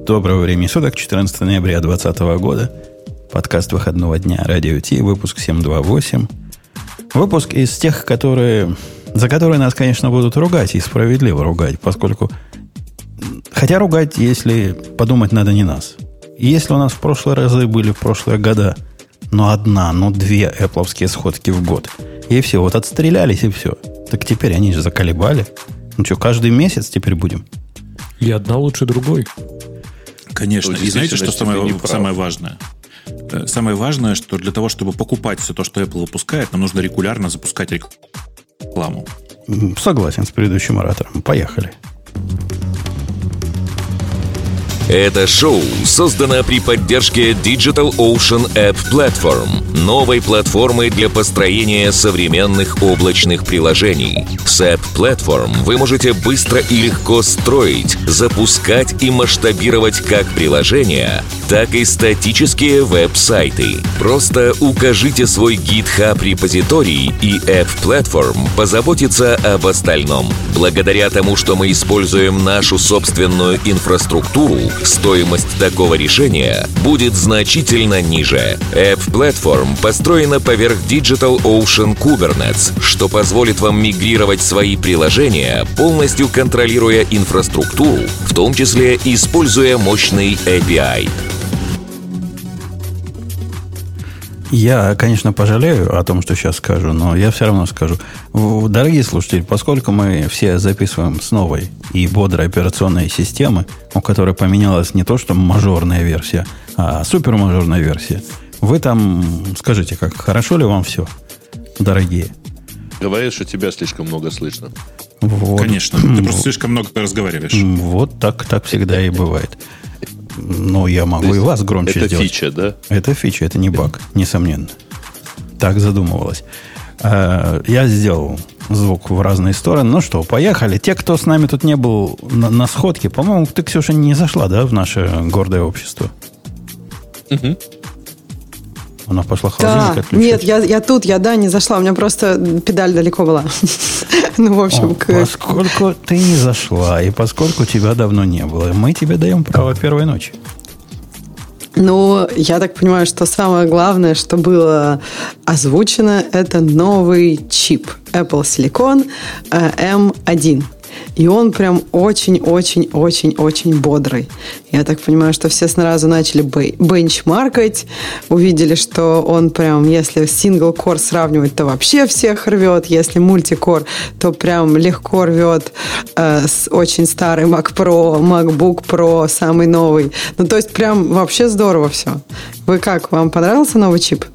Доброго времени суток, 14 ноября 2020 года. Подкаст выходного дня Радио Ти, выпуск 728. Выпуск из тех, за которые нас, конечно, будут ругать, и справедливо ругать, поскольку... Хотя ругать, если подумать, надо не нас. Если у нас в прошлые разы были, в прошлые года, две Apple'овские сходки в год, и все, вот отстрелялись, и все. Так теперь они же заколебали. Ну что, каждый месяц теперь будем? И одна лучше другой. Конечно. И знаете, что самое важное? Самое важное, что для того, чтобы покупать все то, что Apple выпускает, нам нужно регулярно запускать рекламу. Согласен с предыдущим оратором. Поехали. Это шоу создано при поддержке DigitalOcean App Platform, новой платформы для построения современных облачных приложений. С App Platform вы можете быстро и легко строить, запускать и масштабировать как приложения, так и статические веб-сайты. Просто укажите свой GitHub-репозиторий, и App Platform позаботится об остальном. Благодаря тому, что мы используем нашу собственную инфраструктуру, стоимость такого решения будет значительно ниже. App Platform построена поверх DigitalOcean Kubernetes, что позволит вам мигрировать свои приложения, полностью контролируя инфраструктуру, в том числе используя мощный API. Я, конечно, пожалею о том, что сейчас скажу, но я все равно скажу. Дорогие слушатели, поскольку мы все записываем с новой и бодрой операционной системы, у которой поменялась не то, что мажорная версия, а супермажорная версия, вы там скажите, как хорошо ли вам все, дорогие? Говорят, что тебя слишком много слышно. Вот. Конечно, ты просто слишком много разговариваешь. Вот так всегда и бывает. Но я могу и вас громче это сделать. Это фича, да? Это фича, это не баг, несомненно. Так задумывалось. Я сделал звук в разные стороны. Ну что, поехали. Те, кто с нами тут не был на сходке, по-моему, ты, Ксюша, не зашла, да, в наше гордое общество? Угу. Она пошла холодильник отключать. Нет, я тут, не зашла. У меня просто педаль далеко была. Ну, в общем... Поскольку ты не зашла, и поскольку тебя давно не было, мы тебе даем право первой ночи. Ну, я так понимаю, что самое главное, что было озвучено, это новый чип Apple Silicon M1. И он прям очень-очень-очень-очень бодрый. Я так понимаю, что все сразу начали бенчмаркать, увидели, что он прям, если сингл-кор сравнивать, то вообще всех рвет, если мультикор, то прям легко рвет с очень старый Mac Pro, MacBook Pro, самый новый. Ну, то есть прям вообще здорово все. Вы как, вам понравился новый чип?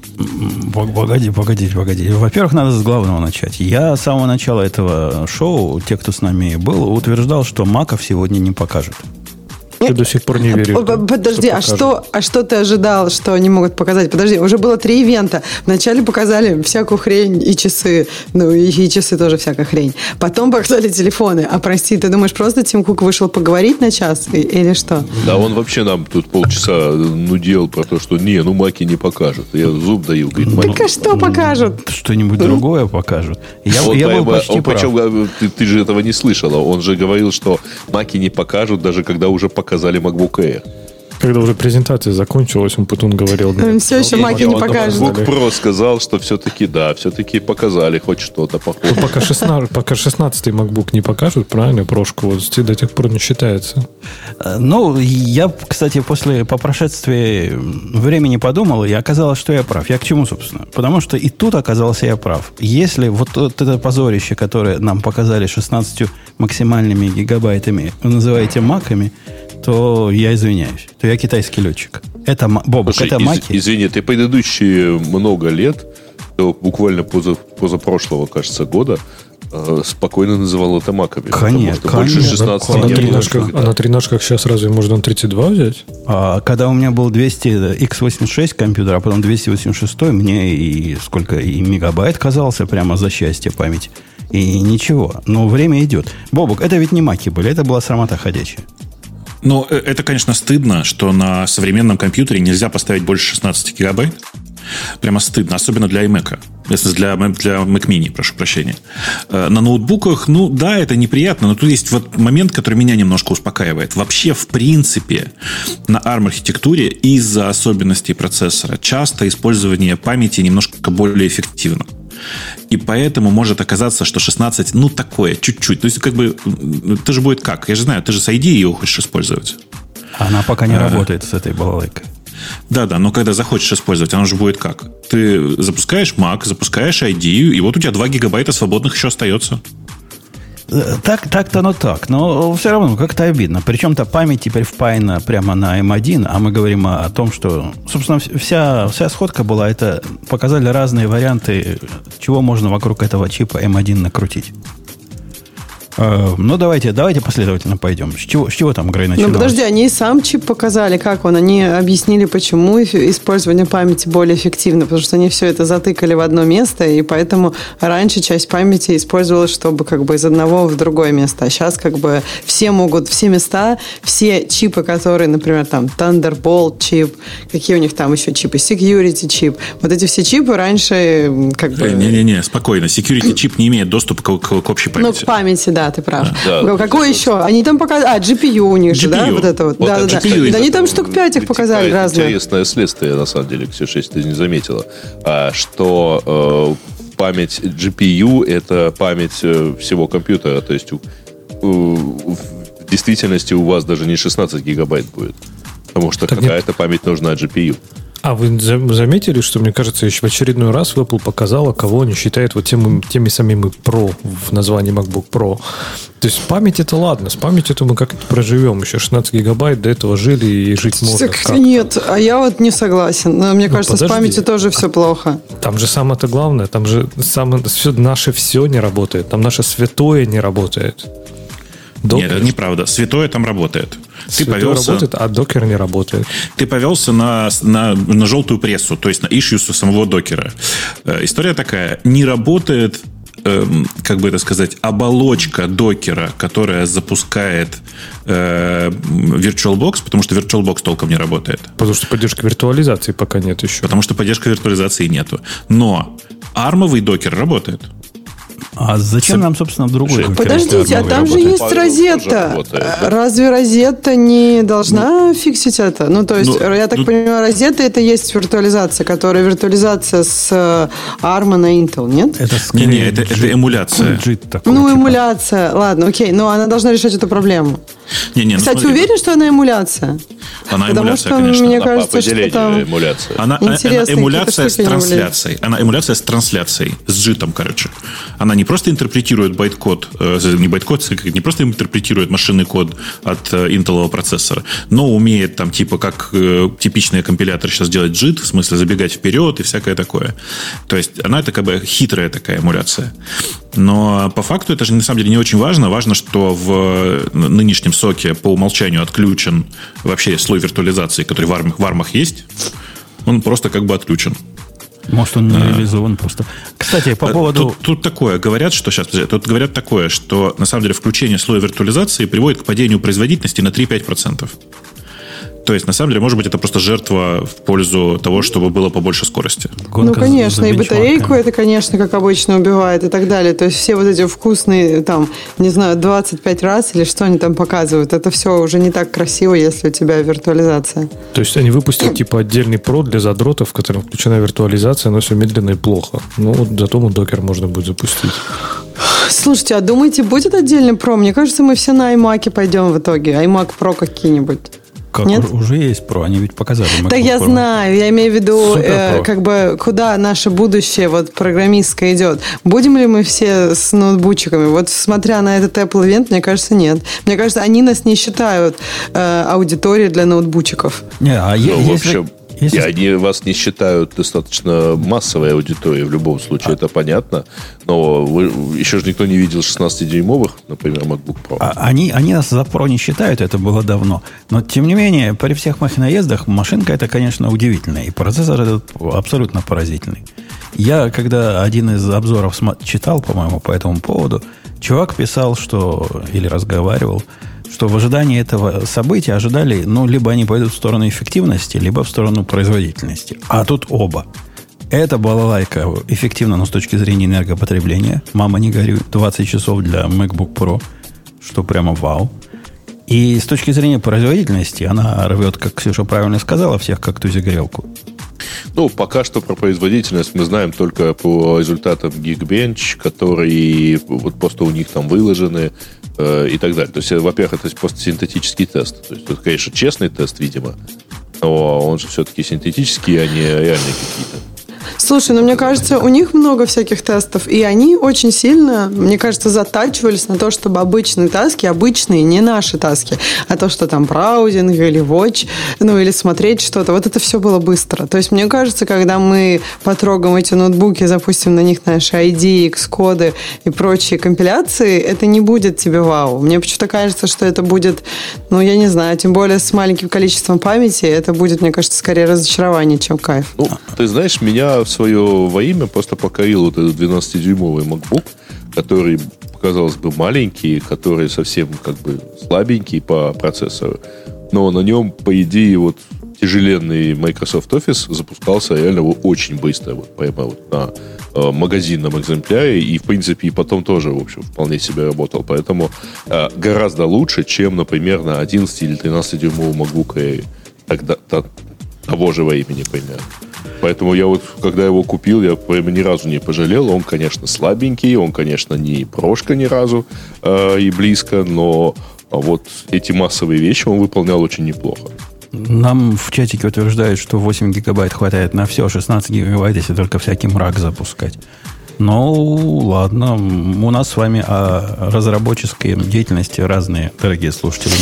Погоди. Во-первых, надо с главного начать. Я с самого начала этого шоу, те, кто с нами был, утверждал, что маков сегодня не покажут. Я до сих пор не верю. Подожди, что ты ожидал, что они могут показать? Подожди, уже было 3 ивента. Вначале показали всякую хрень и часы. Ну, и часы тоже всякая хрень. Потом показали телефоны. А прости, ты думаешь, просто Тим Кук вышел поговорить на час? Или что? Да, он вообще нам тут полчаса нудел про то, что маки не покажут. Я зуб даю. Говорит, так а что покажут? Что-нибудь другое покажут. Я был почти прав. Причем, ты же этого не слышала. Он же говорил, что маки не покажут, даже когда уже показали MacBook Air. Когда уже презентация закончилась, он потом говорил... Все еще маки не покажут. MacBook Pro сказал, что все-таки показали хоть что-то похожее. Пока 16-й MacBook не покажут, правильно, прошку, вот до тех пор не считается. Ну, я, кстати, по прошествии времени подумал, и оказалось, что я прав. Я к чему, собственно? Потому что и тут оказался я прав. Если вот это позорище, которое нам показали 16 максимальными гигабайтами, вы называете маками, то я извиняюсь. То я китайский летчик. Это, Бобок, слушай, это маки. Извини, ты предыдущие много лет, буквально позапрошлого, кажется, года, спокойно называл это маками. Конечно. Больше 16 А на тринашках сейчас разве можно 32 взять? Когда у меня был 200 x86 компьютер, а потом 286, мне и мегабайт казался прямо за счастье память. И ничего. Но время идет. Бобок, это ведь не маки были, это была срамота ходячая. Ну, это, конечно, стыдно, что на современном компьютере нельзя поставить больше 16 гигабайт. Прямо стыдно, особенно для iMac. Если для Mac Mini, прошу прощения. На ноутбуках, да, это неприятно, но тут есть вот момент, который меня немножко успокаивает. Вообще, в принципе, на ARM-архитектуре из-за особенностей процессора часто использование памяти немножко более эффективно. И поэтому может оказаться, что 16, такое, чуть-чуть. То есть, это же будет как? Я же знаю, ты же с ID ее хочешь использовать. Она пока не работает с этой балалайкой. Да, но когда захочешь использовать, оно же будет как? Ты запускаешь Mac, запускаешь ID, и вот у тебя 2 гигабайта свободных еще остается. Так-то, так. Но все равно как-то обидно. Причем-то память теперь впаяна прямо на M1, а мы говорим о том, что, собственно, вся сходка была, это показали разные варианты, чего можно вокруг этого чипа M1 накрутить. Давайте последовательно пойдем. С чего там Грей начинал? Подожди, они и сам чип показали, как он. Они объяснили, почему использование памяти более эффективно, потому что они все это затыкали в одно место, и поэтому раньше часть памяти использовалась, чтобы из одного в другое место. А сейчас все могут, все места, все чипы, которые, например, там Thunderbolt чип, какие у них там еще чипы, Security чип. Вот эти все чипы раньше Не-не-не, спокойно. Security чип не имеет доступа к общей памяти. К памяти, да, ты прав. Да, какой еще? Они там показали... GPU у них же, да? Вот это вот. Да. Они там штук 5 их показали разные. Интересное следствие, на самом деле, Ксюша, если ты не заметила, что память GPU – это память всего компьютера. То есть в действительности у вас даже не 16 гигабайт будет. Потому что какая-то память нужна GPU. А вы заметили, что, мне кажется, еще в очередной раз Apple показала, кого они считают вот теми самыми Pro в названии MacBook Pro. То есть память это ладно, с памятью-то мы как-то проживем. Еще 16 гигабайт, до этого жили и жить можно. Так нет, а я вот не согласен. Мне кажется, подожди, с памятью тоже все плохо. Там же самое-то главное, там же наше все не работает, там наше святое не работает. Нет, это неправда. Святое там работает. Святое работает, а докер не работает. Ты повелся на желтую прессу, то есть на issue самого докера. История такая. Не работает, оболочка докера, которая запускает VirtualBox, потому что VirtualBox толком не работает. Потому что поддержки виртуализации пока нет еще. Потому что поддержки виртуализации нету. Но армовый докер работает. А зачем нам, собственно, другой? Подождите, а там же есть Розетта. Разве Розетта не должна фиксить это? Я так понимаю, Розетта это есть виртуализация, которая виртуализация с ARM на Intel, нет? Это эмуляция. Эмуляция. Ладно, окей. Но она должна решать эту проблему. Кстати, уверен, что она эмуляция? Она эмуляция, конечно. Мне кажется, что там эмуляция. Она эмуляция с трансляцией. Она эмуляция с трансляцией. С джитом, Она не просто интерпретирует байткод, не просто интерпретирует машинный код от интелового процессора, но умеет как типичный компилятор сейчас делать JIT, в смысле забегать вперед и всякое такое. То есть она хитрая такая эмуляция. Но по факту это же на самом деле не очень важно. Важно, что в нынешнем соке по умолчанию отключен вообще слой виртуализации, который в армах есть. Он просто отключен. Может, он не реализован просто. Кстати, по поводу... Тут такое. Говорят, что на самом деле включение слоя виртуализации приводит к падению производительности на 3-5%. То есть, на самом деле, может быть, это просто жертва в пользу того, чтобы было побольше скорости. Конечно, и батарейку это, конечно, как обычно, убивает и так далее. То есть, все вот эти вкусные, 25 раз или что они там показывают, это все уже не так красиво, если у тебя виртуализация. То есть, они выпустят, отдельный про для задротов, в котором включена виртуализация, но все медленно и плохо. Зато докер можно будет запустить. Слушайте, а думаете, будет отдельный про? Мне кажется, мы все на iMac пойдем в итоге. iMac Pro какие-нибудь. Уже есть Pro, они ведь показали. Да я знаю, я имею в виду, куда наше будущее программистское идет. Будем ли мы все с ноутбучиками? Смотря на этот Apple Event, мне кажется, нет. Мне кажется, они нас не считают аудиторией для ноутбучиков. И они вас не считают достаточно массовой аудиторией в любом случае, это понятно. Но еще же никто не видел 16-дюймовых, например, MacBook Pro. Они нас за Pro не считают, это было давно. Но, тем не менее, при всех моих наездах машинка это, конечно, удивительная. И процессор этот абсолютно поразительный. Я, когда один из обзоров читал, по-моему, по этому поводу, чувак писал, или разговаривал, что в ожидании этого события ожидали, либо они пойдут в сторону эффективности, либо в сторону производительности. А тут оба. Эта балалайка эффективна, но с точки зрения энергопотребления. Мама, не горюй. 20 часов для MacBook Pro, что прямо вау. И с точки зрения производительности она рвет, как Ксюша правильно сказала, всех как тузик-грелку. Ну, пока что про производительность мы знаем только по результатам Geekbench, которые вот просто у них там выложены и так далее. То есть, во-первых, это просто синтетический тест. То есть, это, конечно, честный тест, видимо, но он же все-таки синтетический, а не реальные какие-то. Слушай, ну мне кажется, у них много всяких тестов, и они очень сильно, мне кажется, затачивались на то, чтобы обычные таски, обычные, не наши таски, а то, что там браузинг или watch, ну или смотреть что-то, вот это все было быстро. То есть мне кажется, когда мы потрогаем эти ноутбуки, запустим на них наши ID, Xcode и прочие компиляции, это не будет тебе вау. Мне почему-то кажется, что это будет, ну я не знаю, тем более с маленьким количеством памяти, это будет, мне кажется, скорее разочарование, чем кайф. Ну, ты знаешь, меня в свое во имя просто покорил вот этот 12-дюймовый MacBook, который, казалось бы, маленький, который совсем как бы слабенький по процессору, но на нем, по идее, вот тяжеленный Microsoft Office запускался реально очень быстро, вот прямо вот на магазинном экземпляре, и, в принципе, и потом тоже, в общем, вполне себе работал. Поэтому гораздо лучше, чем, например, на 11 или 13-дюймовом MacBook Air тогда, того же времени примерно. Поэтому я вот, когда его купил, я прямо ни разу не пожалел. Он, конечно, слабенький, он, конечно, не прошка ни разу и близко, но вот эти массовые вещи он выполнял очень неплохо. Нам в чатике утверждают, что 8 гигабайт хватает на все, 16 гигабайт, если только всякий мрак запускать. Ну, ладно, у нас с вами о разработческой деятельности разные, дорогие слушатели.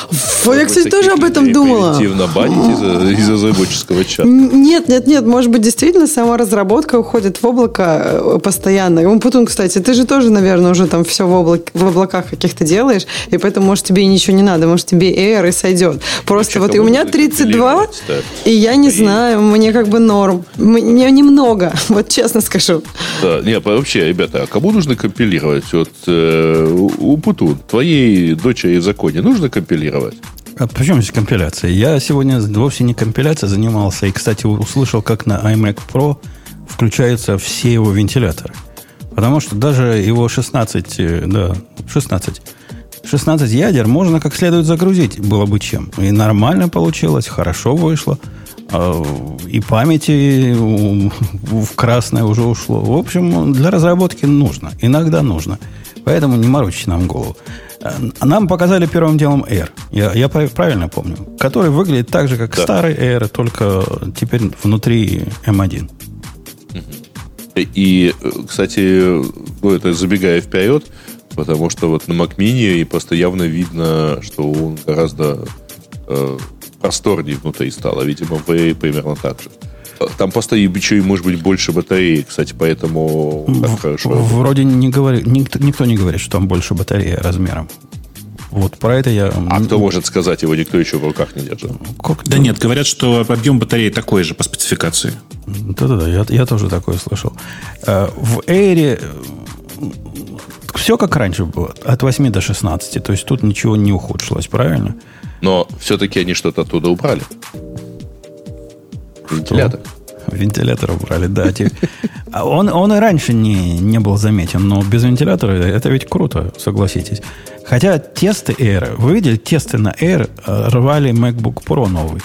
Я, кстати, тоже об этом думала. Превентивно банить из-за разработческого чата. Нет, может быть, действительно сама разработка уходит в облако постоянно. И Путун, кстати, ты же тоже, наверное, уже там все в облаках каких-то делаешь, и поэтому, может, тебе и ничего не надо, может, тебе Air и сойдет. Просто вот и у меня 32, и я не знаю, мне как бы норм. Мне немного, вот честно скажу. Да, нет, вообще, ребята, а кому нужно компилировать? Вот у Путун, твоей дочери в законе нужно компилировать? А почему здесь компиляция? Я сегодня вовсе не компиляцией занимался. И, кстати, услышал, как на iMac Pro включаются все его вентиляторы. Потому что даже его 16 ядер можно как следует загрузить, было бы чем. И нормально получилось, хорошо вышло. И памяти в красное уже ушло. В общем, для разработки нужно. Иногда нужно. Поэтому не морочите нам голову. Нам показали первым делом Air. Я правильно помню. Который выглядит так же, как старый Air, только теперь внутри M1. И, кстати, это забегая вперед, потому что вот на Mac Mini просто явно видно, что он гораздо просторнее внутри стало. Видимо, в Air примерно так же. Там просто еще и, может быть, больше батареи, кстати, поэтому так хорошо. Вроде никто не говорит, что там больше батареи размером. Вот про это я... А кто может сказать, его никто еще в руках не держит? Да нет, говорят, что объем батареи такой же по спецификации. Да-да-да, я тоже такое слышал. В Air все как раньше было, от 8 до 16. То есть тут ничего не ухудшилось, правильно? Но все-таки они что-то оттуда убрали. Вентилятор. Вентилятор убрали, да. Он и раньше не был заметен, но без вентилятора это ведь круто, согласитесь. Хотя тесты Air, вы видели, тесты на Air рвали MacBook Pro новый.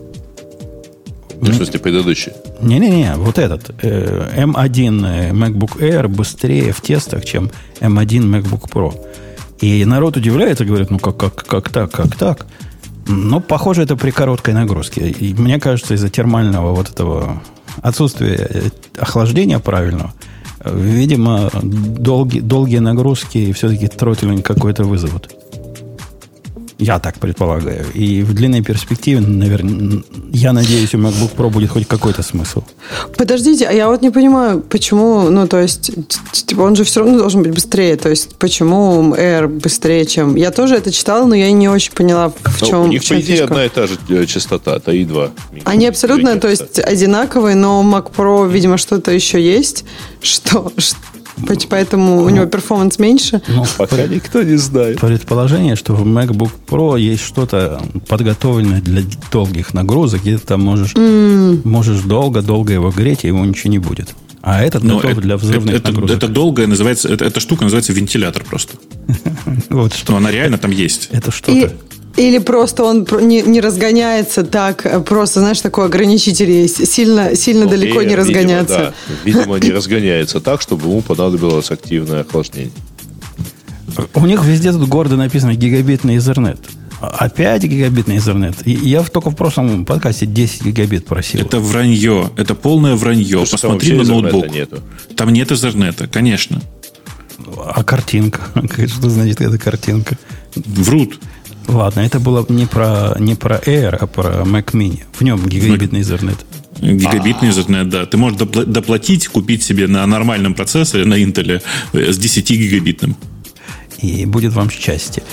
В смысле, предыдущий? Не-не-не, вот этот. M1 MacBook Air быстрее в тестах, чем M1 MacBook Pro. И народ удивляется, говорит, ну как так? Но, похоже, это при короткой нагрузке. И мне кажется, из-за термального вот этого отсутствия охлаждения правильного, видимо, долгие нагрузки все-таки тротлинг какой-то вызовут. Я так предполагаю. И в длинной перспективе, наверное, я надеюсь, у MacBook Pro будет хоть какой-то смысл. Подождите, а я вот не понимаю, почему, ну, то есть, типа, он же все равно должен быть быстрее. То есть, почему Air быстрее, чем... Я тоже это читала, но я не очень поняла, в чем... У них, по идее, одна и та же частота, TI-2. Они абсолютно, то есть, одинаковые, но у Mac Pro, видимо, что-то еще есть, что Поэтому у него перформанс меньше. Ну, Пока никто не знает. Предположение, что в MacBook Pro есть что-то подготовленное для долгих нагрузок, где ты там можешь долго-долго его греть, и его ничего не будет. А этот готов для взрывных нагрузок. Это долгое называется, эта штука называется вентилятор просто. Вот что. Но она реально там есть. Это что-то. Или просто он не разгоняется так, просто, знаешь, такой ограничитель есть, сильно далеко не разгоняться. Видимо, не разгоняется так, чтобы ему понадобилось активное охлаждение. У них везде тут гордо написано гигабитный Ethernet. Опять гигабитный Ethernet. Я только в прошлом подкасте 10 гигабит просил. Это вранье. Это полное вранье. Посмотри на ноутбук. Там нет Ethernet, конечно. А картинка? Что значит эта картинка? Врут. Ладно, это было не про Air, а про Mac Mini. В нем гигабитный Ethernet. Гигабитный Ethernet, да. Ты можешь доплатить, купить себе на нормальном процессоре, на Intel, с 10 гигабитным. И будет вам счастье.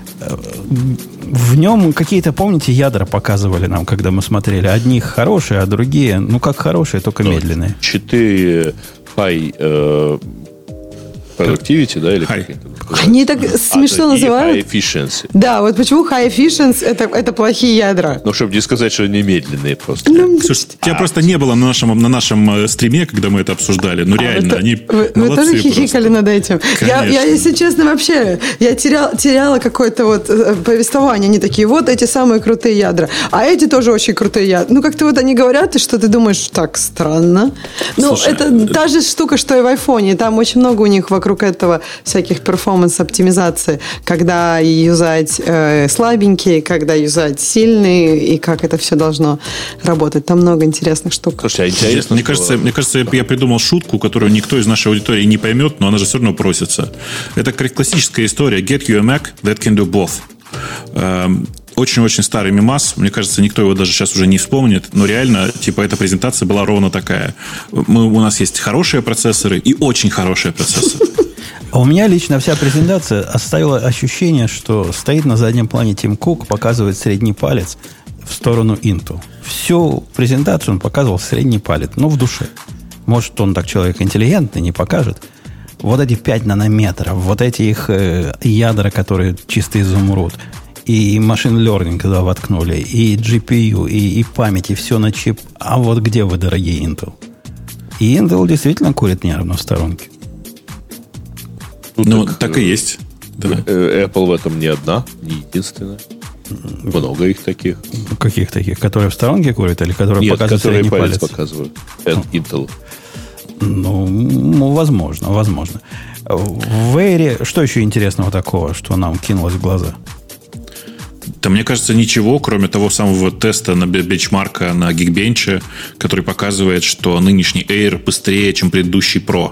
В нем какие-то, помните, ядра показывали нам, когда мы смотрели. Одни хорошие, а другие, как хорошие, только медленные. 4 high productivity, да, или high. как это? Они так смешно называют. High efficiency. Да, вот почему high efficiency это плохие ядра. Ну, чтобы не сказать, что они медленные просто. Слушай, тебя просто не было на нашем стриме, когда мы это обсуждали. Ну, реально, они вы тоже хихикали над этим? Я, если честно, вообще, я теряла какое-то вот повествование. Они такие, вот эти самые крутые ядра. А эти тоже очень крутые ядра. Как-то вот они говорят, и что ты думаешь, так странно. Слушай, это та же штука, что и в айфоне. Там очень много у них вокруг этого всяких перформанс-оптимизации. Когда юзать слабенькие, когда юзать сильные, и как это все должно работать. Там много интересных штук. Слушай, интересно, мне кажется, я придумал шутку, которую никто из нашей аудитории не поймет, но она же все равно просится. Это классическая история. Get you a Mac that can do both. Очень-очень старый мемас. Мне кажется, никто его даже сейчас уже не вспомнит. Но реально, эта презентация была ровно такая. У нас есть хорошие процессоры и очень хорошие процессоры. А у меня лично вся презентация оставила ощущение, что стоит на заднем плане Тим Кук, показывает средний палец в сторону Intel. Всю презентацию он показывал средний палец, но в душе. Может, он так человек интеллигентный, не покажет. Вот эти 5 нанометров, вот эти их ядра, которые чисто изумруд, и машин learning туда воткнули, и GPU, и память, и все на чип. А вот где вы, дорогие Intel? И Intel действительно курит нервно в сторонке. Так и есть. Да. Apple в этом не одна, не единственная. Много их таких. Каких таких? Которые в сторонке курят или которые показывают средний палец? Показывают. Intel. Возможно. В Air что еще интересного такого, что нам кинулось в глаза? Да, мне кажется, ничего, кроме того самого теста на бенчмарка на Geekbench, который показывает, что нынешний Air быстрее, чем предыдущий Pro.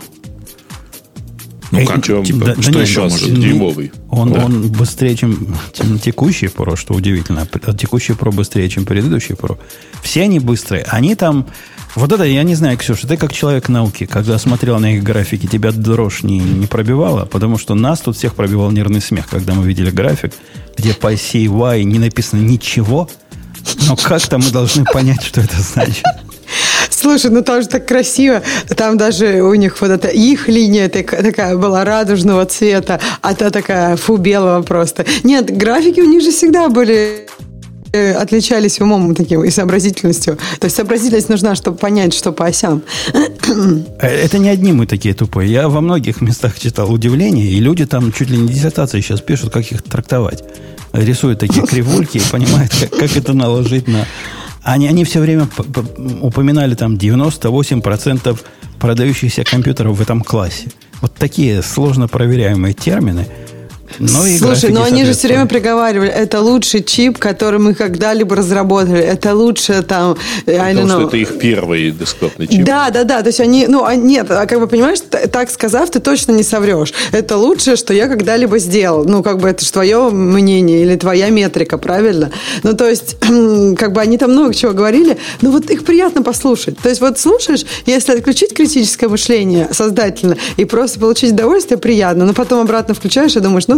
Что еще может? Дюймовый. Он быстрее, чем текущий Pro, что удивительно. Текущий Pro быстрее, чем предыдущий Pro. Все они быстрые. Они там... Вот это, я не знаю, Ксюша, ты как человек науки, когда смотрел на их графики, тебя дрожь не пробивала? Потому что нас тут всех пробивал нервный смех, когда мы видели график, где по оси Y не написано ничего, но как-то мы должны понять, что это значит. Слушай, там же так красиво. Там даже у них вот эта их линия такая была радужного цвета, а та такая белого просто. Нет, графики у них же всегда были... отличались умом таким и сообразительностью. То есть сообразительность нужна, чтобы понять, что по осям. Это не одни мы такие тупые. Я во многих местах читал удивление, и люди там чуть ли не диссертации сейчас пишут, как их трактовать. Рисуют такие кривульки и понимают, как это наложить на... Они все время упоминали там 98% продающихся компьютеров в этом классе. Вот такие сложно проверяемые термины. Слушай, но они же все время приговаривали, это лучший чип, который мы когда-либо разработали, это лучше там... Потому что это их первый десктопный чип. Да, то есть они, нет, как бы понимаешь, так сказав, ты точно не соврешь. Это лучшее, что я когда-либо сделал. Это же твое мнение или твоя метрика, правильно? То есть, как бы они там много чего говорили, но вот их приятно послушать. То есть, вот слушаешь, если отключить критическое мышление сознательно и просто получить удовольствие, приятно, но потом обратно включаешь и думаешь,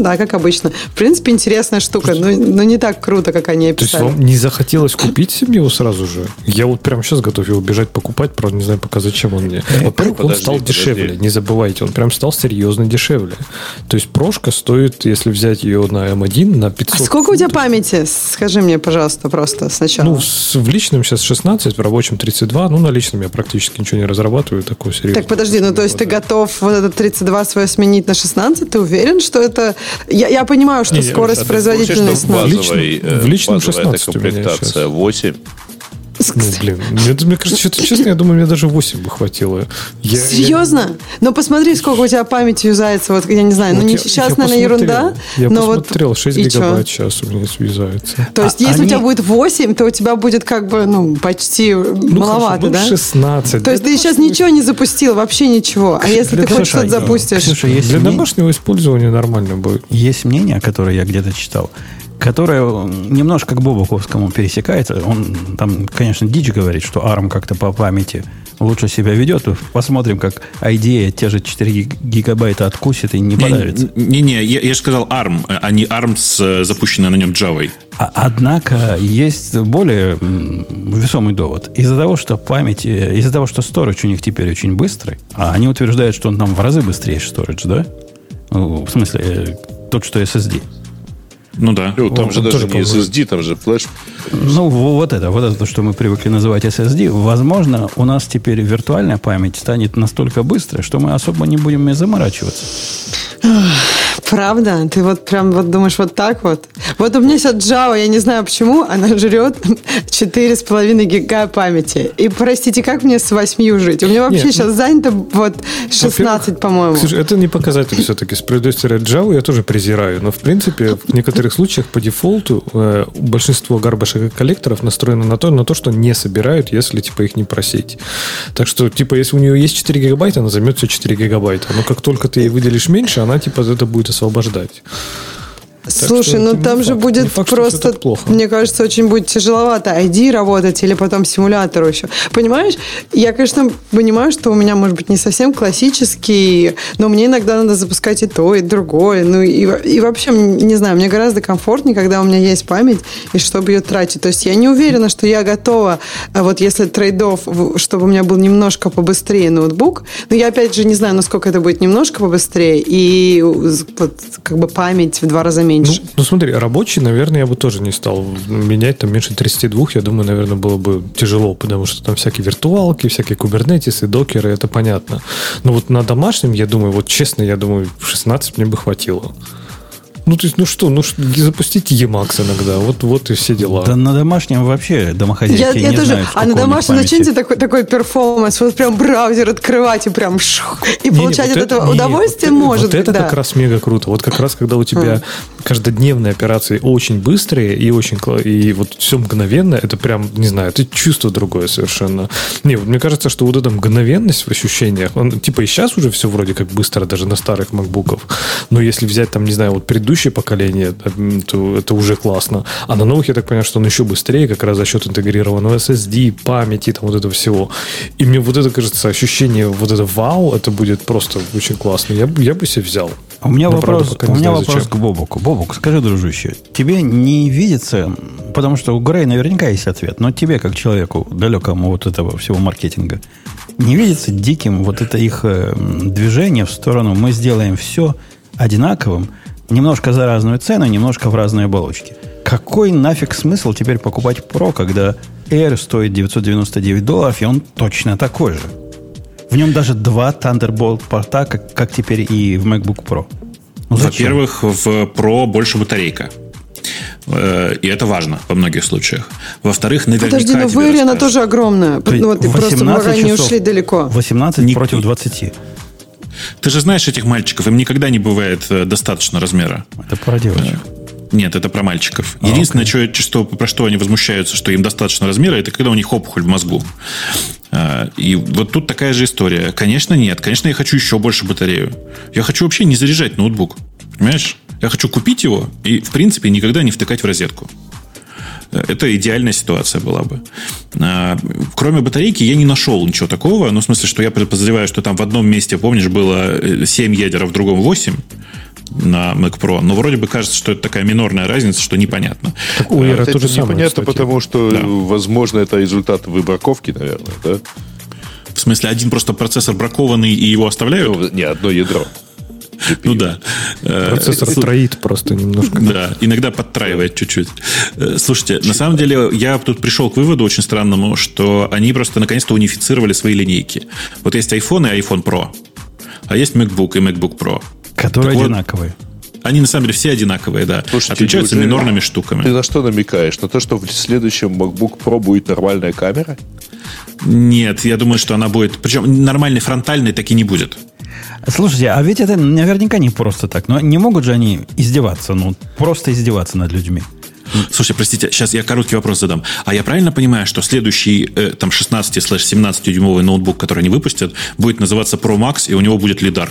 да, как обычно. В принципе, интересная штука, но не так круто, как они описали. То есть вам не захотелось купить себе его сразу же? Я вот прямо сейчас готов его бежать покупать, правда, не знаю пока зачем он мне. Во-первых, он стал дешевле, не забывайте, он прям стал серьезно дешевле. То есть прошка стоит, если взять ее на M1, на 500. А сколько у тебя памяти? Скажи мне, пожалуйста, просто сначала. Ну, в личном сейчас 16, в рабочем 32, ну, на личном я практически ничего не разрабатываю, такой серьезный. Так, подожди, ну, то есть ты готов вот этот 32 свое сменить на 16? Ты уверен, что это... Я понимаю, что скорость, производительность... В личном 16 комплектация 8. Ну, блин, мне кажется, что-то, честно, я думаю, мне даже 8 бы хватило. Серьезно? Ну, посмотри, сколько у тебя памяти юзается. Вот, я не знаю, вот сейчас, наверное, ерунда. Я посмотрел, 6 гигабайт сейчас у меня юзается. То есть, если у тебя будет 8, то у тебя будет как бы, почти маловато, да? 16. То есть, ты сейчас ничего не запустил, вообще ничего. А если ты хоть что-то запустишь? Для домашнего использования нормально будет. Есть мнение, которое я где-то читал, которое немножко к Бобуковскому пересекается. Он там, конечно, дичь говорит, что ARM как-то по памяти лучше себя ведет. Посмотрим, как IDEA те же 4 гигабайта откусит и не подавится. Не-не, я же сказал ARM, а не ARM с запущенной на нем Java. Однако есть более весомый довод. Из-за того, что память, из-за того, что storage у них теперь очень быстрый, а они утверждают, что он там в разы быстрее storage, да? Ну, в смысле, тот, что SSD. Ну да. Там же даже не SSD, там же флеш. Ну, вот это то, что мы привыкли называть SSD. Возможно, у нас теперь виртуальная память станет настолько быстрой, что мы особо не будем и заморачиваться. Правда? Ты вот прям вот думаешь вот так вот? Вот у меня сейчас Java, я не знаю почему, она жрет 4,5 гига памяти. И, простите, как мне с 8 жить? У меня вообще сейчас занято вот 16, по-моему. Слушай, это не показатель все-таки. Справедливости ради, Java я тоже презираю. Но, в принципе, в некоторых случаях по дефолту большинство garbage коллекторов настроено на то, что не собирают, если, их не просить. Так что, если у нее есть 4 гигабайта, она займет все 4 гигабайта. Но как только ты ей выделишь меньше, она, это будет освобождать. Слушай, там же будет просто, мне кажется, очень будет тяжеловато ID работать или потом симулятору еще. Понимаешь? Я, конечно, понимаю, что у меня, может быть, не совсем классический, но мне иногда надо запускать и то, и другое. Ну, и вообще, не знаю, мне гораздо комфортнее, когда у меня есть память, и чтобы ее тратить. То есть я не уверена, что я готова, вот если трейд-офф, чтобы у меня был немножко побыстрее ноутбук, но я, опять же, не знаю, насколько это будет немножко побыстрее, и вот память в 2 раза меньше. Ну, смотри, рабочий, наверное, я бы тоже не стал менять, там меньше 32, я думаю, наверное, было бы тяжело, потому что там всякие виртуалки, всякие кубернетисы, докеры, это понятно. Но вот на домашнем, я думаю, честно, я думаю, 16 мне бы хватило. Ну, то есть, запустите Emacs иногда, вот и все дела. Да на домашнем вообще домохозяйки не тоже, знают, а на домашнем начните такой перформанс, вот прям браузер открывать и прям и получать от этого удовольствие может. Вот это как раз мега круто. Вот как раз, когда у тебя каждодневные операции очень быстрые и вот все мгновенно, это прям, не знаю, это чувство другое совершенно. Мне кажется, что вот эта мгновенность в ощущениях, и сейчас уже все вроде как быстро, даже на старых макбуках, но если взять там, не знаю, вот предыдущее поколение, то это уже классно. А на новых, я так понимаю, что он еще быстрее, как раз за счет интегрированного SSD, памяти, там вот этого всего. И мне вот это, кажется, ощущение, вот это вау, это будет просто очень классно. Я бы себе взял. У меня вопрос к Бобуку. Бобук, скажи, дружище, тебе не видится, потому что у Грей наверняка есть ответ, но тебе, как человеку, далекому вот этого всего маркетинга, не видится диким вот это их движение в сторону «мы сделаем все одинаковым», немножко за разную цену, немножко в разные оболочки. Какой нафиг смысл теперь покупать Pro, когда Air стоит $999, и он точно такой же? В нем даже 2 Thunderbolt порта, как теперь и в MacBook Pro. Во-первых, в Pro больше батарейка. И это важно во многих случаях. Во-вторых, наверняка... Подожди, но в Air она тоже огромная. Вот ты просто не ушли далеко. 18 против 20. Ты же знаешь этих мальчиков, им никогда не бывает достаточно размера. Это про девочек. Нет, это про мальчиков. Единственное, про что они возмущаются, что им достаточно размера, это когда у них опухоль в мозгу. И вот тут такая же история. Конечно, нет. Конечно, я хочу еще больше батарею. Я хочу вообще не заряжать ноутбук. Понимаешь? Я хочу купить его и, в принципе, никогда не втыкать в розетку. Это идеальная ситуация была бы. Кроме батарейки я не нашел ничего такого. Ну, в смысле, что я подозреваю, что там в одном месте, помнишь, было 7 ядер, а в другом 8 на Mac Pro. Но вроде бы кажется, что это такая минорная разница, что непонятно. Так у Air то же самое, непонятно, потому что, возможно, это результат выбраковки, наверное, да? В смысле, один просто процессор бракованный, и его оставляют? Ну, не, одно ядро. GPU. Ну да. Процессор троит просто немножко. Да, иногда подтраивает чуть-чуть. Слушайте, на самом деле я тут пришел к выводу очень странному, что они просто наконец-то унифицировали свои линейки. Вот есть iPhone и iPhone Pro, а есть MacBook и MacBook Pro. Которые одинаковые. Они на самом деле все одинаковые, да. Слушайте, отличаются минорными штуками. Ты на что намекаешь? На то, что в следующем MacBook Pro будет нормальная камера? Нет, я думаю, что она будет... Причем нормальной фронтальной так и не будет. Слушайте, а ведь это наверняка не просто так. Но не могут же они издеваться, просто издеваться над людьми. Слушайте, простите, сейчас я короткий вопрос задам. А я правильно понимаю, что следующий там 16/17-дюймовый ноутбук, который они выпустят, будет называться Pro Max, и у него будет лидар?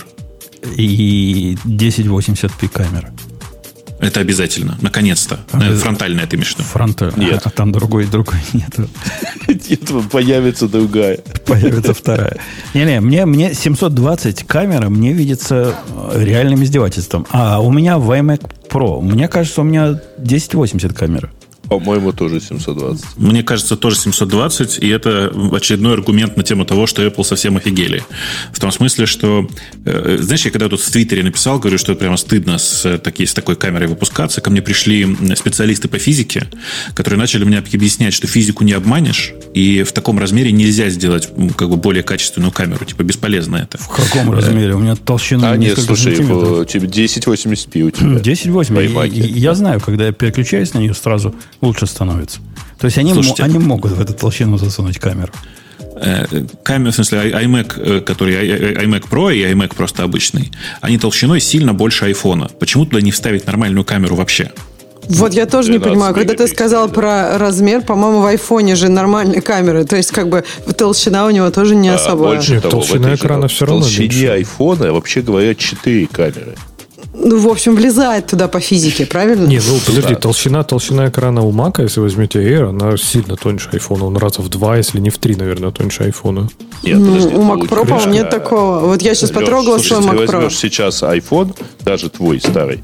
И 1080p камера. Это обязательно. Наконец-то. Фронтальная ты имеешь в виду? Фронтальная. Нет. А там другой нет. Нет, появится другая. Появится вторая. Мне 720 камера мне видится реальным издевательством. А у меня в iMac Pro, мне кажется, у меня 1080 камера. По-моему, тоже 720. Мне кажется, тоже 720, и это очередной аргумент на тему того, что Apple совсем офигели. В том смысле, что, знаешь, я когда тут в Твиттере написал, говорю, что это прямо стыдно с такой камерой выпускаться, ко мне пришли специалисты по физике, которые начали мне объяснять, что физику не обманешь, и в таком размере нельзя сделать как бы более качественную камеру, типа бесполезно это. В каком размере? У меня толщина несколько сантиметров. 1080p у тебя. 1080. Я знаю, когда я переключаюсь на нее, сразу лучше становится. То есть они могут в эту толщину засунуть камеру. Камера, в смысле, iMac, который iMac Pro и iMac просто обычный, они толщиной сильно больше айфона. Почему туда не вставить нормальную камеру вообще? Вот я тоже не понимаю. Когда ты сказал про размер, по-моему, в айфоне же нормальная камера. То есть, как бы, толщина у него тоже не особая. Больше того, толщина экрана все равно меньше. В толщине айфона, вообще говоря, 4 камеры. Ну, в общем, влезает туда по физике, правильно? Не, подожди, толщина экрана у Mac, если возьмете Air, она сильно тоньше айфона. Он раза в 2, если не в 3, наверное, тоньше айфона. Нет, подожди, у Mac Pro, по-моему, нет такого. Вот я сейчас потрогала свой Mac Pro. Ты возьмешь сейчас iPhone, даже твой старый,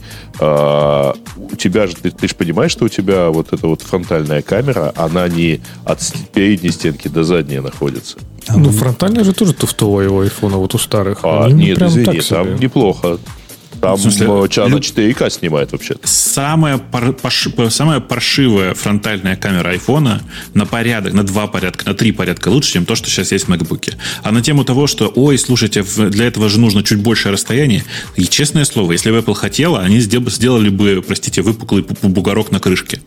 у тебя же, ты же понимаешь, что у тебя вот эта вот фронтальная камера, она не от передней стенки до задней находится. Ну, фронтальная же тоже туфтовая у айфона, вот у старых. Нет, извини, там неплохо. Там она 4К снимает вообще. Самая паршивая фронтальная камера айфона на 2 порядка, на 3 порядка лучше, чем то, что сейчас есть в MacBook. А на тему того, что, слушайте, для этого же нужно чуть большее расстояние. И, честное слово, если бы Apple хотела, они сделали бы, простите, выпуклый бугорок на крышке.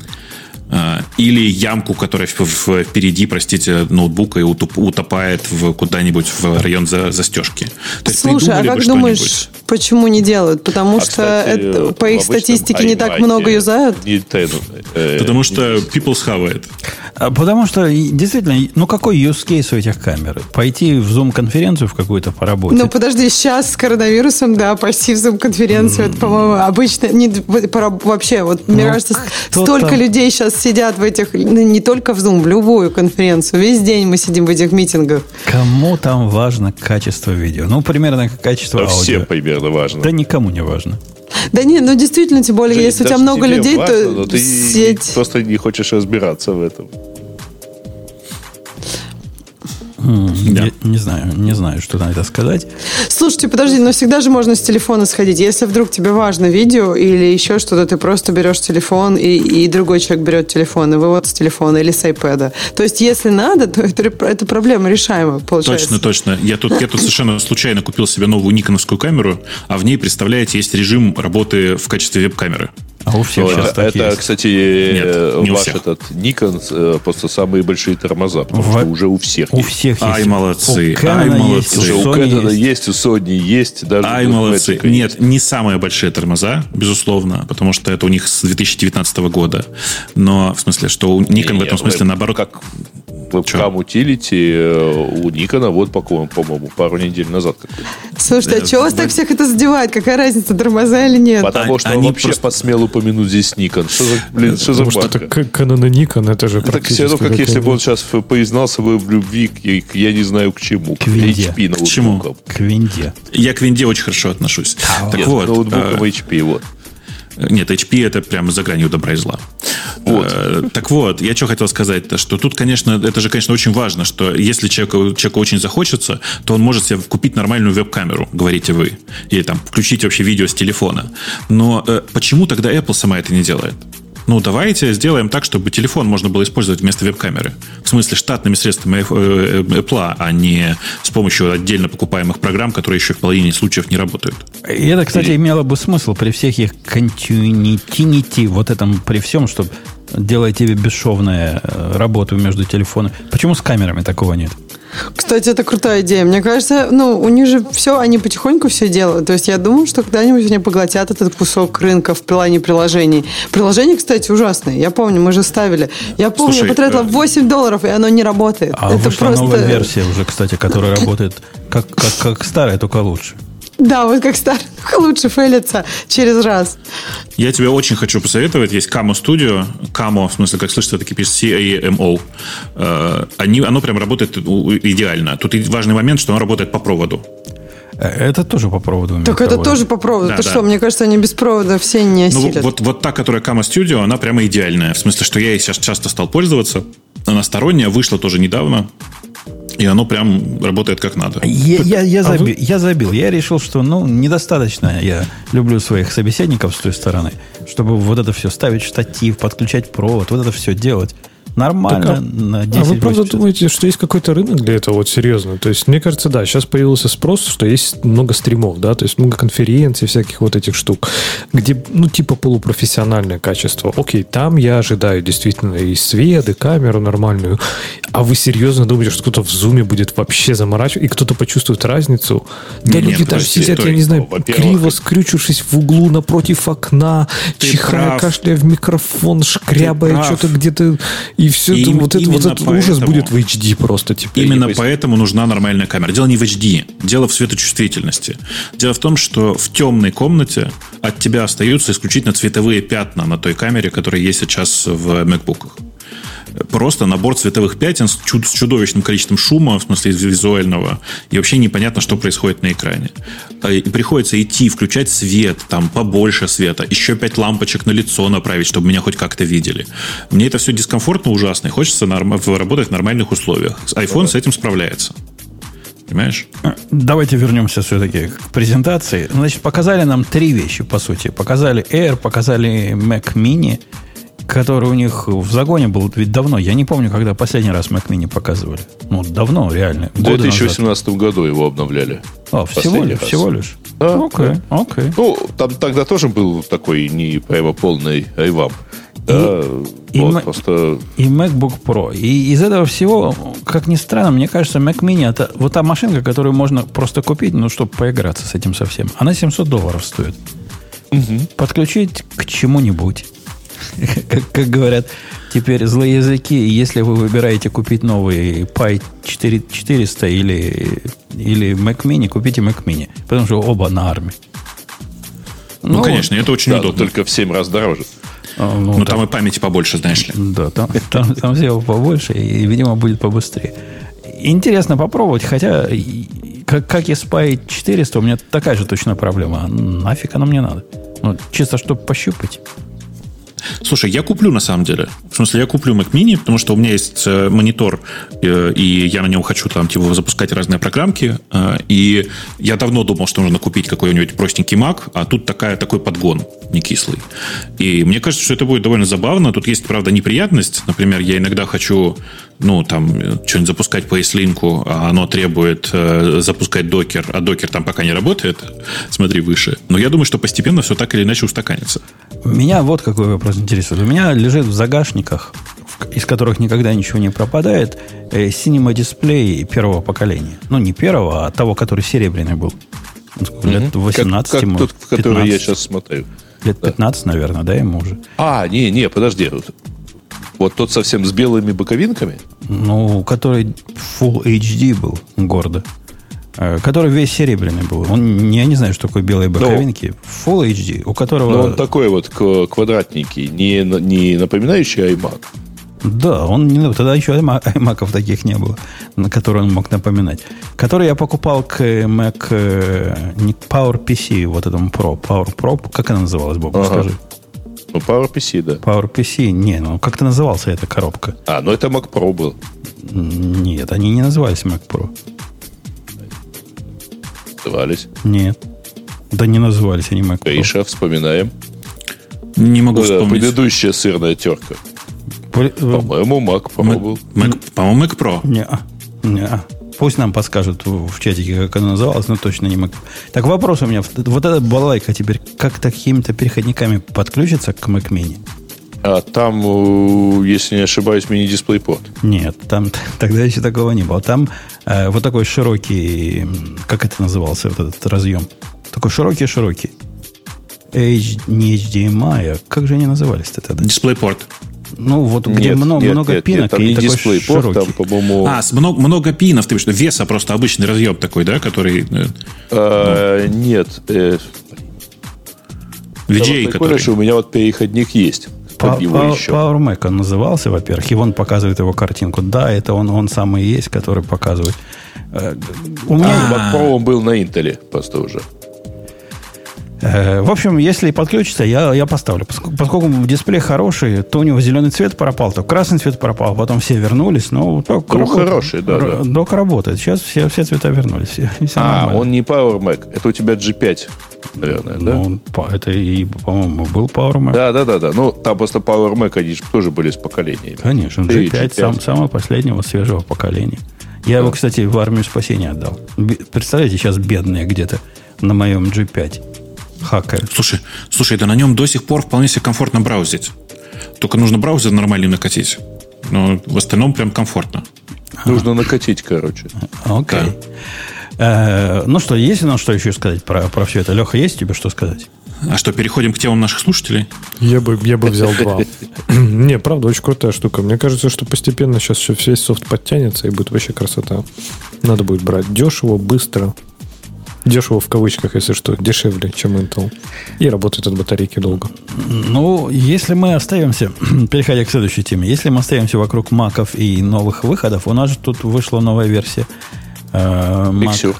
Или ямку, которая впереди, простите, ноутбука и утопает куда-нибудь в район застежки. Слушай, а как думаешь, почему не делают? Потому что по их статистике не так много юзают? Потому что people хавает. Потому что, действительно, какой use case у этих камер? Пойти в Zoom-конференцию в какую-то поработать? Ну, подожди, сейчас с коронавирусом, да, пойти в Zoom-конференцию, это, по-моему, обычно, вообще, вот, мне кажется, столько людей сейчас сидят в этих, не только в Zoom, в любую конференцию. Весь день мы сидим в этих митингах. Кому там важно качество видео? Примерно как качество аудио. Всем примерно важно. Да никому не важно. Да нет, действительно, тем более, если у тебя много людей, важно, то ты просто не хочешь разбираться в этом. Не знаю, что на это сказать. Слушайте, подожди, но всегда же можно с телефона сходить. Если вдруг тебе важно видео или еще что-то, ты просто берешь телефон, и другой человек берет телефон, и вывод с телефона или с iPad. То есть, если надо, то эта проблема решаема, получается. Точно. Я тут совершенно случайно купил себе новую никоновскую камеру, а в ней, представляете, есть режим работы в качестве веб-камеры. А у всех сейчас так это, есть. кстати, ваш этот Nikon просто самые большие тормоза, потому что уже у всех есть. У всех есть. Ай, молодцы. Уже у Canon есть, у Sony есть. Даже молодцы. Нет, не самые большие тормоза, безусловно, потому что это у них с 2019 года. Но, в смысле, что у Nikon в этом смысле наоборот... Webcam Utility у Никона, вот, по-моему, пару недель назад. Слушайте, а чего вас так всех это задевает? Какая разница, тормоза или нет? Потому что он вообще посмел упомянуть здесь Nikon. Что за банка? Потому что это Canon и Nikon, это же практически... Это как если бы он сейчас признался бы в любви к я не знаю к чему. К винде. HP к чему? К винде. Я к винде очень хорошо отношусь. Так вот, ноутбуком HP, вот. Нет, HP это прямо за гранью добра и зла. Вот. Так вот, я что хотел сказать-то, что тут, конечно, это же, конечно, очень важно, что если человеку очень захочется, то он может себе купить нормальную веб-камеру, говорите вы, или там включить вообще видео с телефона. Но почему тогда Apple сама это не делает? Ну, давайте сделаем так, чтобы телефон можно было использовать вместо веб-камеры. В смысле, штатными средствами Apple, а не с помощью отдельно покупаемых программ, которые еще в половине случаев не работают. И это, кстати, имело бы смысл при всех их continuity, вот этом при всем, чтобы делать тебе бесшовную работу между телефонами. Почему с камерами такого нет? Кстати, это крутая идея. Мне кажется, у них же все, они потихоньку все делают. То есть я думаю, что когда-нибудь они поглотят этот кусок рынка в плане приложений. Приложения, кстати, ужасные. Я помню, мы же ставили. Я помню, я потратила $8, и оно не работает. А это вышла просто новая версия уже, кстати, которая работает как старая, только лучше. Да, вот как старый, лучше фейлится через раз. Я тебе очень хочу посоветовать. Есть Camo Studio. Camo, в смысле, как слышится, таки пишет C-A-M-O. Оно прям работает идеально. Тут важный момент, что оно работает по проводу. Это тоже по проводу. Так это тоже по проводу. Да, что, мне кажется, они без провода все не осилят. Вот та, которая Camo Studio, она прямо идеальная. В смысле, что я ей сейчас часто стал пользоваться. Она сторонняя, вышла тоже недавно. И оно прям работает как надо. Я забил. Я решил, что недостаточно. Я люблю своих собеседников с той стороны, чтобы вот это все ставить штатив, подключать провод, вот это все делать. Нормально на 10. А вы правда думаете, что есть какой-то рынок для этого? Вот серьезно. То есть, мне кажется, да, сейчас появился спрос, что есть много стримов, да, то есть много конференций, всяких вот этих штук, где, типа полупрофессиональное качество. Окей, там я ожидаю действительно и свет, и камеру нормальную. А вы серьезно думаете, что кто-то в зуме будет вообще заморачивать, и кто-то почувствует разницу? Да люди даже сидят, я не знаю, криво скрючившись в углу напротив окна, чихая, кашляя в микрофон, шкрябая что-то где-то. И все это, вот этот ужас будет в HD просто. Именно поэтому нужна нормальная камера. Дело не в HD, дело в светочувствительности. Дело в том, что в темной комнате от тебя остаются исключительно цветовые пятна на той камере, которая есть сейчас в MacBook'ах. Просто набор цветовых пятен с чудовищным количеством шума, в смысле визуального, и вообще непонятно, что происходит на экране. И приходится идти, включать свет, там побольше света, еще 5 лампочек на лицо направить, чтобы меня хоть как-то видели. Мне это все дискомфортно, ужасно, и хочется работать в нормальных условиях. iPhone с этим справляется. Понимаешь? Давайте вернемся все-таки к презентации. Значит, показали нам 3 вещи, по сути. Показали Air, показали Mac Mini, который у них в загоне был ведь давно. Я не помню, когда последний раз Mac Mini показывали. Давно, реально. В 2018 году его обновляли. Всего лишь? Да, окей. Там тогда тоже был такой не прямо полный ревамп. И MacBook Pro. И из этого всего, как ни странно, мне кажется, Mac Mini это вот та машинка, которую можно просто купить, чтобы поиграться с этим совсем. Она $700 стоит. Подключить к чему-нибудь. Как говорят теперь злые языки, если вы выбираете купить новый Pi 400 или Mac Mini, купите Mac Mini, потому что оба на ARM. Конечно, это очень удобно. Только в 7 раз дороже. Там и памяти побольше, знаешь ли. Да, там всего побольше, и, видимо, будет побыстрее. Интересно попробовать, хотя, как и с Pi 400, у меня такая же точная проблема. Нафиг оно мне надо? Чисто, чтобы пощупать. Слушай, я куплю на самом деле. В смысле, я куплю Mac Mini, потому что у меня есть монитор, и я на нем хочу там типа запускать разные программки. И я давно думал, что нужно купить какой-нибудь простенький Mac, а тут такой подгон не кислый. И мне кажется, что это будет довольно забавно. Тут есть, правда, неприятность. Например, я иногда хочу что-нибудь запускать по ESLink, а оно требует запускать докер, а докер там пока не работает. Смотри выше. Но я думаю, что постепенно все так или иначе устаканится. Меня вот какой вопрос интересует. У меня лежит в загашниках, из которых никогда ничего не пропадает, Cinema дисплей первого поколения. Не первого, а того, который серебряный был. Лет 18 ему. Как тот, который я сейчас смотрю. Лет 15, наверное, да, ему уже? Не, подожди. Вот тот совсем с белыми боковинками? Ну, который Full HD был, гордо. Который весь серебряный был. Я не знаю, что такое белые боковинки. Full HD, у которого... Но он такой вот квадратненький, не напоминающий iMac. Да, тогда еще iMac'ов таких не было, на которые он мог напоминать. Который я покупал к Mac, не PowerPC, вот этому Pro. Power Pro, как она называлась, Боб, скажи? Ну, PowerPC, да. PowerPC, как-то назывался эта коробка. Ну это Mac Pro был. Нет, они не назывались Mac Pro. Назывались? Нет. Да не назывались они Mac Pro. Гриша, вспоминаем. Не могу вспомнить. Предыдущая сырная терка. По-моему, Mac Pro был. По-моему, Mac Pro. Не-а. Пусть нам подскажут в чатике, как она называлась, но точно не Mac. Так, вопрос у меня. Вот эта балалайка теперь как-то какими-то переходниками подключится к Mac Mini? Там, если не ошибаюсь, мини-дисплей-порт. Нет, там тогда еще такого не было. Там вот такой широкий, как это назывался, вот этот разъем? Такой широкий-широкий. Не HDMI, а как же они назывались-то тогда? Дисплей-порт. Ну, вот где много пинок там и не такой дисплей-порт, широкий. там, по-моему... Много пинов, ты что, веса просто обычный разъем такой, да, который... Нет. VGA, который... Что у меня вот переходник есть. Power Mac он назывался, во-первых, и он показывает его картинку. Да, это он самый и есть, который показывает. У меня... Mac Pro был на Intel просто уже. В общем, если подключится, я поставлю. Поскольку дисплей хороший, то у него зеленый цвет пропал, то красный цвет пропал, потом все вернулись. Ну, хороший, да. Док работает. Сейчас все цвета вернулись. Все он не Power Mac. Это у тебя G5, наверное, да? Это и, по-моему, был Power Mac. Да. Ну, там просто Power Mac, они же тоже были с поколениями. Конечно, G5 самого последнего свежего поколения. Я его, кстати, в армию спасения отдал. Представляете, сейчас бедные где-то на моем G5. Хакер. Слушай, да на нем до сих пор вполне себе комфортно браузить. Только нужно браузер нормально накатить. Но в остальном прям комфортно. Нужно накатить, короче. Окей. Ну что, есть у нас что еще сказать про все это? Леха, есть тебе что сказать? А что, переходим к темам наших слушателей? Я бы взял 2. Не, правда, очень крутая штука. Мне кажется, что постепенно сейчас еще весь софт подтянется и будет вообще красота. Надо будет брать дешево, быстро. Дешево в кавычках, если что, дешевле, чем Intel. И работает от батарейки долго. Ну, если мы остаемся, переходя к следующей теме, если мы остаемся вокруг маков и новых выходов, у нас же тут вышла новая версия Mac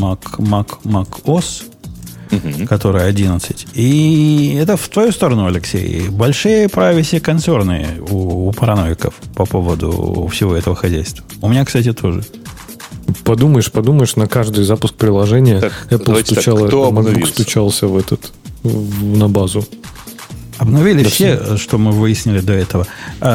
OS, которая 11. И это в твою сторону, Алексей. Большие privacy концерны у параноиков по поводу всего этого хозяйства. У меня, кстати, тоже. Подумаешь, на каждый запуск приложения так, Apple стучался на базу. Обновили все, что мы выяснили до этого.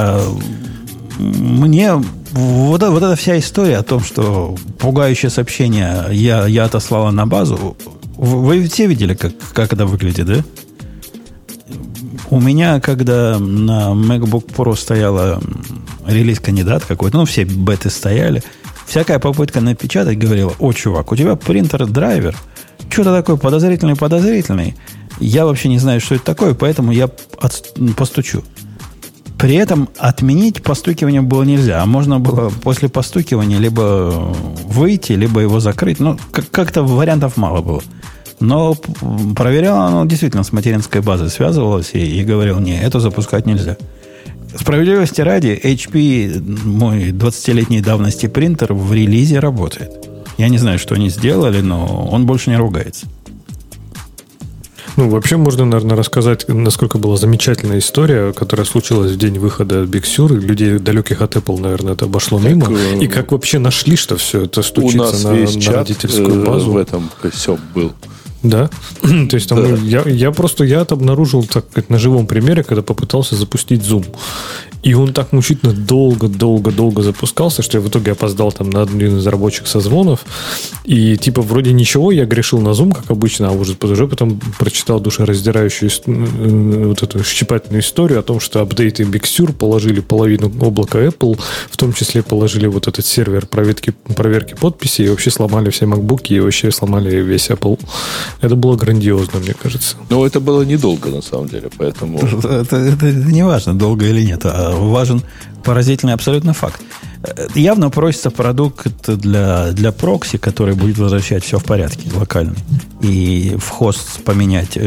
Мне вот эта вся история о том, что пугающее сообщение я отослала на базу. Вы все видели, как это выглядит, да? У меня, когда на MacBook Pro стояла релиз-кандидат какой-то, все беты стояли, всякая попытка напечатать говорила: о, чувак, у тебя принтер-драйвер, что-то такое подозрительный. Я вообще не знаю, что это такое, поэтому я постучу. При этом отменить постукивание было нельзя. А можно было после постукивания либо выйти, либо его закрыть. Ну, как-то вариантов мало было. Но проверяло оно действительно с материнской базой связывалось и говорил: не, это запускать нельзя. Справедливости ради, HP, мой 20-летней давности принтер, в релизе работает. Я не знаю, что они сделали, но он больше не ругается. Ну, вообще можно, наверное, рассказать, насколько была замечательная история, которая случилась в день выхода Big Sur. Людей, далеких от Apple, наверное, это обошло мимо. И как вообще нашли, что все это стучится на родительскую базу. В этом всем был. Да? То есть там я это обнаружил так сказать, на живом примере, когда попытался запустить Zoom. И он так мучительно долго запускался, что я в итоге опоздал там на один из рабочих созвонов. И типа вроде ничего, я грешил на Zoom, как обычно, а уже потом прочитал душераздирающую вот эту щипательную историю о том, что апдейты Big Sur положили половину облака Apple, в том числе положили вот этот сервер проверки подписей, и вообще сломали все MacBook'и, и вообще сломали весь Apple. Это было грандиозно, мне кажется. Но это было недолго, на самом деле, поэтому... Это не важно, долго или нет. А важен поразительный абсолютно факт. Явно просится продукт для прокси, который будет возвращать все в порядке локально. И в хост поменять...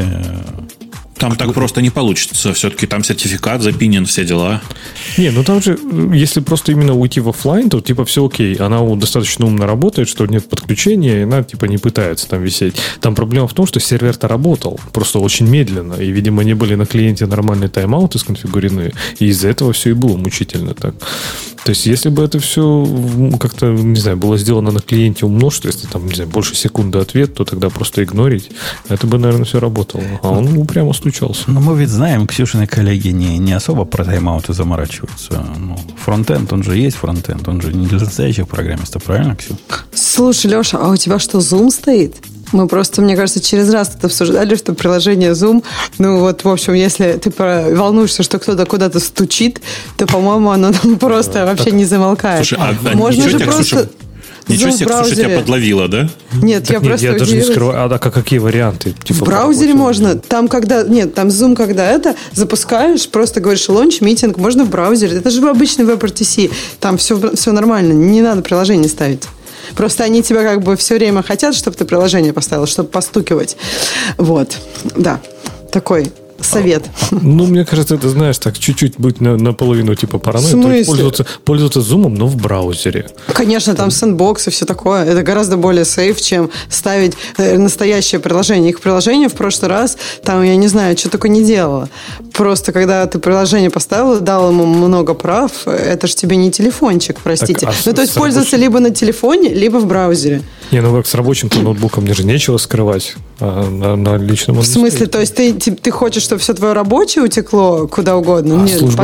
Там так просто не получится. Все-таки там сертификат запинен, все дела. Не, ну там же, если просто именно уйти в офлайн, то типа все окей. Она достаточно умно работает, что нет подключения, и она типа не пытается там висеть. Там проблема в том, что сервер-то работал, просто очень медленно. И, видимо, не были на клиенте нормальные тайм-ауты сконфигурены. И из-за этого все и было мучительно так. То есть, если бы это все как-то, не знаю, было сделано на клиенте умно, что если там, не знаю, больше секунды ответ, то тогда просто игнорить. Это бы, наверное, все работало. А он упрямо стучался. Но мы ведь знаем, Ксюшины коллеги не особо про тайм-ауты заморачиваются. Ну, фронтенд, он же есть фронтенд, он же не для настоящих программистов, правильно, Ксю? Слушай, Леша, а у тебя что, Zoom стоит? Мы просто, мне кажется, через раз это обсуждали, что приложение Zoom, ну вот, в общем, если ты волнуешься, что кто-то куда-то стучит, то, по-моему, оно там просто вообще не замолкает. Слушай, можно же просто... Ничего себе, Ксюша тебя подловила, да? Нет, я просто я даже не скрываю. А какие варианты? Типа, в браузере можно. Там, когда... Нет, там Zoom, когда это запускаешь, просто говоришь launch meeting, можно в браузере. Это же обычный WebRTC. Там все нормально. Не надо приложение ставить. Просто они тебя как бы все время хотят, чтобы ты приложение поставил, чтобы постукивать. Вот. Да. Такой совет. Ну, мне кажется, это, знаешь, так чуть-чуть быть наполовину типа параноид. Пользоваться Zoom, но в браузере. Конечно, там сэндбокс и все такое. Это гораздо более сейф, чем ставить настоящее приложение. Их приложение в прошлый раз, там, я не знаю, что только не делала. Просто, когда ты приложение поставил, дал ему много прав, это же тебе не телефончик, простите. Так, то есть пользоваться либо на телефоне, либо в браузере. Не, ну с рабочим-то ноутбуком мне же нечего скрывать. А на личном... В смысле? То есть ты хочешь, чтобы все твое рабочее утекло куда угодно? Нет, служба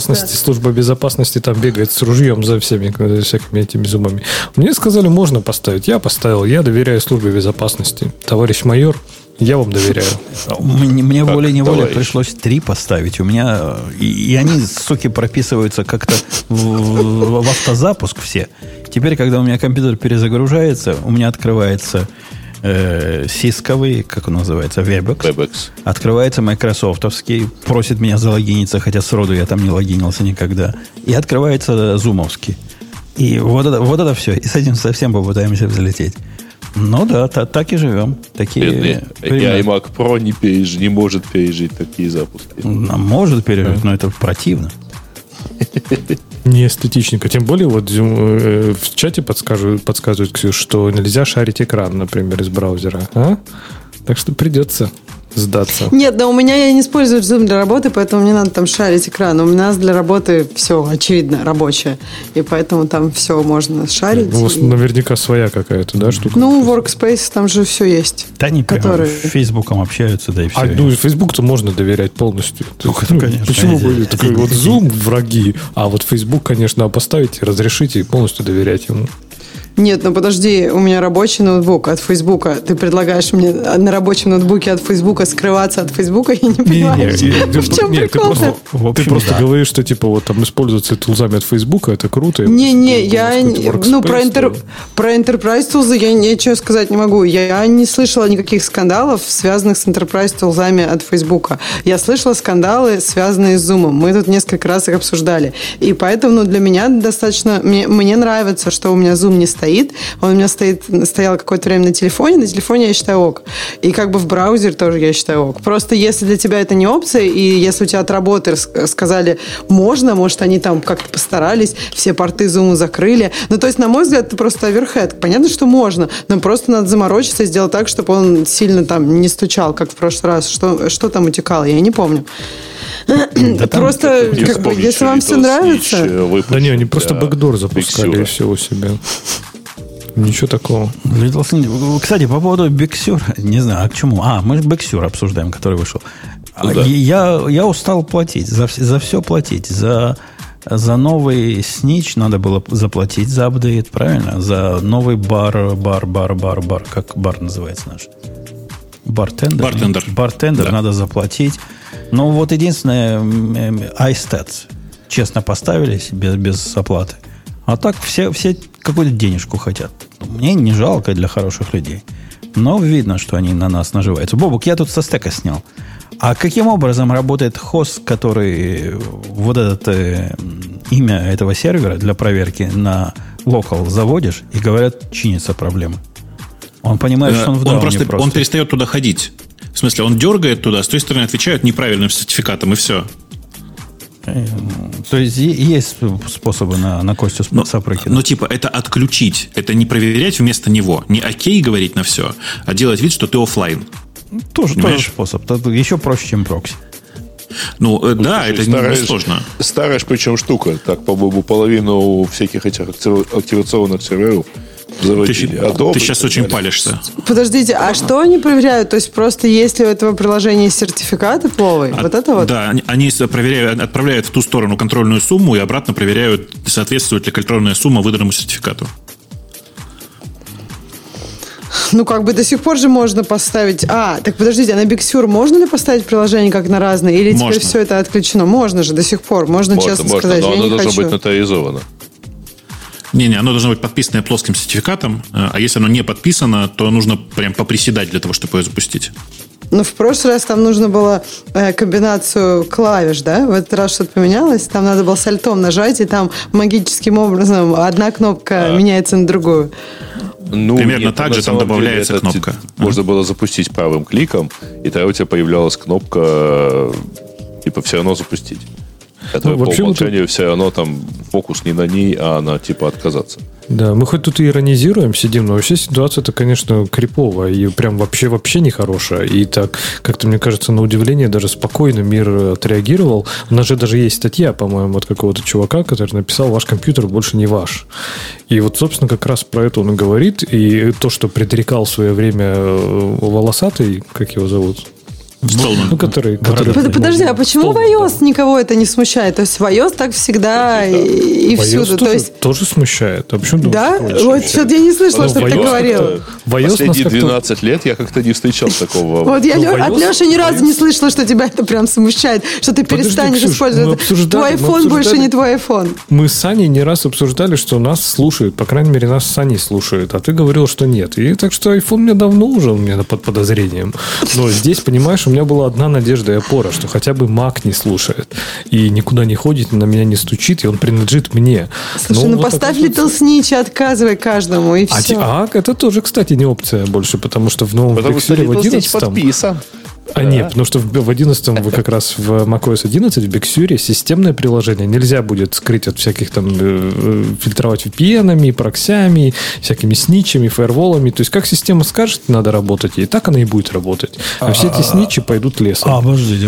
безопасности там бегает с ружьем за всякими этими зумами. Мне сказали, можно поставить. Я поставил. Я доверяю службе безопасности. Товарищ майор, я вам доверяю. Мне волей-неволей пришлось 3 поставить. У меня... И они, суки, прописываются как-то в автозапуск все. Теперь, когда у меня компьютер перезагружается, у меня открывается сисковый, как он называется, Webex. Открывается майкрософтовский, просит меня залогиниться, хотя сроду я там не логинился никогда. И открывается зумовский. И вот это все. И с этим совсем попытаемся взлететь. Ну да, так и живем. Такие iMac Pro не может пережить такие запуски. Может пережить, но это противно. Не эстетичненько. Тем более, вот в чате подсказывают, Ксюш, что нельзя шарить экран, например, из браузера. А? Так что придется сдаться. Нет, да у меня я не использую Zoom для работы, поэтому мне надо там шарить экран. У нас для работы все, очевидно, рабочее. И поэтому там все можно шарить. У вас наверняка своя какая-то, да, штука? Ну, Workspace, там же все есть. Да они которые... с Фейсбуком общаются, да и все. Ну, Фейсбуку-то можно доверять полностью. Конечно. Почему вы такой вот Zoom враги, а вот Facebook, конечно, поставите, разрешите и полностью доверять ему? Нет, ну подожди, у меня рабочий ноутбук от Фейсбука. Ты предлагаешь мне на рабочем ноутбуке от Фейсбука скрываться от Фейсбука? Я не понимаю. В чем прикол? Ты просто говоришь, что типа вот там использоваться тулзами от Фейсбука, это круто. Не, я ну про Enterprise тулзы я ничего сказать не могу. Я не слышала никаких скандалов, связанных с Enterprise тулзами от Фейсбука. Я слышала скандалы, связанные с Zoom. Мы тут несколько раз их обсуждали. И поэтому для меня достаточно... Мне нравится, что у меня Zoom не стоит. Он у меня стоял какое-то время на телефоне я считаю ок. И как бы в браузере тоже я считаю ок. Просто если для тебя это не опция, и если у тебя от работы сказали можно, может, они там как-то постарались, все порты Zoom закрыли. Ну, то есть, на мой взгляд, это просто оверхед. Понятно, что можно, но просто надо заморочиться и сделать так, чтобы он сильно там не стучал, как в прошлый раз. Что там утекало, я не помню. Да просто, как бы, если вам все нравится... Да не, они просто бэкдор запускали и все у себя. Ничего такого. Кстати, по поводу Big Sur, не знаю, а к чему? Мы же Big Sur обсуждаем, который вышел. Да. Я устал платить, за все платить. За новый Snitch надо было заплатить за апдейт, правильно? За новый бар, как бар называется наш? Бартендер, да. Надо заплатить. Но вот единственное, iStats честно поставились без оплаты. А так все какую-то денежку хотят. Мне не жалко для хороших людей. Но видно, что они на нас наживаются. Бобук, я тут со стека снял. А каким образом работает хост, который вот это имя этого сервера для проверки на локал заводишь, и говорят, чинится проблема? Он понимает, что он в дауне просто. Он перестает туда ходить. В смысле, он дергает туда, с той стороны отвечают неправильным сертификатом, и все. То есть есть способы на Костю сопрокинуть. Но типа это отключить. Это не проверять вместо него. Не окей говорить на все, а делать вид, что ты офлайн. Тоже способ. Это еще проще, чем прокси. Ну да, это не сложно. Старая причем штука. Так, по-моему, половину всяких этих активационных серверов заводили. Ты сейчас очень палишься. Подождите, а что они проверяют? То есть просто если у этого приложения сертификаты пловые? Вот это вот? Да, они отправляют в ту сторону контрольную сумму и обратно проверяют, соответствует ли контрольная сумма выданному сертификату. Ну, как бы до сих пор же можно поставить... так подождите, а на Big Sur можно ли поставить приложение как на разные? Или теперь все это отключено? Можно же до сих пор. Можно честно сказать, но я оно не должно хочу. быть нотаризовано. Не, оно должно быть подписанное плоским сертификатом, а если оно не подписано, то нужно прям поприседать для того, чтобы ее запустить. Ну, в прошлый раз там нужно было комбинацию клавиш, да? В этот раз что-то поменялось. Там надо было с альтом нажать, и там магическим образом одна кнопка меняется на другую. Ну, примерно так же там добавляется кнопка. Можно было запустить правым кликом, и тогда у тебя появлялась кнопка типа все равно запустить. Это по умолчанию все равно там фокус не на ней, а на типа отказаться. Да, мы хоть тут и иронизируем, сидим, но вообще ситуация-то, конечно, криповая и прям вообще нехорошая. И так, как-то, мне кажется, на удивление даже спокойно мир отреагировал. У нас же даже есть статья, по-моему, от какого-то чувака, который написал: «Ваш компьютер больше не ваш». И вот, собственно, как раз про это он и говорит. И то, что предрекал в свое время волосатый, как его зовут? Ну, который Подожди, а почему в iOS никого это не смущает? То есть в iOS так всегда и всюду. Тоже смущает. А почему да? Вот что-то я не слышала, что ты говорил. Последние 12 лет я как-то не встречал такого. Вот я от Леши ни разу не слышала, что тебя это прям смущает, что ты перестанешь использовать. Твой iPhone больше не твой iPhone. Мы с Саней не раз обсуждали, что нас слушают. По крайней мере, нас с Саней слушают. А ты говорил, что нет. И так что iPhone мне давно уже у меня под подозрением. Но здесь, понимаешь, у меня была одна надежда и опора, что хотя бы Mac не слушает и никуда не ходит, на меня не стучит, и он принадлежит мне. Слушай, ну вот поставь Little Snitch и отказывай каждому, и все. Это тоже, кстати, не опция больше, потому что в новом Big Sur в 11 подписан. Нет, потому что в 11 вы как раз в macOS 11 в Big Sur системное приложение нельзя будет скрыть от всяких там фильтровать VPN-ами, проксями, всякими сничами, фаерволами. То есть как система скажет, надо работать, и так она и будет работать. А все эти сничи пойдут лесом. Подождите.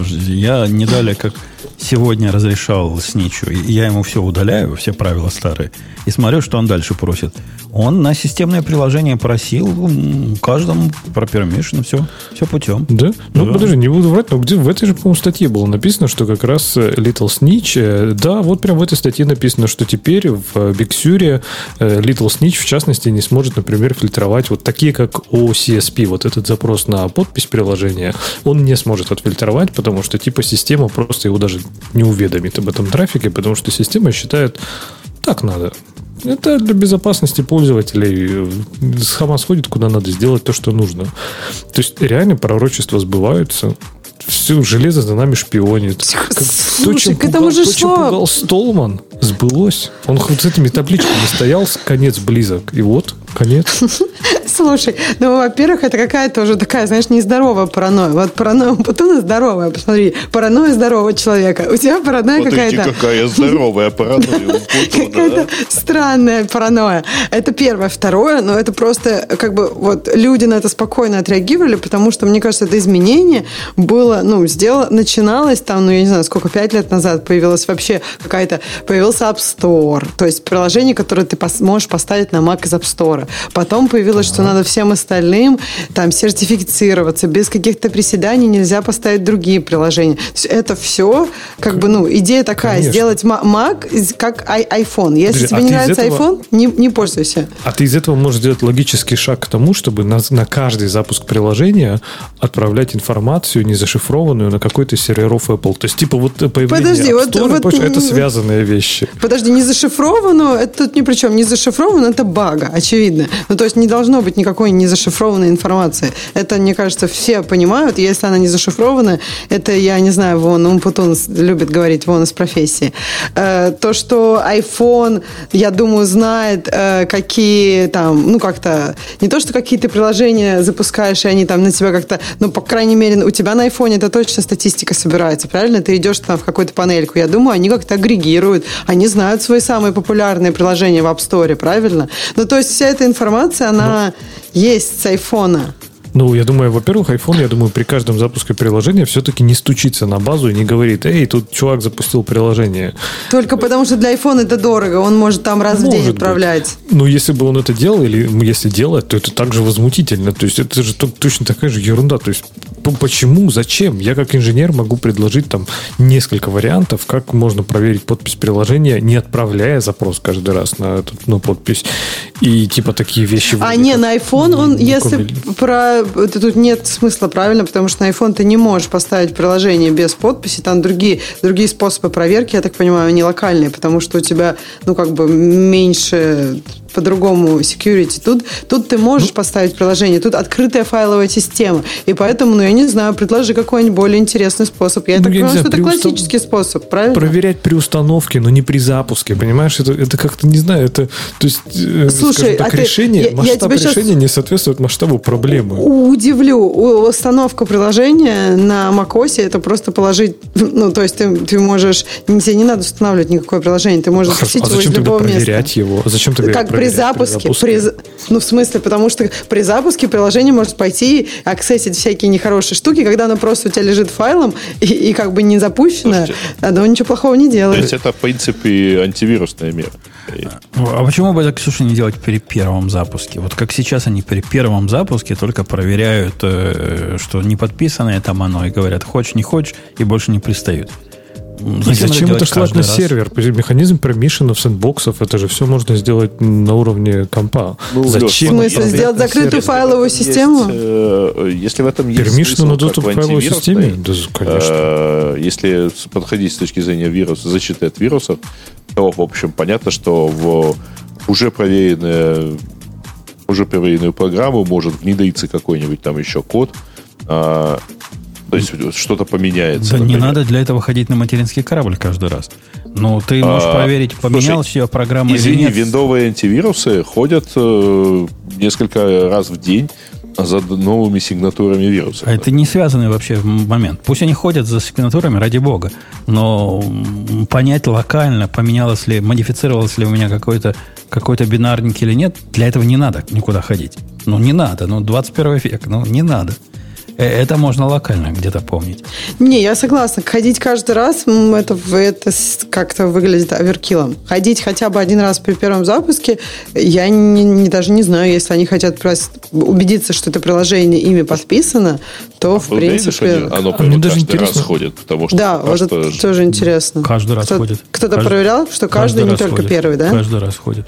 Я не далее, как сегодня разрешал сничу, я ему все удаляю, все правила старые, и смотрю, что он дальше просит. Он на системное приложение просил каждому про permission, все путем. Да? Ну, подожди, не буду врать, но где в этой же, по-моему, статье было написано, что как раз Little Snitch, да, вот прям в этой статье написано, что теперь в Big Sur Little Snitch, в частности, не сможет, например, фильтровать вот такие, как OCSP, вот этот запрос на подпись приложения, он не сможет отфильтровать, потому что типа система просто его даже не уведомит об этом трафике, потому что система считает, так надо. Это для безопасности пользователей. Сама сходит куда надо, сделать то, что нужно. То есть реально пророчества сбываются. Все железо за нами шпионит. Слушай, к этому же чем пугал Столман, сбылось. Он хоть с этими табличками стоял, конец близок. И вот, конец. Слушай, во-первых, это какая-то уже такая, знаешь, нездоровая паранойя. Вот паранойя Путуна здоровая, посмотри. Паранойя здорового человека. У тебя паранойя какая-то... какая здоровая паранойя у Путуна. Какая-то странная паранойя. Это первое. Второе, это просто вот люди на это спокойно отреагировали, потому что, мне кажется, это изменение было, начиналось там, я не знаю, сколько, 5 лет назад появилась вообще появился App Store, то есть приложение, которое ты можешь поставить на Mac из App Store. Потом появилось, что надо всем остальным там сертифицироваться, без каких-то приседаний нельзя поставить другие приложения. То есть это все, идея такая, конечно, сделать Mac как iPhone. Если тебе не нравится iPhone, не пользуйся. А ты из этого можешь сделать логический шаг к тому, чтобы на каждый запуск приложения отправлять информацию не зашифрованную на какой-то серверов Apple. То есть, появление App Store, это связанные вещи. Подожди, не зашифрованную, это тут ни при чем. Не зашифрованную, это бага, очевидно. То есть, не должно быть быть никакой не зашифрованной информации. Это, мне кажется, все понимают. Если она не зашифрована, это, я не знаю, вон Умпутун любит говорить вон из профессии. То, что iPhone, я думаю, знает, какие там, ну, как-то, не то, что какие ты приложения запускаешь, и они там на тебя как-то, ну, по крайней мере, у тебя на iPhone это точно статистика собирается, правильно? Ты идешь там в какую-то панельку. Я думаю, они как-то агрегируют, они знают свои самые популярные приложения в App Store, правильно? Ну, то есть вся эта информация, она есть с айфона. Ну, я думаю, во-первых, iPhone, я думаю, при каждом запуске приложения все-таки не стучится на базу и не говорит: эй, тут чувак запустил приложение. Только потому, что для iPhone это дорого, он может там раз в день отправлять. Ну, если бы он это делал, или если делает, то это также возмутительно. То есть это же точно такая же ерунда. То есть почему, зачем? Я как инженер могу предложить там несколько вариантов, как можно проверить подпись приложения, не отправляя запрос каждый раз на эту подпись. И типа такие вещи... не, на iPhone он, если про... Тут нет смысла, правильно? Потому что на iPhone ты не можешь поставить приложение без подписи. Там другие способы проверки, я так понимаю, не локальные, потому что у тебя, ну, как бы меньше... по-другому security. Тут ты можешь поставить приложение, тут открытая файловая система. И поэтому, ну, я не знаю, предложи какой-нибудь более интересный способ. Я так понимаю, что это классический способ, правильно? Проверять при установке, но не при запуске, понимаешь? Это как-то, не знаю, это, то есть, слушай, так, решение, масштаб решения не соответствует масштабу проблемы. Удивлю. Установка приложения на macOS это просто положить, ну, то есть ты можешь, тебе не надо устанавливать никакое приложение, ты можешь запустить его из любого места. Проверять его? Зачем тогда как при запуске. Ну, в смысле, потому что при запуске приложение может пойти и аксессить всякие нехорошие штуки, когда оно просто у тебя лежит файлом и как бы не запущено, оно ничего плохого не делает. То есть это, в принципе, антивирусная мера. А почему бы это, Ксюша, не делать при первом запуске? Вот как сейчас они при первом запуске только проверяют, что не подписанное там оно, и говорят, хочешь, не хочешь, и больше не пристают. Зачем это слать на сервер? Механизм пермишенов, сэндбоксов, это же все можно сделать на уровне компа. Ну, зачем? В смысле, сделать закрытую файловую систему? Если в этом есть пермишены на доступ к файловой системе? Да, конечно. Если подходить с точки зрения защиты от вирусов, то, в общем, понятно, что в уже проверенную программу может внедриться какой-нибудь там еще код, то есть что-то поменяется. Да, например. Не надо для этого ходить на материнский корабль каждый раз. Ну, ты можешь проверить, поменялась ее программа или нет. Виндовые антивирусы ходят несколько раз в день за новыми сигнатурами вирусов. А это не связанный вообще момент. Пусть они ходят за сигнатурами, ради бога, но понять локально, поменялось ли, модифицировалось ли у меня какой-то бинарник или нет, для этого не надо никуда ходить. Ну, не надо. 21 век, не надо. Это можно локально где-то помнить. Не, я согласна. Ходить каждый раз, это как-то выглядит оверкиллом. Ходить хотя бы один раз при первом запуске, я даже не знаю, если они хотят убедиться, что это приложение ими подписано, то, в принципе... Оно каждый раз ходит, потому что... Да, вот это тоже интересно. Каждый раз ходит. Кто-то проверял, что каждый не только первый, да? Каждый раз ходит.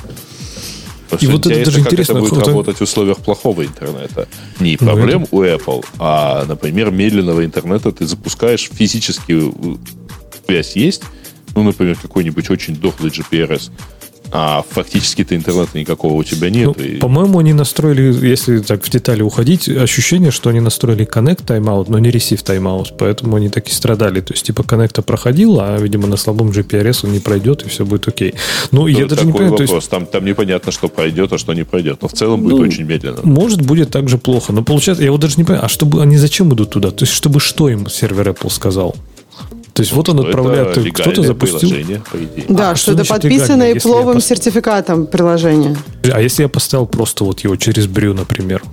И вот это даже интересно, как это будет работать в условиях плохого интернета. Не проблем у Apple, а, например, медленного интернета ты запускаешь физически, связь есть, например, какой-нибудь очень дохлый GPRS, а фактически-то интернета никакого у тебя нет. По-моему, они настроили, если так в детали уходить, ощущение, что они настроили Connect тайм-аут, но не Receive тайм-аут, поэтому они так и страдали. То есть, типа, Connect проходил, а, видимо, на слабом GPRS он не пройдет, и все будет окей. Я даже не понимаю... Вопрос. Там непонятно, что пройдет, а что не пройдет. Но в целом будет очень медленно. Может, будет так же плохо. Но получается, я вот даже не понимаю, они зачем идут туда? То есть, чтобы что им сервер Apple сказал? То есть вот он отправляет, кто-то запустил. Да, что это подписано и пловым сертификатом приложения. А если я поставил просто вот его через Брю, например?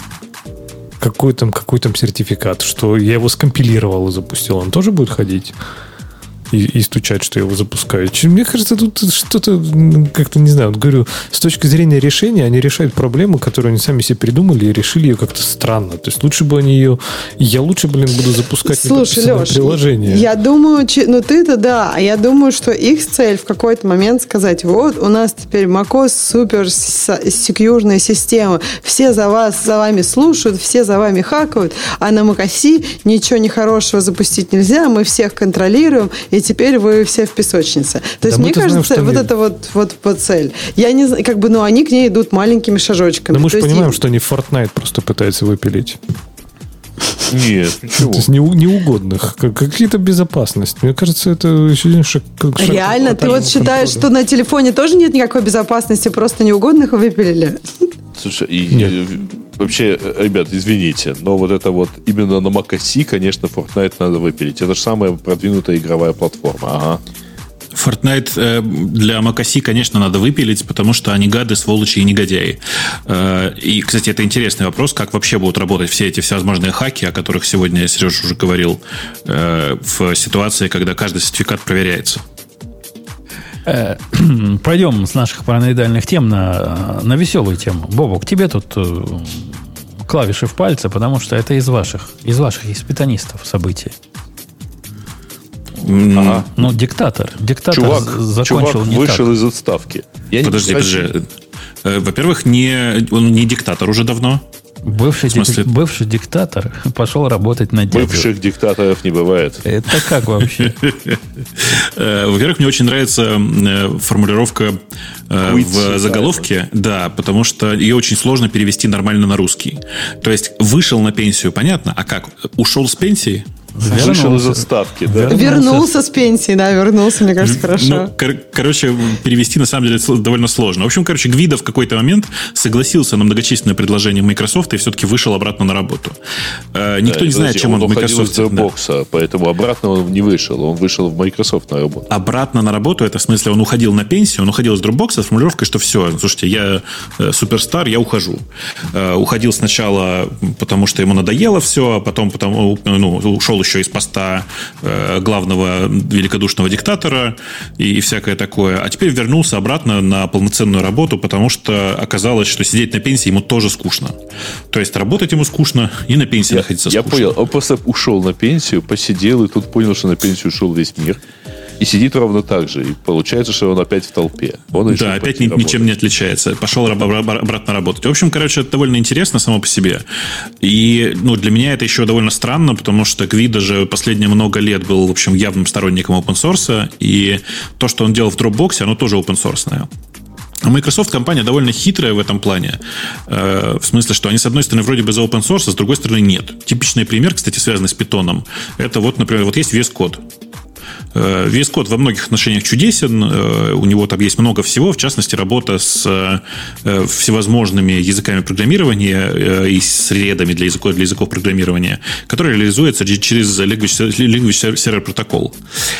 Какой там сертификат? Что я его скомпилировал и запустил, он тоже будет ходить? И стучать, что я его запускаю. Мне кажется, тут что-то, как-то, не знаю, говорю, с точки зрения решения, они решают проблему, которую они сами себе придумали и решили ее как-то странно. То есть лучше бы они ее... Я лучше, буду запускать неподписанное приложение. Я думаю, ты-то да, а я думаю, что их цель в какой-то момент сказать, вот, у нас теперь macOS супер секьюрная система, все за вами слушают, все за вами хакают, а на macOS ничего нехорошего запустить нельзя, мы всех контролируем, и теперь вы все в песочнице. То есть, мне кажется, это вот цель. Я не знаю, они к ней идут маленькими шажочками. Но мы же понимаем, что они Fortnite просто пытаются выпилить. Нет, ничего. То есть неугодных. Какие-то безопасность. Мне кажется, это еще шаг. Реально? Ты вот считаешь, что на телефоне тоже нет никакой безопасности, просто неугодных выпилили? Слушай, вообще, ребят, извините, но вот это вот именно на Mac OS, конечно, Fortnite надо выпилить. Это же самая продвинутая игровая платформа. Ага. Fortnite для Mac OS, конечно, надо выпилить, потому что они гады, сволочи и негодяи. И, кстати, это интересный вопрос, как вообще будут работать все эти всевозможные хаки, о которых сегодня Сережа уже говорил, в ситуации, когда каждый сертификат проверяется. Пройдем с наших параноидальных тем на веселую тему. Бобок, тебе тут клавиши в пальце, потому что это из ваших испытанистов события. Ага. Ну, диктатор Чувак закончил не вышел так. из отставки. Подожди. Во-первых, он не диктатор уже давно. Бывший диктатор пошел работать на дядю. Бывших диктаторов не бывает. Это как вообще? Во-первых, мне очень нравится формулировка в заголовке. Да, потому что ее очень сложно перевести нормально на русский. То есть, вышел на пенсию, понятно, а как? Ушел с пенсии? Вышел из отставки, да. Вернулся с пенсии, да, вернулся, мне кажется, хорошо. Короче, перевести на самом деле довольно сложно. В общем, Гвидо в какой-то момент согласился на многочисленные предложения Microsoft и все-таки вышел обратно на работу. Никто не знает, чем он в Microsoft. Он уходил из Dropbox, поэтому обратно он не вышел. Он вышел в Microsoft на работу. Обратно на работу, это в смысле, он уходил на пенсию, он уходил из Dropbox с формулировкой, что все, слушайте, я суперстар, я ухожу. Уходил сначала, потому что ему надоело все, а потом ушел еще из поста главного великодушного диктатора и всякое такое. А теперь вернулся обратно на полноценную работу, потому что оказалось, что сидеть на пенсии ему тоже скучно. То есть работать ему скучно и на пенсии находиться скучно. Я понял. Он просто ушел на пенсию, посидел, и тут понял, что на пенсию ушел весь мир. И сидит ровно так же. И получается, что он опять в толпе. Да, опять ничем не отличается. Пошел обратно работать. В общем, это довольно интересно само по себе. И для меня это еще довольно странно, потому что Гвидо же последние много лет был, в общем, явным сторонником open source. И то, что он делал в Dropbox, оно тоже open source. Microsoft компания довольно хитрая в этом плане. В смысле, что они, с одной стороны, вроде бы за open source, а с другой стороны, нет. Типичный пример, кстати, связанный с Python. Это например, есть VS Code. VS Code во многих отношениях чудесен, у него там есть много всего, в частности, работа с всевозможными языками программирования и средами для языков программирования, которые реализуются через Language Server Protocol.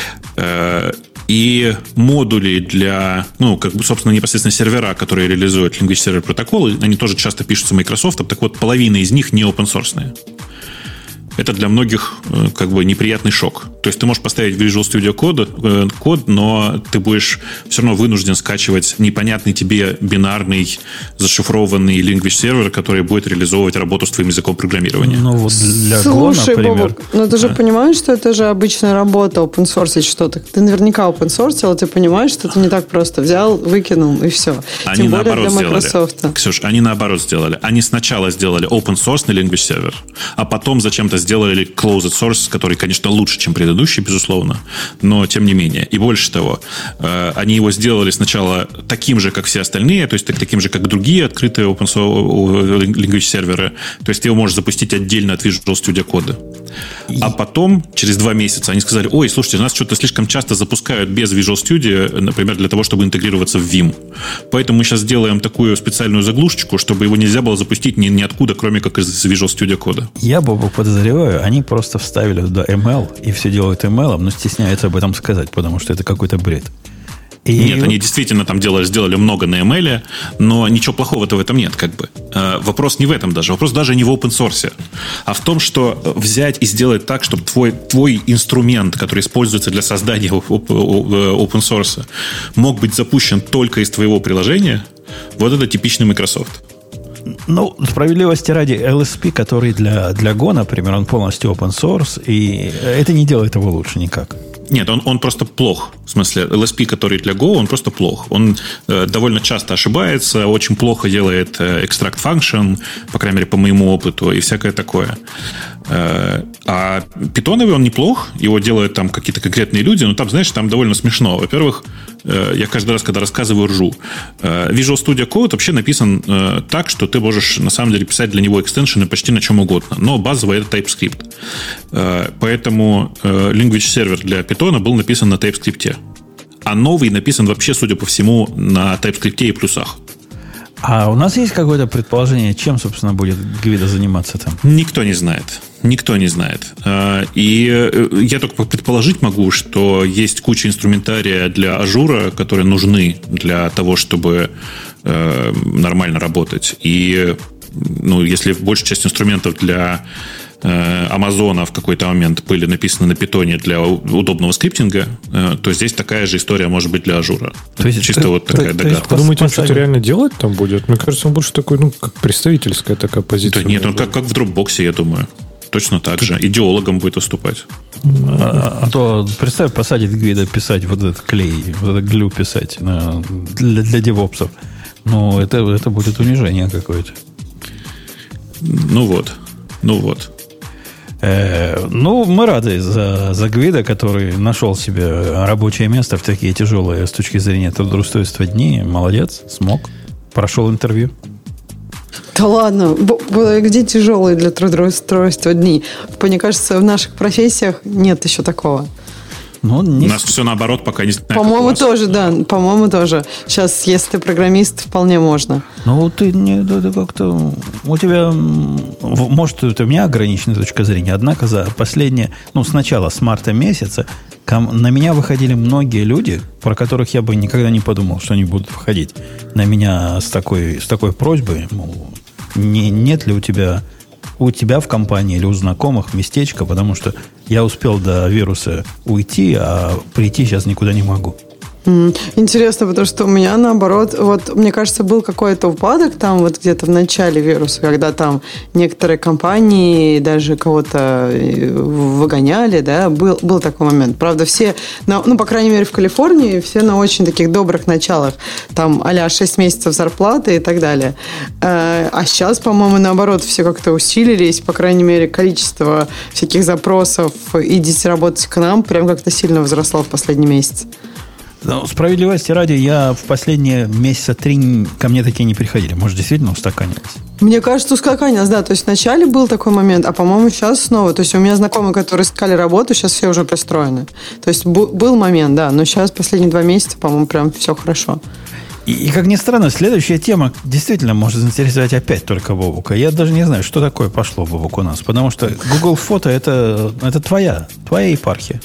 И модули для, собственно, непосредственно сервера, которые реализуют Language Server Protocol, они тоже часто пишутся Microsoft, так вот, половина из них не open-source. Это для многих неприятный шок. То есть ты можешь поставить в Visual Studio код, но ты будешь все равно вынужден скачивать непонятный тебе бинарный, зашифрованный language сервер, который будет реализовывать работу с твоим языком программирования. Для Go, например. Бобок, ты же понимаешь, что это же обычная работа open source что-то. Ты наверняка open source, ты понимаешь, что это не так просто. Взял, выкинул, и все. Они Тем более наоборот для Microsoft. Сделали. Ксюш, они наоборот сделали. Они сначала сделали open source language сервер, а потом зачем-то сделали closed source, который, конечно, лучше, чем предыдущий, безусловно, но тем не менее. И больше того, они его сделали сначала таким же, как все остальные, то есть таким же, как другие открытые open source language серверы. То есть ты его можешь запустить отдельно от Visual Studio Code. А потом, через 2 месяца, они сказали: ой, слушайте, нас что-то слишком часто запускают без Visual Studio, например, для того, чтобы интегрироваться в Vim. Поэтому мы сейчас сделаем такую специальную заглушечку, чтобы его нельзя было запустить ниоткуда, кроме как из Visual Studio Code. Я, Бобок, подозреваю, они просто вставили туда ML и все делают ML, но стесняются об этом сказать, потому что это какой-то бред. Нет, они действительно там сделали много на ML, но ничего плохого-то в этом нет, Вопрос не в этом даже. Вопрос даже не в open source, а в том, что взять и сделать так, чтобы твой инструмент, который используется для создания open source, мог быть запущен только из твоего приложения. Вот это типичный Microsoft. Справедливости ради, LSP, который для Go, например, он полностью open source, и это не делает его лучше никак. Нет, он просто плох. В смысле, LSP, который для Go, он просто плох. Он довольно часто ошибается, очень плохо делает extract function, по крайней мере, по моему опыту, и всякое такое. А питоновый он неплох, его делают там какие-то конкретные люди, но там, знаешь, там довольно смешно. Во-первых, я каждый раз, когда рассказываю, ржу. Visual Studio Code вообще написан так, что ты можешь на самом деле писать для него экстеншены почти на чем угодно. Но базовый это TypeScript. Поэтому Language Server для Python был написан на TypeScript. А новый написан вообще, судя по всему, на TypeScript и плюсах. А у нас есть какое-то предположение, чем, собственно, будет Гвидо заниматься там? Никто не знает. Никто не знает. И я только предположить могу, что есть куча инструментария для Ажура, которые нужны для того, чтобы нормально работать. И если большая часть инструментов для Амазона в какой-то момент были написаны на питоне для удобного скриптинга, то здесь такая же история может быть для Ажура. То есть чисто вот такая догадка. Вы думаете, он что-то реально делать там будет? Мне кажется, он больше такой, как представительская такая позиция. Да нет, он как в Dropbox, я думаю. Точно так же. Идеологом будет выступать. А то, представь, посадит Гвидо писать вот этот клей, вот этот глю писать для девопсов. Ну, это будет унижение какое-то. Ну вот. Мы рады за Гвидо, который нашел себе рабочее место в такие тяжелые с точки зрения трудоустройства дни. Молодец, смог. Прошел интервью. Да ладно, где тяжелые для трудоустройства дни? Мне кажется, в наших профессиях нет еще такого. У нас все наоборот, пока не знаю. По-моему, тоже, да. По-моему, тоже. Сейчас, если ты программист, вполне можно. Ты как-то... У тебя... Может, это у меня ограниченная точка зрения. Однако за последние... сначала, с марта месяца, на меня выходили многие люди, про которых я бы никогда не подумал, что они будут входить на меня с такой просьбой. Нет ли у тебя в компании или у знакомых местечко, потому что я успел до вируса уйти, а прийти сейчас никуда не могу. Интересно, потому что у меня наоборот, мне кажется, был какой-то упадок там где-то в начале вируса, когда там некоторые компании даже кого-то выгоняли, да, был такой момент. Правда, все, по крайней мере, в Калифорнии все на очень таких добрых началах, там а-ля 6 месяцев зарплаты и так далее. А сейчас, по-моему, наоборот, все как-то усилились, по крайней мере, количество всяких запросов «идите работать к нам» прям как-то сильно возросло в последний месяц. Справедливости ради, я в последние месяца 3 ко мне такие не приходили. Может, действительно устаканилось? Мне кажется, ускаканилось, да. То есть вначале был такой момент, а, по-моему, сейчас снова. То есть у меня знакомые, которые искали работу, сейчас все уже пристроены. То есть был момент, да. Но сейчас последние 2 месяца, по-моему, прям все хорошо. И как ни странно, следующая тема действительно может заинтересовать опять только Бобука. Я даже не знаю, что такое пошло, Бобук, у нас. Потому что Google Фото это твоя епархия.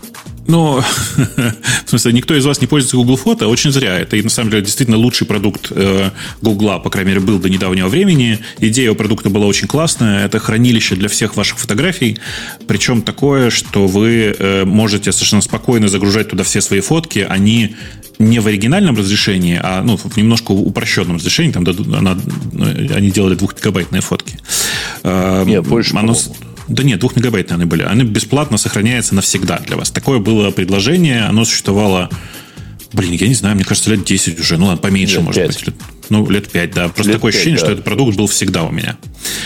В смысле, никто из вас не пользуется Google Фото, очень зря. Это, на самом деле, действительно лучший продукт Google, по крайней мере, был до недавнего времени. Идея у продукта была очень классная. Это хранилище для всех ваших фотографий. Причем такое, что вы можете совершенно спокойно загружать туда все свои фотки. Они не в оригинальном разрешении, а в немножко упрощенном разрешении. Там они делали 2-мегабайтные фотки. Нет, больше, Да нет, 2-мегабайтные они были. Они бесплатно сохраняются навсегда для вас. Такое было предложение. Оно существовало, я не знаю, мне кажется, лет 10 уже. Ладно, поменьше, лет может 5. Быть. Лет 5, да. Просто такое ощущение, что этот продукт был всегда у меня.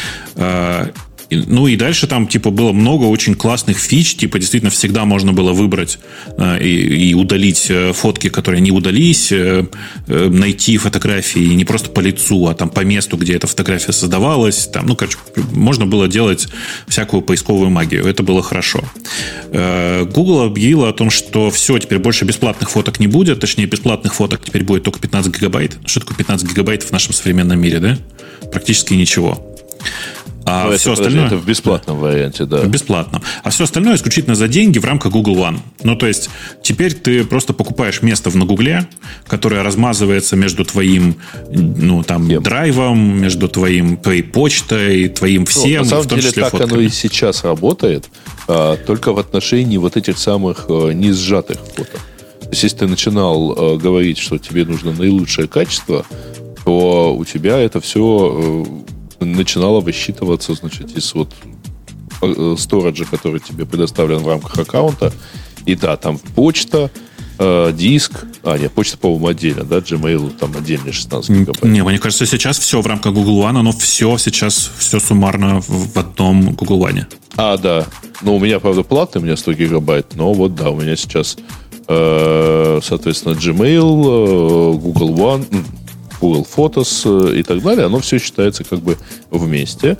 И дальше там, было много очень классных фич. Действительно, всегда можно было выбрать и удалить фотки, которые не удались, найти фотографии не просто по лицу, а там по месту, где эта фотография создавалась. Можно было делать всякую поисковую магию. Это было хорошо. Google объявила о том, что все, теперь больше бесплатных фоток не будет. Точнее, бесплатных фоток теперь будет только 15 гигабайт. Что такое 15 гигабайт в нашем современном мире, да? Практически ничего. А все остальное... Это в бесплатном варианте, да. В бесплатном. А все остальное исключительно за деньги в рамках Google One. То есть, теперь ты просто покупаешь место на Гугле, которое размазывается между твоим драйвом, между твоей почтой, твоим всем, на самом в том деле, числе так фотками. оно и сейчас работает, только в отношении этих самых не сжатых фото. То есть, если ты начинал говорить, что тебе нужно наилучшее качество, то у тебя это все... начинало высчитываться, из сториджа, который тебе предоставлен в рамках аккаунта. И да, там почта, диск. Почта, по-моему, отдельно, да? Gmail там отдельно 16 гигабайт. Мне кажется, сейчас все в рамках Google One, оно все сейчас суммарно в одном Google One. Да. Ну, у меня, правда, платный, у меня 100 гигабайт, но вот, да, у меня сейчас, соответственно, Gmail, Google One, Google Photos и так далее, оно все считается как бы вместе.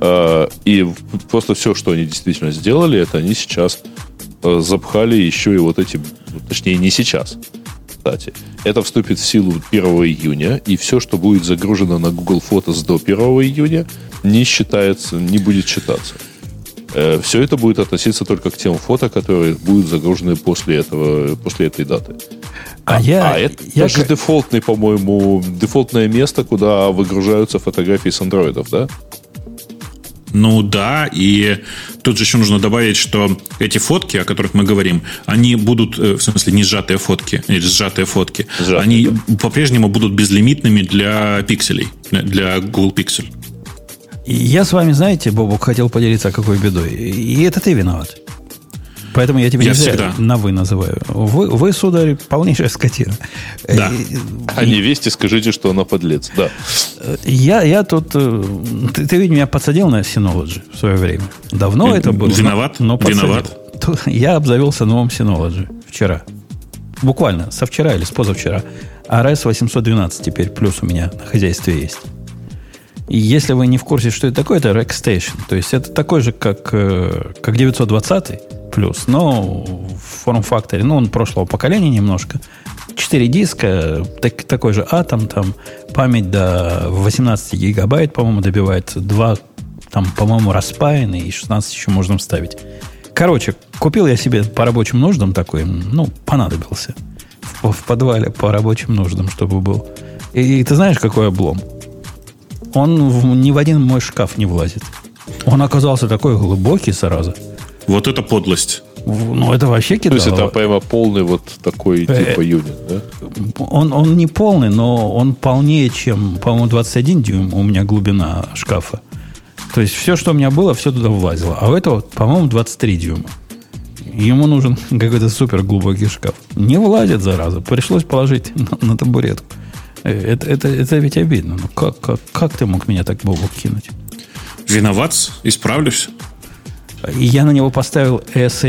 И просто все, что они действительно сделали, это они сейчас запхали еще и вот эти, точнее, не сейчас, кстати. Это вступит в силу 1 июня, и все, что будет загружено на Google Photos до 1 июня, не считается, не будет считаться. Все это будет относиться только к тем фото, которые будут загружены после этой даты. Это же дефолтный, по-моему, дефолтное место, куда выгружаются фотографии с андроидов, да? Ну да, и тут же еще нужно добавить, что эти фотки, о которых мы говорим, они будут, в смысле, не сжатые фотки, или сжатые фотки, они по-прежнему будут безлимитными для пикселей, для Google Pixel. Я с вами, знаете, Бобок, хотел поделиться какой бедой. И это ты виноват. Поэтому я тебя не зря на «вы» называю. Вы, сударь, полнейшая скотина. Да. А невесте скажите, что она подлец. Да. Я тут... Ты ведь меня подсадил на Synology в свое время. Давно это было. Виноват. Но Виноват. Я обзавелся новым Synology вчера. Буквально, со вчера или с позавчера. RS 812 теперь плюс у меня на хозяйстве есть. И если вы не в курсе, что это такое, это Rack Station. То есть это такой же, как 920 плюс, но в форм-факторе, он прошлого поколения немножко. 4 диска, такой же атом, там память до 18 гигабайт, по-моему, добивает. 2, там, по-моему, распаяны, и 16 еще можно вставить. Короче, купил я себе по рабочим нуждам такой, понадобился. В подвале по рабочим нуждам, чтобы был. И ты знаешь, какой облом? Он ни в один мой шкаф не влазит. Он оказался такой глубокий сразу. Вот это подлость. Это вообще кидало. То есть это прямо полный вот такой типа юнит, да? Он не полный, но он полнее, чем, по-моему, 21 дюйм у меня глубина шкафа. То есть все, что у меня было, все туда влазило. А у этого, по-моему, 23 дюйма. Ему нужен какой-то супер глубокий шкаф. Не влазит, зараза. Пришлось положить на табуретку. Это ведь обидно. Как ты мог меня так, Бобок, кинуть? Виноват, исправлюсь. И я на него поставил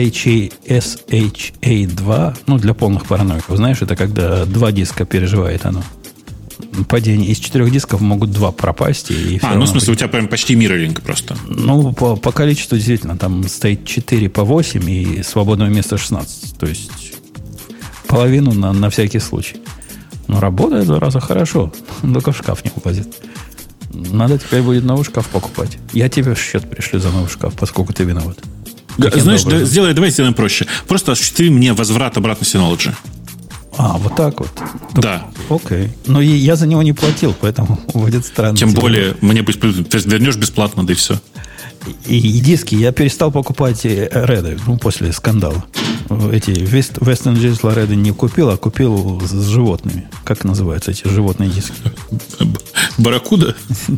SHA2, для полных параноиков. Знаешь, это когда 2 диска переживает оно. Падение. Из 4 дисков могут 2 пропасть. И в смысле, у тебя прям почти мирроринг просто. По количеству действительно. Там стоит 4 по 8 и свободного места 16. То есть половину на всякий случай. Но работает, зараза, хорошо. Только в шкаф не влазит. Надо теперь будет новый шкаф покупать. Я тебе счет пришлю за новый шкаф, поскольку ты виноват. Знаешь, давай сделаем проще. Просто осуществи мне возврат обратно Synology. Вот так вот. Да. Окей. Но я за него не платил, поэтому будет странно. Тем более, мне вернешь бесплатно, да и все. И диски я перестал покупать Red, после скандала. Эти Western Digital Red не купил, а купил с животными. Как называются эти животные диски? Барракуда?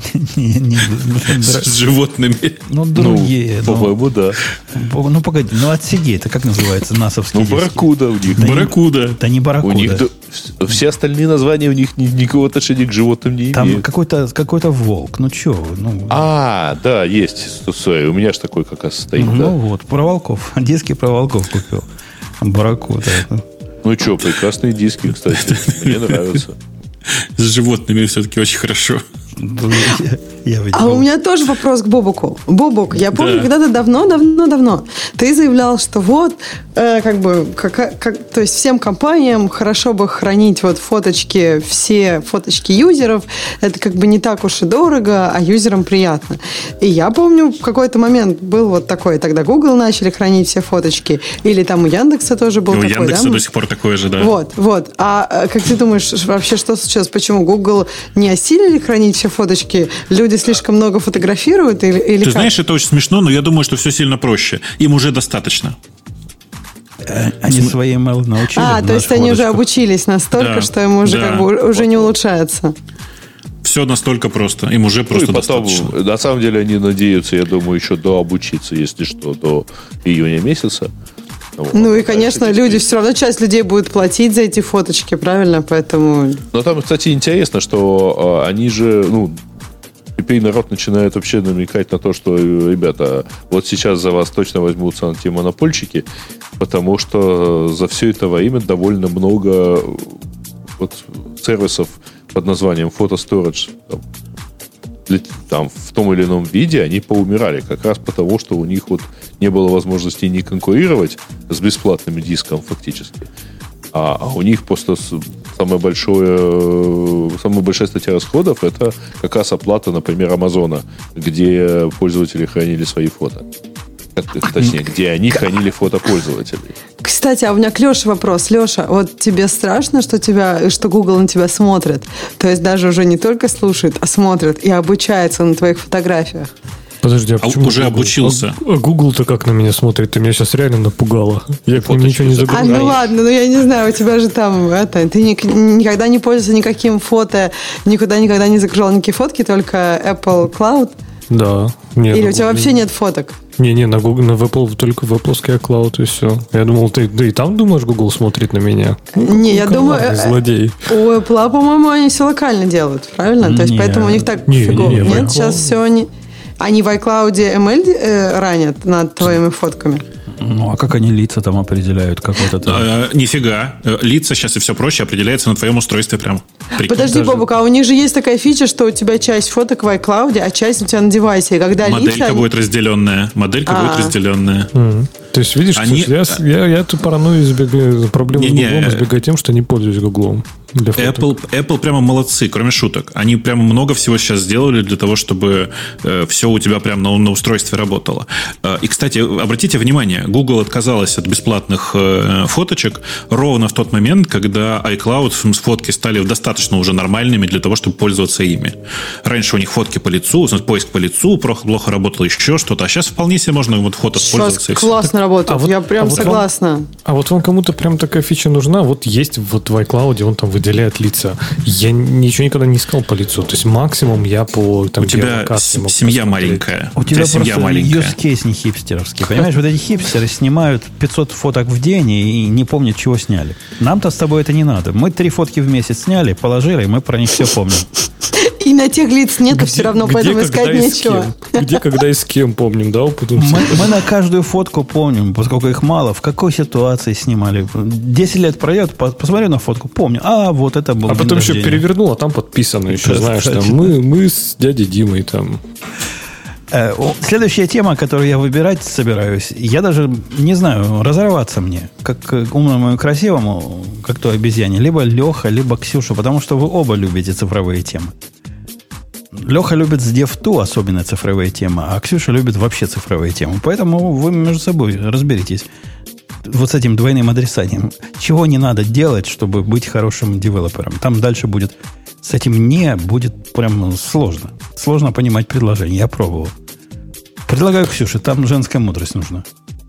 С животными. Другие. По-моему, да. Погоди, от Сигей это как называется насовские диски? Барракуда у них. Барракуда. Да не Барракуда. У них все остальные названия у них никакого отношения к животным не имеют. Там какой-то волк. Че вы? Да, есть. Слушай, у меня же такой как раз стоит. Про волков. Диски про волков купил. Барракуда. Прекрасные диски, кстати. Мне нравятся. С животными все-таки очень хорошо. У меня тоже вопрос к Бобуку. Бобук, я помню, когда-то давно ты заявлял, что то есть всем компаниям хорошо бы хранить все фоточки юзеров. Это не так уж и дорого, а юзерам приятно. И я помню, в какой-то момент был такой, тогда Google начали хранить все фоточки, или там у Яндекса тоже был такой. У Яндекса до сих пор такое же, да. Вот. А как ты думаешь, вообще что сейчас? Почему Google не осилили хранить все фоточки? Люди слишком много фотографируют или Ты как? знаешь, это очень смешно, но я думаю, что все сильно проще. Им уже достаточно. Они свои email научили. То есть они уже обучились настолько, что им уже уже не улучшается. Все настолько просто. Им уже просто достаточно. На самом деле они надеются, я думаю, еще дообучиться, если что, до июня месяца. И, конечно, люди все равно, часть людей будет платить за эти фоточки, правильно? Поэтому... Но там, кстати, интересно, что они же, теперь народ начинает вообще намекать на то, что, ребята, вот сейчас за вас точно возьмутся антимонопольщики, потому что за все это время довольно много вот сервисов под названием Photo Storage там, в том или ином виде, они поумирали как раз потому, что у них вот не было возможности не конкурировать с бесплатным диском фактически, а у них просто самая большая статья расходов — это как раз оплата, например, Амазона, где пользователи хранили свои фото. Точнее, где они хранили фото пользователей. Кстати, а у меня к Леше вопрос. Леша, вот тебе страшно, что Google на тебя смотрит? То есть даже уже не только слушает, а смотрит и обучается на твоих фотографиях? Подожди, а почему уже Google? обучился? А Google-то как на меня смотрит? Ты меня сейчас реально напугала. Я к ним ничего не загружаю. Ну ладно, я не знаю, у тебя же там ты никогда не пользуешься никаким фото, никуда никогда не загружал никакие фотки, только Apple Cloud? Да. Или у тебя вообще нет фоток? Не, на Google, на Apple, только в Apple Cloud и все. Я думал, ты и там думаешь, Google смотрит на меня? Не, я думаю, злодей. У Apple, по-моему, они все локально делают, правильно? То есть поэтому у них так фигово. Нет, сейчас все они в iCloud ML ранят над твоими фотками. Ну, а как они лица там определяют? Как вот это? Нифига. Лица сейчас и все проще определяется на твоем устройстве прям. Подожди, Бобук, а у них же есть такая фича, что у тебя часть фоток в iCloud, а часть у тебя на девайсе. И когда моделька будет разделенная. Будет разделенная. То есть, видишь, я эту паранойю избегаю, проблему с Гуглом избегаю тем, что не пользуюсь Гуглом. Apple прямо молодцы, кроме шуток. Они прямо много всего сейчас сделали для того, чтобы все у тебя прямо на устройстве работало. И, кстати, обратите внимание, Google отказалась от бесплатных фоточек ровно в тот момент, когда iCloud фотки стали достаточно уже нормальными для того, чтобы пользоваться ими. Раньше у них фотки по лицу, поиск по лицу плохо работал, еще что-то. А сейчас вполне себе можно вот фото пользоваться. Классно работает, я прям согласна. А вот вам кому-то прям такая фича нужна? Вот есть вот в iCloud, он там выделяет лица. Я ничего никогда не искал по лицу. То есть максимум я по... Там, у тебя семья маленькая. У тебя семья маленькая. Use case не хипстеровский. Понимаешь, вот эти хипстеры снимают 500 фоток в день и не помнят, чего сняли. Нам-то с тобой это не надо. Мы 3 фотки в месяц сняли, положили, и мы про них все помним. И на тех лиц нету все равно, поэтому искать нечего. Где, когда и с кем помним, да? Мы на каждую фотку помним, поскольку их мало, в какой ситуации снимали. 10 лет пройдет, посмотрю на фотку, помню. А, вот это было. А потом еще перевернул, а там подписано еще, знаешь, там мы с дядей Димой там. Следующая тема, которую я выбирать собираюсь, я даже не знаю, разорваться мне, как умному и красивому, как той обезьяне, либо Леха, либо Ксюша, потому что вы оба любите цифровые темы. Леха любит с Dev2 особенно цифровые темы, а Ксюша любит вообще цифровые темы. Поэтому вы между собой разберитесь вот с этим двойным адресанием. Чего не надо делать, чтобы быть хорошим девелопером. Там дальше будет... С этим не будет прям сложно. Сложно понимать предложение. Я пробовал. Предлагаю Ксюше, там женская мудрость нужна.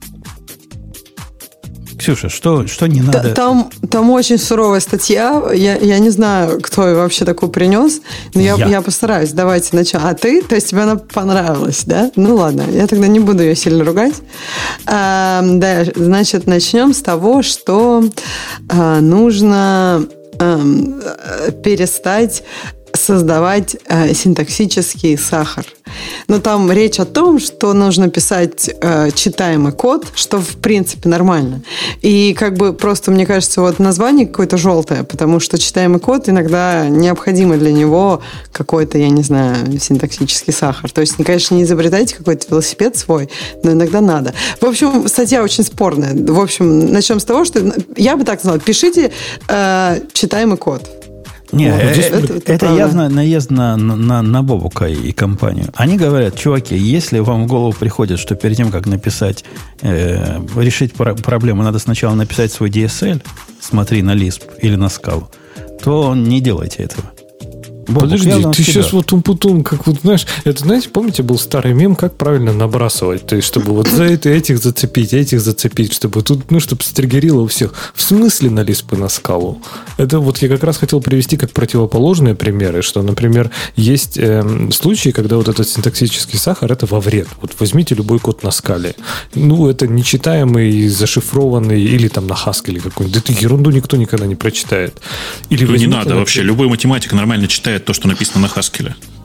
Ксюша, что не надо? Там очень суровая статья. Я не знаю, кто ее вообще такую принес, но я постараюсь. Давайте начнем. А ты? То есть тебе она понравилась, да? Ну ладно, я тогда не буду ее сильно ругать. Да, значит, начнем с того, что нужно перестать создавать синтаксический сахар. Но там речь о том, что нужно писать читаемый код, что в принципе нормально. И как бы просто, мне кажется, вот название какое-то желтое, потому что читаемый код иногда необходимо для него какой-то, я не знаю, синтаксический сахар. То есть, конечно, не изобретайте какой-то велосипед свой, но иногда надо. В общем, статья очень спорная. В общем, начнем с того, что я бы так сказала, пишите читаемый код. Нет, это явно наезд на Бобука и компанию. Они говорят, чуваки, если вам в голову приходит, что перед тем, как написать, решить проблему, надо сначала написать свой DSL, смотри на Lisp или на Scala, то не делайте этого. Бобук, подожди, ты сейчас вот тум-путум, как вот, знаешь, это, знаете, помните, был старый мем, как правильно набрасывать, то есть, чтобы вот за это этих зацепить, чтобы тут, чтобы стригерило у всех. В смысле на Lisp и на Scala? Это вот я как раз хотел привести как противоположные примеры, что, например, есть случаи, когда вот этот синтаксический сахар, это во вред. Вот возьмите любой код на Scala. Ну, это нечитаемый, зашифрованный, или там на Haskell какой-нибудь. Эту ерунду никто никогда не прочитает. Или не надо вообще, любой математик нормально читает то, что написано на Haskell.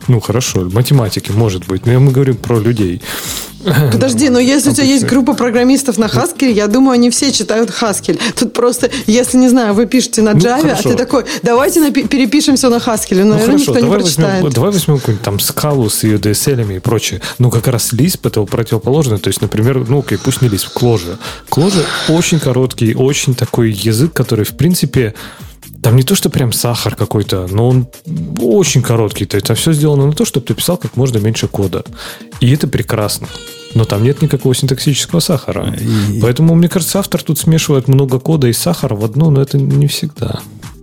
Ну, хорошо, математики, может быть. Но мы говорим про людей. Подожди, но если у тебя есть группа программистов на Haskell, я думаю, они все читают Haskell. Тут просто, если, не знаю, вы пишете на Java, а ты такой, давайте перепишем все на Haskell. Наверное, никто не прочитает. Давай возьмем какую-нибудь там скалу с ее DSL-ами и прочее. Ну, как раз Lisp это противоположное. То есть, например, ну, окей, пусть не Lisp, Clojure. Clojure очень короткий, очень такой язык, который, в принципе, там не то, что прям сахар какой-то, но он очень короткий. То есть, это все сделано на то, чтобы ты писал как можно меньше кода. И это прекрасно. Но там нет никакого синтаксического сахара. Поэтому, мне кажется, автор тут смешивает много кода и сахара в одно, но это не всегда.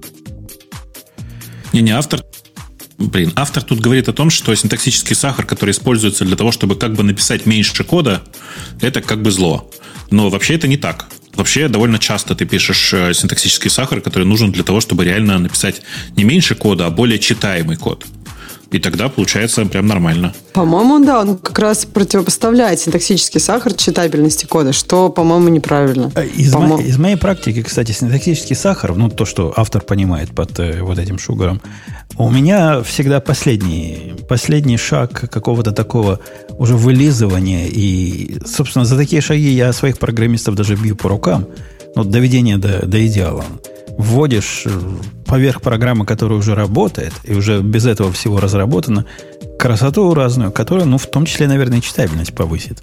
Автор тут говорит о том, что синтаксический сахар, который используется для того, чтобы как бы написать меньше кода, это как бы зло. Но вообще это не так. Вообще довольно часто ты пишешь синтаксический сахар, который нужен для того, чтобы реально написать не меньше кода, а более читаемый код. И тогда получается прям нормально. По-моему, да, он как раз противопоставляет синтаксический сахар читабельности кода, что, по-моему, неправильно. Из моей практики, кстати, синтаксический сахар, ну, то, что автор понимает под вот этим шугаром, у меня всегда последний шаг какого-то такого уже вылизывания. И, собственно, за такие шаги я своих программистов даже бью по рукам. Вот доведение до идеала. Вводишь поверх программы, которая уже работает, и уже без этого всего разработана, красоту разную, которая, ну, в том числе, наверное, и читабельность повысит.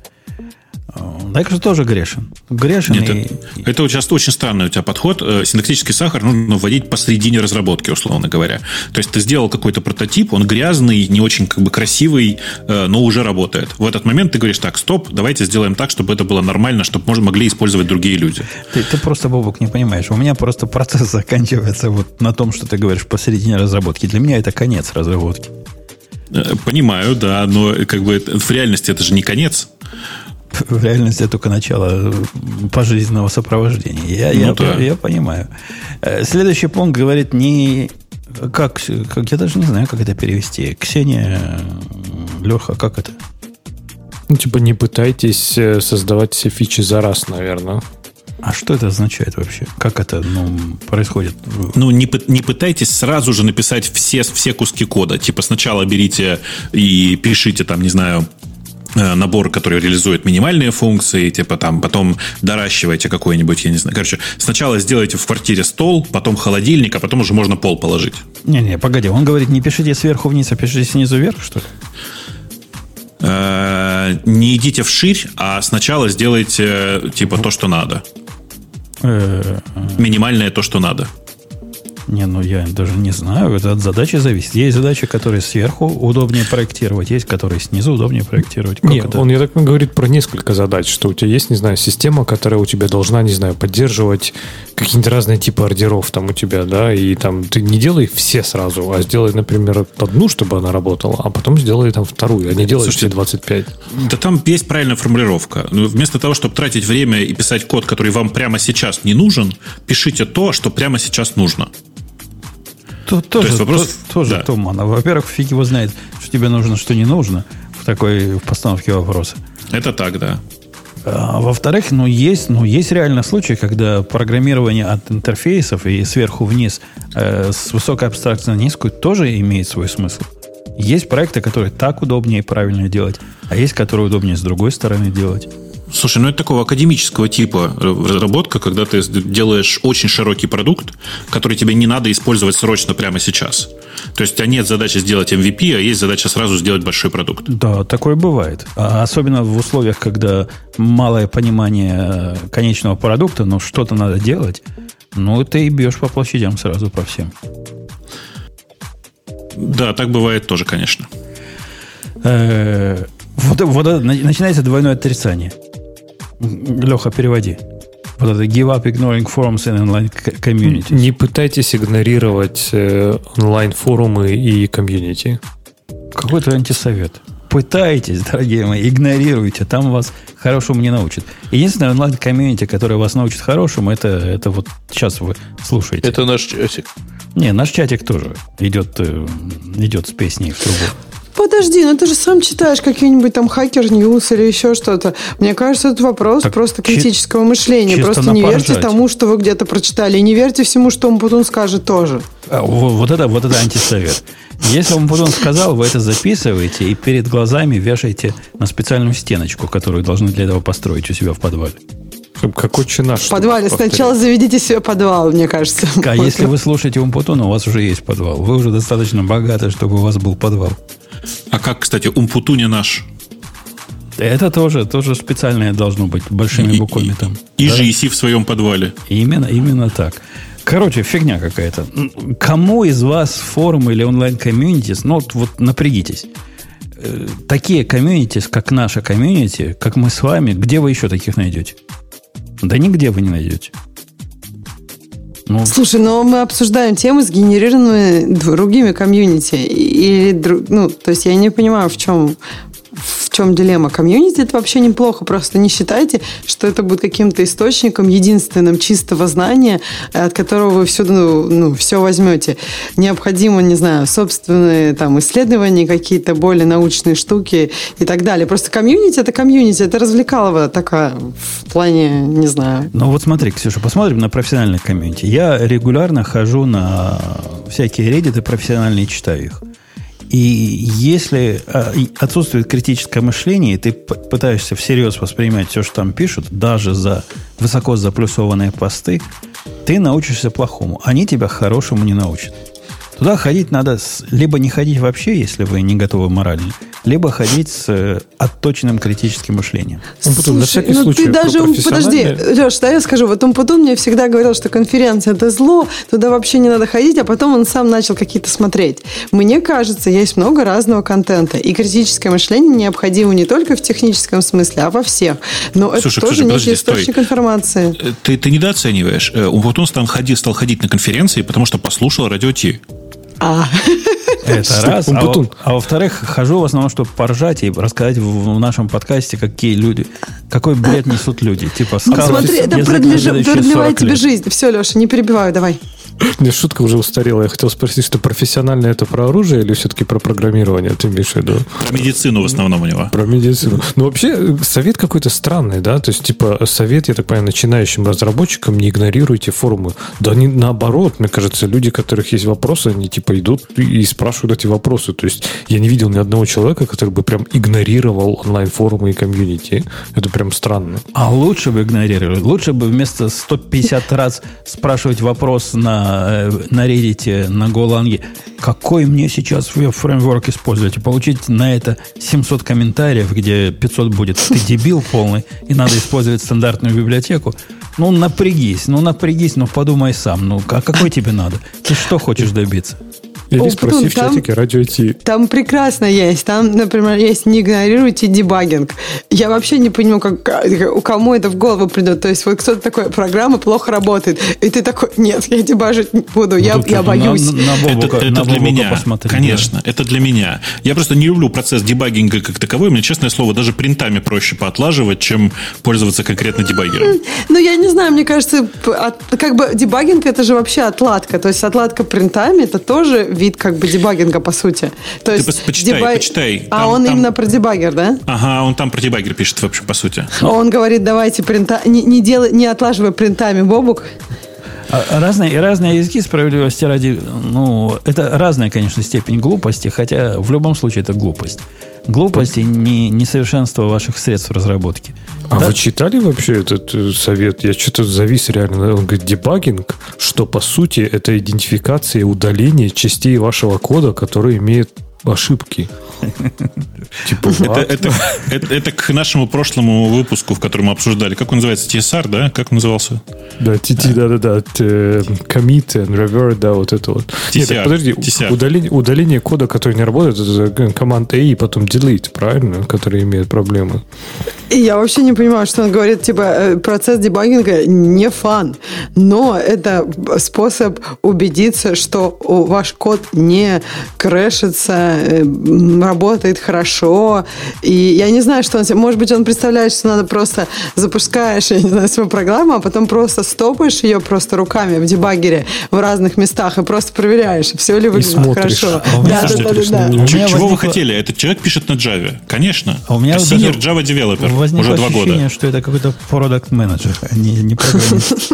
Так что тоже грешен. Нет, это часто очень странный у тебя подход. Синтаксический сахар нужно вводить посредине разработки, условно говоря. То есть ты сделал какой-то прототип, он грязный, не очень как бы красивый, но уже работает. В этот момент ты говоришь, так, стоп, давайте сделаем так, чтобы это было нормально, чтобы могли использовать другие люди. Ты просто, Бобок, не понимаешь. У меня просто процесс заканчивается вот на том, что ты говоришь посредине разработки. Для меня это конец разработки. Понимаю, да, но как бы в реальности это же не конец. В реальности это только начало пожизненного сопровождения. Я понимаю. Следующий пункт говорит не... Как я даже не знаю, как это перевести. Ксения, Леха, как это? Ну, типа, не пытайтесь создавать все фичи за раз, наверное. А что это означает вообще? Как это происходит? Ну, не пытайтесь сразу же написать все куски кода. Типа, сначала берите и пишите, там, не знаю... набор, который реализует минимальные функции, типа там, потом доращивайте какой-нибудь, я не знаю. Короче, сначала сделайте в квартире стол, потом холодильник, а потом уже можно пол положить. Не, погоди, он говорит, не пишите сверху вниз, а пишите снизу вверх, что ли? Не идите вширь, а сначала сделайте типа то, что надо. Минимальное то, что надо. Не, ну я даже не знаю, это от задачи зависит. Есть задачи, которые сверху удобнее проектировать, есть, которые снизу удобнее проектировать. Нет, он, я так понимаю, говорит про несколько задач, что у тебя есть, не знаю, система, которая у тебя должна, не знаю, поддерживать какие-нибудь разные типы ордеров там у тебя, да, и там ты не делай все сразу, а сделай, например, одну, чтобы она работала, а потом сделай там вторую, а не делай все 25. Да там есть правильная формулировка. Вместо того, чтобы тратить время и писать код, который вам прямо сейчас не нужен, пишите то, что прямо сейчас нужно. Тоже туманно. Во-первых, фиг его знает, что тебе нужно, что не нужно в такой постановке вопроса. Это так, да. А во-вторых, есть реально случаи, когда программирование от интерфейсов и сверху вниз с высокой абстракцией на низкую тоже имеет свой смысл. Есть проекты, которые так удобнее и правильно делать, а есть, которые удобнее с другой стороны делать. Слушай, это такого академического типа разработка, когда ты делаешь очень широкий продукт, который тебе не надо использовать срочно прямо сейчас. То есть у тебя нет задачи сделать MVP, а есть задача сразу сделать большой продукт. Да, такое бывает. Особенно в условиях, когда малое понимание конечного продукта, но что-то надо делать, ты и бьешь по площадям сразу по всем. Да, так бывает тоже, конечно. Вот начинается двойное отрицание. Леха, переводи. Вот это give up ignoring forums in online communities. Не пытайтесь игнорировать онлайн-форумы и комьюнити. Какой-то антисовет. Пытайтесь, дорогие мои, игнорируйте. Там вас хорошему не научат. Единственное онлайн-комьюнити, которое вас научит хорошему, это вот сейчас вы слушаете. Это наш чатик. Не, наш чатик тоже идет с песней в трубу. подожди, ты же сам читаешь какие-нибудь там Hacker News или еще что-то. Мне кажется, это вопрос так просто критического мышления. Просто не верьте тому, что вы где-то прочитали. И не верьте всему, что Умпутун скажет тоже. Вот это антисовет. Если Умпутун сказал, вы это записываете и перед глазами вешаете на специальную стеночку, которую должны для этого построить у себя в подвале. Какой чинаш? В подвале. Сначала заведите себе подвал, мне кажется. А если вы слушаете Умпутуна, у вас уже есть подвал. Вы уже достаточно богаты, чтобы у вас был подвал. А как, кстати, Умпутуне наш? Это тоже специальное должно быть, большими буквами там. И GEC в своем подвале. Именно так. Короче, фигня какая-то. Кому из вас форум или онлайн-комьюнитис, вот напрягитесь. Такие комьюнитис, как наша комьюнити, как мы с вами, где вы еще таких найдете? Да нигде вы не найдете. Слушай, но мы обсуждаем темы, сгенерированные другими комьюнити. То есть я не понимаю, в чем дилемма. Комьюнити – это вообще неплохо. Просто не считайте, что это будет каким-то источником единственным чистого знания, от которого вы всюду все возьмете. Необходимо, не знаю, собственные там исследования, какие-то более научные штуки и так далее. Просто комьюнити – это развлекалово такая в плане, не знаю. Вот смотри, Ксюша, посмотрим на профессиональное комьюнити. Я регулярно хожу на всякие реддиты профессиональные и читаю их. И если отсутствует критическое мышление, и ты пытаешься всерьез воспринимать все, что там пишут, даже за высоко заплюсованные посты, ты научишься плохому. Они тебя хорошему не научат. Туда ходить надо либо не ходить вообще, если вы не готовы морально, либо ходить с отточенным критическим мышлением. Слушай, на всякий случай, ты даже... Подожди, Леш, да, я скажу. Вот Умпутун мне всегда говорил, что конференция – это зло, туда вообще не надо ходить, а потом он сам начал какие-то смотреть. Мне кажется, есть много разного контента, и критическое мышление необходимо не только в техническом смысле, а во всех. Но это тоже некий источник информации. Ты недооцениваешь. Умпутун стал ходить на конференции, потому что послушал Радио Ти. Это раз. А во-вторых, хожу в основном, чтобы поржать и рассказать в нашем подкасте, какой бред несут люди. Типа, смотри, это продлевает тебе жизнь. Все, Леша, не перебиваю, давай. Мне шутка уже устарела. Я хотел спросить, что профессионально это про оружие или все-таки про программирование? Ты имеешь в виду? Про медицину в основном у него. Про медицину. Ну, вообще, совет какой-то странный, да? То есть, совет, я так понимаю, начинающим разработчикам: не игнорируйте форумы. Да наоборот, мне кажется, люди, у которых есть вопросы, они идут и спрашивают эти вопросы. То есть, я не видел ни одного человека, который бы прям игнорировал онлайн-форумы и комьюнити. Это прям странно. А лучше бы игнорировать. Лучше бы вместо 150 раз спрашивать вопрос на Reddit, на Golang, какой мне сейчас фреймворк использовать, и получить на это 700 комментариев, где 500 будет «ты дебил полный», и надо использовать стандартную библиотеку. Напрягись, подумай сам. А какой тебе надо? Ты что хочешь добиться? Или спроси в чатике Радио Ти. Там прекрасно есть. Там, например, есть «не игнорируйте дебагинг». Я вообще не понимаю, кому это в голову придет. То есть вот кто-то такой: программа плохо работает. И ты такой: нет, я дебажить не буду, я боюсь. Это для меня. Конечно, это для меня. Я просто не люблю процесс дебагинга как таковой. Мне, честное слово, даже принтами проще поотлаживать, чем пользоваться конкретно дебаггером. Я не знаю, мне кажется, дебагинг — это же вообще отладка. То есть отладка принтами — это тоже вид дебагинга, по сути. То есть ты почитай. Он именно про дебаггер, да? Ага, он там про дебаггер пишет, в общем, по сути. Он говорит: давайте не отлаживай принтами, Бобук. Разные языки, справедливости ради, это разная, конечно, степень глупости, хотя в любом случае это глупость. Глупость и несовершенство ваших средств разработки. А вы читали вообще этот совет? Я что-то завис реально. Он говорит: дебагинг, что по сути это идентификация и удаление частей вашего кода, которые имеют ошибки. Это к нашему прошлому выпуску, в котором мы обсуждали. Как он называется? TSR, да? Как он назывался? Да, commit and revert, да, вот это вот. TCR. Подожди, удаление кода, который не работает, это команд A и потом delete, правильно? Который имеет проблемы. И я вообще не понимаю, что он говорит, типа, процесс дебагинга не фан, но это способ убедиться, что ваш код не крэшится, работает хорошо. И я не знаю, что он... Может быть, он представляет, что надо просто запускаешь, я не знаю, свою программу, а потом просто стопаешь ее просто руками в дебаггере в разных местах и просто проверяешь, все ли выглядит хорошо. Чего вы хотели? Этот человек пишет на Java. Конечно. Senior Java Developer. Возникло уже 2 года. ощущение, что это какой-то продакт-менеджер, а не программист.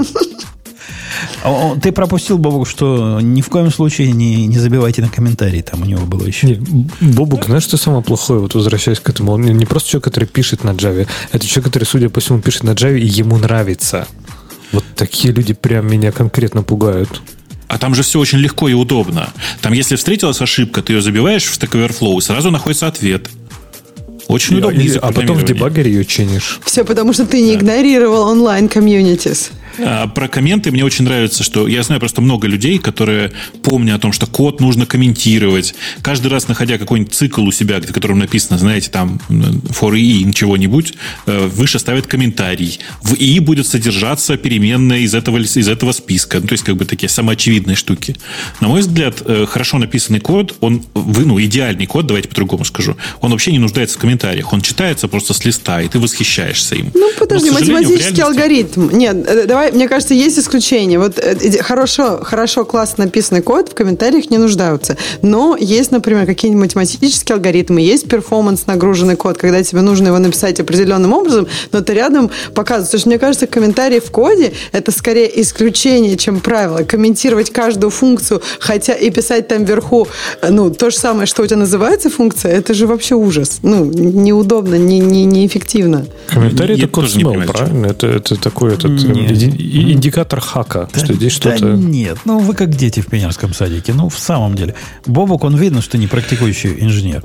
Ты пропустил, Бобук, что ни в коем случае не забивайте на комментарии. Там у него было еще. Нет, Бобук, знаешь, что самое плохое? Вот возвращаясь к этому. Он не просто человек, который пишет на Java. Это человек, который, судя по всему, пишет на Java, и ему нравится. Вот такие люди прям меня конкретно пугают. А там же все очень легко и удобно. Там, если встретилась ошибка, ты ее забиваешь в Stack Overflow, и сразу находится ответ. Очень удобно. А потом в дебаггере ее чинишь. Все потому, что ты не игнорировал онлайн-комьюнитис. Про комменты мне очень нравится, что я знаю просто много людей, которые помнят о том, что код нужно комментировать. Каждый раз, находя какой-нибудь цикл у себя, в котором написано, знаете, там for i чего-нибудь, выше ставят комментарий. В i будет содержаться переменная из этого списка. Ну, то есть, как бы такие самоочевидные штуки. На мой взгляд, хорошо написанный код, идеальный код, давайте по-другому скажу, он вообще не нуждается в комментариях. Он читается просто с листа, и ты восхищаешься им. Ну, подожди, математический алгоритм. Нет, давай. Мне кажется, есть исключения. Вот хорошо, классно написанный код в комментариях не нуждаются. Но есть, например, какие-нибудь математические алгоритмы, есть перформанс-нагруженный код, когда тебе нужно его написать определенным образом, но ты рядом показываешь. Потому что, мне кажется, комментарии в коде – это скорее исключение, чем правило. Комментировать каждую функцию, хотя и писать там вверху, то же самое, что у тебя называется функция, это же вообще ужас. Неудобно, неэффективно. Комментарий – это код smell, правильно? Это такой индикатор хака, что здесь что-то... Да нет, вы как дети в пионерском садике. В самом деле. Бобук, он видно, что не практикующий инженер.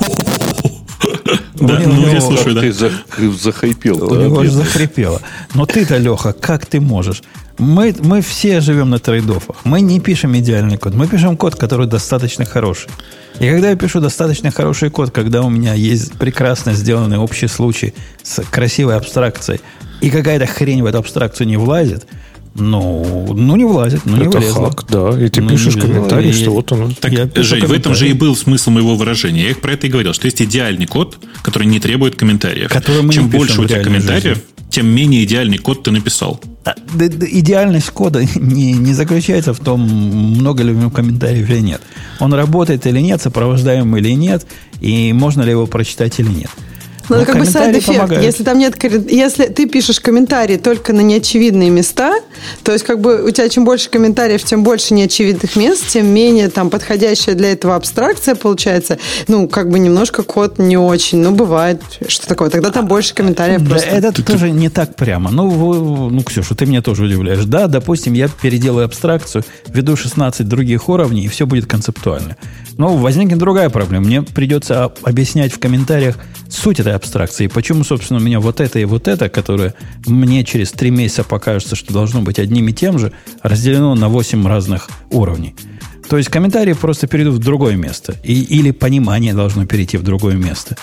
Да, я слушаю, да. Ты захайпел. У него же захрипело. Но ты-то, Леха, как ты можешь? Мы все живем на трейд-оффах. Мы не пишем идеальный код. Мы пишем код, который достаточно хороший. И когда я пишу достаточно хороший код, когда у меня есть прекрасно сделанный общий случай с красивой абстракцией, и какая-то хрень в эту абстракцию не влазит, не влазит, не это влезла. Хак, да. И ты пишешь комментарий, что вот он. Так, Жень, в этом же и был смысл моего выражения. Я про это и говорил, что есть идеальный код, который не требует комментариев. Чем больше у тебя комментариев, тем менее идеальный код ты написал. Идеальность кода не заключается в том, много ли у него комментариев или нет. Он работает или нет, сопровождаем или нет, и можно ли его прочитать или нет. Но это как бы сайд-эффект. Если ты пишешь комментарии только на неочевидные места, то есть как бы у тебя чем больше комментариев, тем больше неочевидных мест, тем менее там подходящая для этого абстракция получается. Как бы немножко код не очень. Бывает, что такое. Тогда там больше комментариев просто. Да, это тоже не так прямо. Ксюша, ты меня тоже удивляешь. Да, допустим, я переделаю абстракцию, введу 16 других уровней, и все будет концептуально. Но возникнет другая проблема. Мне придется объяснять в комментариях суть этой абстракции. Почему, собственно, у меня вот это и вот это, которое мне через 3 месяца покажется, что должно быть одним и тем же, разделено на 8 разных уровней. То есть комментарии просто перейдут в другое место. Или понимание должно перейти в другое место.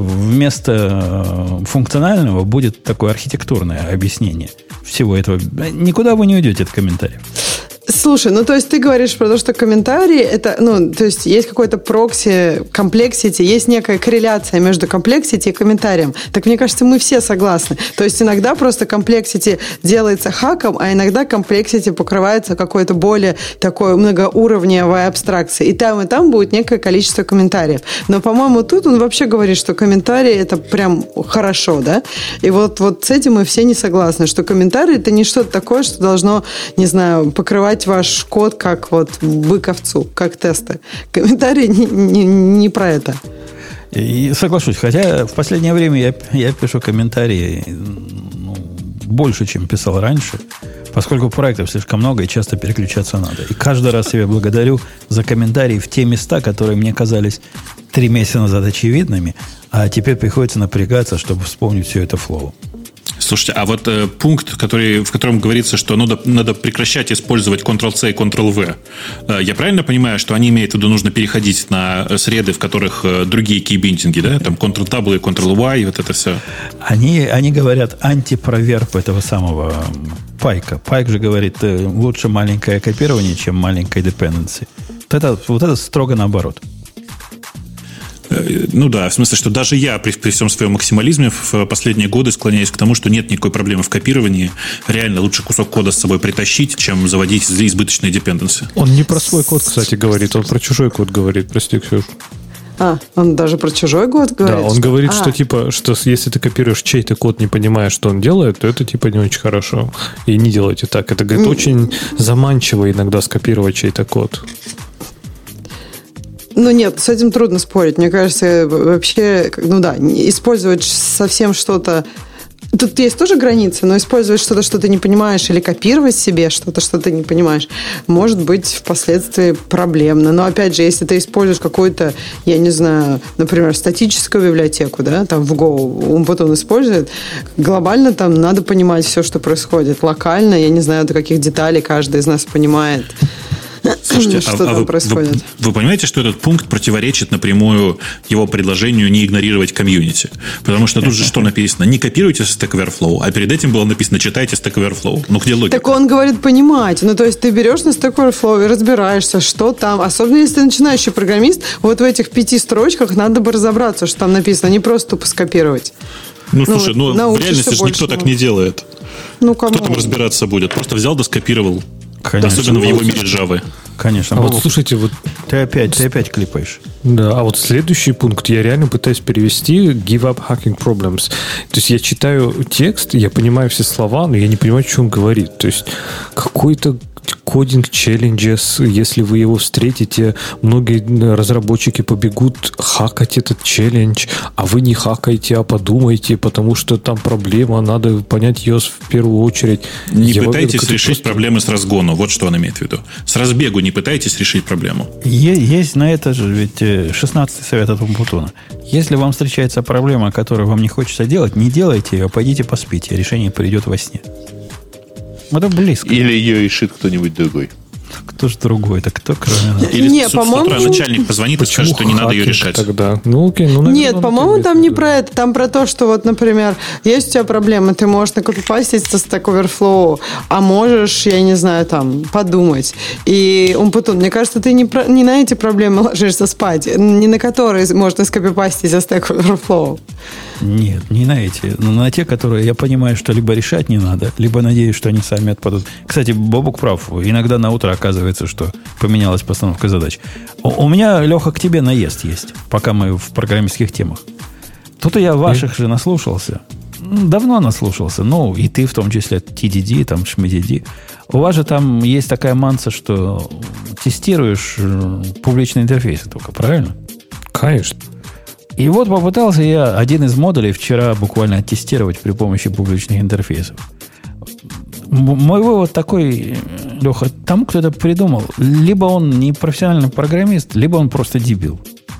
Вместо функционального будет такое архитектурное объяснение всего этого. Никуда вы не уйдете от комментариев. Слушай, то есть ты говоришь про то, что комментарии это, то есть есть какой-то прокси, комплексити, есть некая корреляция между комплексити и комментарием. Так мне кажется, мы все согласны. То есть иногда просто комплексити делается хаком, а иногда комплексити покрывается какой-то более такой многоуровневой абстракцией. И там будет некое количество комментариев. Но, по-моему, тут он вообще говорит, что комментарии это прям хорошо, да? И вот с этим мы все не согласны, что комментарии это не что-то такое, что должно, не знаю, покрывать ваш код как бык овцу, как тесты. Комментарии не про это. И соглашусь. Хотя в последнее время я пишу комментарии больше, чем писал раньше, поскольку проектов слишком много и часто переключаться надо. И каждый раз себя благодарю за комментарии в те места, которые мне казались 3 месяца назад очевидными, а теперь приходится напрягаться, чтобы вспомнить все это флоу. Слушайте, а вот пункт, в котором говорится, что надо прекращать использовать Ctrl-C и Ctrl-V, я правильно понимаю, что они имеют в виду, нужно переходить на среды, в которых другие кейбиндинги, да? Там Ctrl-W и Ctrl-Y, вот это все. Они говорят антипроверб этого самого Пайка. Пайк же говорит, лучше маленькое копирование, чем маленькое dependency. Вот это строго наоборот. Ну да, в смысле, что даже я при всем своем максимализме в последние годы склоняюсь к тому, что нет никакой проблемы в копировании. Реально лучше кусок кода с собой притащить, чем заводить избыточные депенденсы. Он не про свой код, кстати, говорит, он про чужой код говорит. Прости, Ксюш. Он даже про чужой код говорит? Да, он говорит, что если ты копируешь чей-то код, не понимая, что он делает, то это не очень хорошо. И не делайте так. Это, говорит, очень заманчиво иногда скопировать чей-то код. Нет, с этим трудно спорить. Мне кажется, вообще, использовать совсем что-то... Тут есть тоже границы, но использовать что-то, что ты не понимаешь, или копировать себе что-то, что ты не понимаешь, может быть впоследствии проблемно. Но, опять же, если ты используешь какую-то, я не знаю, например, статическую библиотеку, да, там в Go Умпутун использует, глобально там надо понимать все, что происходит. Локально, я не знаю, до каких деталей каждый из нас понимает. Слушайте, что там происходит. Вы понимаете, что этот пункт противоречит напрямую его предложению не игнорировать комьюнити? Потому что тут же что написано? Не копируйте Stack Overflow, а перед этим было написано читайте Stack Overflow. Где логика? Так он говорит понимать. То есть ты берешь на Stack Overflow и разбираешься, что там. Особенно если ты начинающий программист, вот в этих 5 строчках надо бы разобраться, что там написано, не просто тупо скопировать. Слушай, в реальности же никто так не делает. Кто там разбираться будет? Просто взял да скопировал. Конечно. Особенно в его мире Java. Конечно. А вот слушайте, ты опять клипаешь. Да, а вот следующий пункт я реально пытаюсь перевести give up hacking problems. То есть я читаю текст, я понимаю все слова, но я не понимаю, что он говорит. То есть какой-то кодинг challenges, если вы его встретите, многие разработчики побегут хакать этот челлендж, а вы не хакайте, а подумайте, потому что там проблема, надо понять ее в первую очередь. Не пытайтесь решить проблемы с разгону, вот что он имеет в виду. С разбегу не пытайтесь решить проблему. Есть на это же ведь 16-й совет от Умпутуна. Если вам встречается проблема, которую вам не хочется делать, не делайте ее, пойдите поспите, решение придет во сне. Это близко. Или ее решит кто-нибудь другой. Кто же другой? Так кто, кроме нас? Или с утра начальник позвонит и скажет, что не надо ее решать. Тогда? Окей, наверное, нет, по-моему, там не про это. Там про то, что вот, например, есть у тебя проблема, ты можешь накопипастить со Stack Overflow, а можешь, я не знаю, там, подумать. И Умпутун, мне кажется, ты не на эти проблемы ложишься спать, не на которые можно скопипастить со Stack Overflow. Нет, не на эти, но на те, которые я понимаю, что либо решать не надо, либо надеюсь, что они сами отпадут. Кстати, Бобук прав. Иногда на утро оказывается, что поменялась постановка задач. У меня, Леха, к тебе наезд есть, пока мы в программистских темах. Тут я ваших же наслушался. Давно наслушался. И ты в том числе TDD, там шмидиди. У вас же там есть такая манса, что тестируешь публичные интерфейсы только, правильно? Конечно. И вот попытался я один из модулей вчера буквально оттестировать при помощи публичных интерфейсов. Мой вывод такой, Леха, тому, кто это придумал, либо он не профессиональный программист, либо он просто дебил.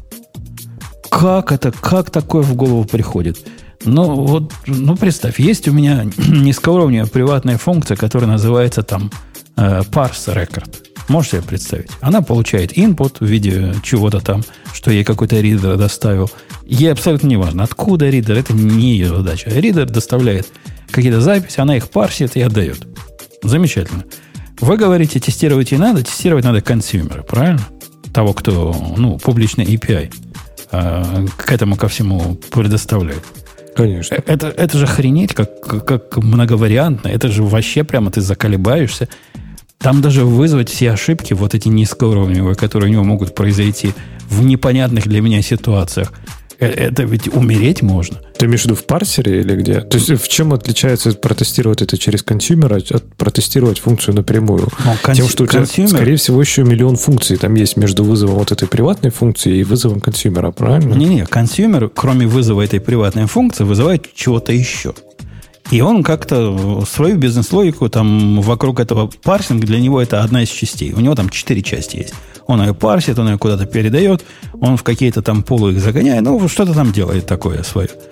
Как такое в голову приходит? Представь, есть у меня низкоуровневая приватная функция, которая называется там parse record. Можешь себе представить? Она получает input в виде чего-то там, что ей какой-то ридер доставил. Ей абсолютно не важно, откуда ридер, это не ее задача. Ридер доставляет какие-то записи, она их парсит и отдает. Замечательно. Вы говорите, тестировать надо консюмера, правильно? Того, кто, публичный API к этому ко всему предоставляет. Конечно. Это же охренеть, как многовариантно. Это же вообще прямо ты заколебаешься. Там даже вызвать все ошибки, вот эти низкоуровневые, которые у него могут произойти в непонятных для меня ситуациях. Это ведь умереть можно. Ты имеешь в виду в парсере или где? То есть в чем отличается протестировать это через консюмера от протестировать функцию напрямую? Тем, что у тебя, скорее всего, еще миллион функций там есть между вызовом вот этой приватной функции и вызовом консюмера, правильно? Не-не, консюмер, кроме вызова этой приватной функции, вызывает чего-то еще. И он как-то свою бизнес-логику там вокруг этого парсинга, для него это одна из частей. У него там 4 части есть. Он ее парсит, он ее куда-то передает, он в какие-то там полы их загоняет, что-то там делает такое свое.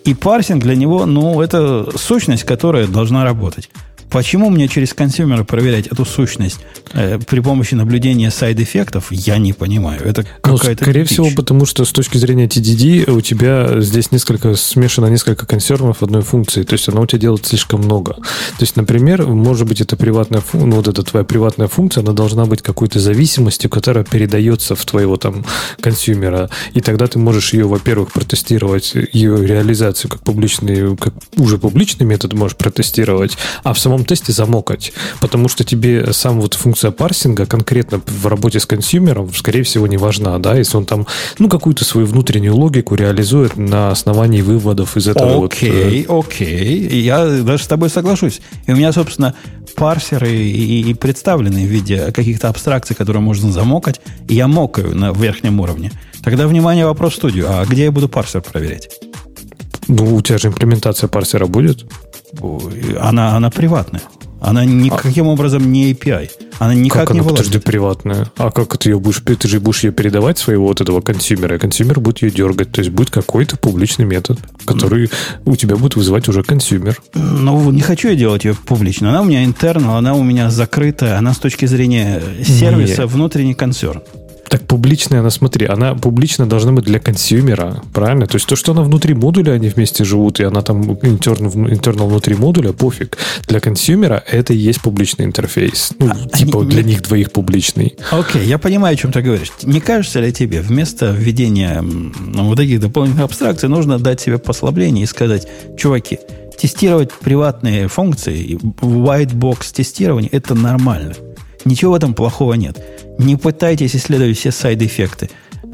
И парсинг для него, это сущность, которая должна работать. Почему мне через консюмера проверять эту сущность при помощи наблюдения сайд-эффектов, я не понимаю. Это какая-то скорее дичь. всего, потому что с точки зрения TDD у тебя здесь смешано несколько консервов одной функции. То есть она у тебя делает слишком много. То есть, например, может быть, это приватная вот эта твоя приватная функция, она должна быть какой-то зависимостью, которая передается в твоего там консюмера. И тогда ты можешь ее, во-первых, протестировать, ее реализацию как уже публичный метод можешь протестировать, а в самом тесте замокать, потому что тебе сам вот функция парсинга конкретно в работе с консюмером, скорее всего, не важна, да, если он там, какую-то свою внутреннюю логику реализует на основании выводов из этого. Окей, я даже с тобой соглашусь. И у меня, собственно, парсеры и представлены в виде каких-то абстракций, которые можно замокать, и я мокаю на верхнем уровне. Тогда, внимание, вопрос в студию. А где я буду парсер проверять? У тебя же имплементация парсера будет? Она приватная. Она никаким образом не API. Она никак не вылазит. Подожди, приватная. А как ты ее будешь? Ты же будешь ее передавать своего вот этого консюмера, и консюмер будет ее дергать. То есть будет какой-то публичный метод, который у тебя будет вызывать уже консюмер. Не хочу я делать ее публично. Она у меня интернал, она у меня закрытая. Она с точки зрения сервиса внутренний консерн. Так публичная, она публично должна быть для консюмера, правильно? То есть то, что она внутри модуля, они вместе живут, и она там internal внутри модуля, пофиг. Для консюмера это и есть публичный интерфейс. Для них двоих публичный. Окей, я понимаю, о чем ты говоришь. Не кажется ли тебе, вместо введения вот таких дополнительных абстракций, нужно дать себе послабление и сказать, чуваки, тестировать приватные функции, white box тестирование, это нормально. Ничего в этом плохого нет. Не пытайтесь исследовать все сайд-эффекты,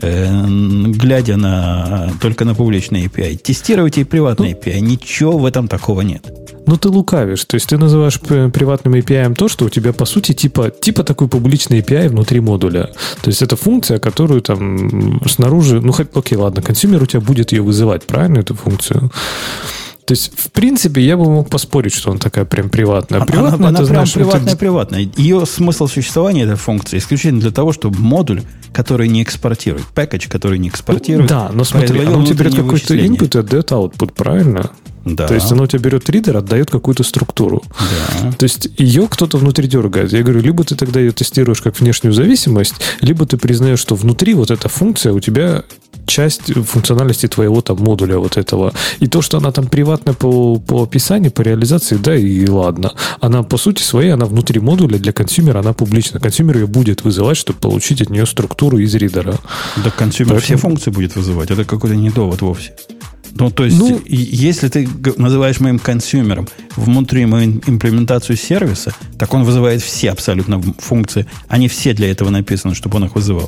глядя только на публичные API. Тестируйте и приватные API. Ничего в этом такого нет. Ты лукавишь. То есть ты называешь приватным API то, что у тебя, по сути, типа такой публичный API внутри модуля. То есть это функция, которую там снаружи... Окей, ладно, консюмер у тебя будет ее вызывать, правильно, эту функцию? То есть, в принципе, я бы мог поспорить, что она такая прям приватная. Она прям приватная. Ее смысл существования этой функции исключительно для того, чтобы модуль, который не экспортирует, пэкэдж, который не экспортирует... Да, но смотри, она у тебя берет какой-то input и отдает output, правильно? Да. То есть она у тебя берет ридер, отдает какую-то структуру. Да. То есть ее кто-то внутри дергает. Я говорю, либо ты тогда ее тестируешь как внешнюю зависимость, либо ты признаешь, что внутри вот эта функция у тебя часть функциональности твоего там модуля вот этого. И то, что она там приватная по описанию, по реализации, да, и ладно. Она по сути своей, она внутри модуля, для консюмера она публична. Консюмер ее будет вызывать, чтобы получить от нее структуру из ридера. Да, консюмер все функции будет вызывать. Это какой-то не довод вовсе. То есть, если ты называешь моим консюмером внутри мою имплементацию сервиса, так он вызывает все абсолютно функции. Они все для этого написаны, чтобы он их вызывал.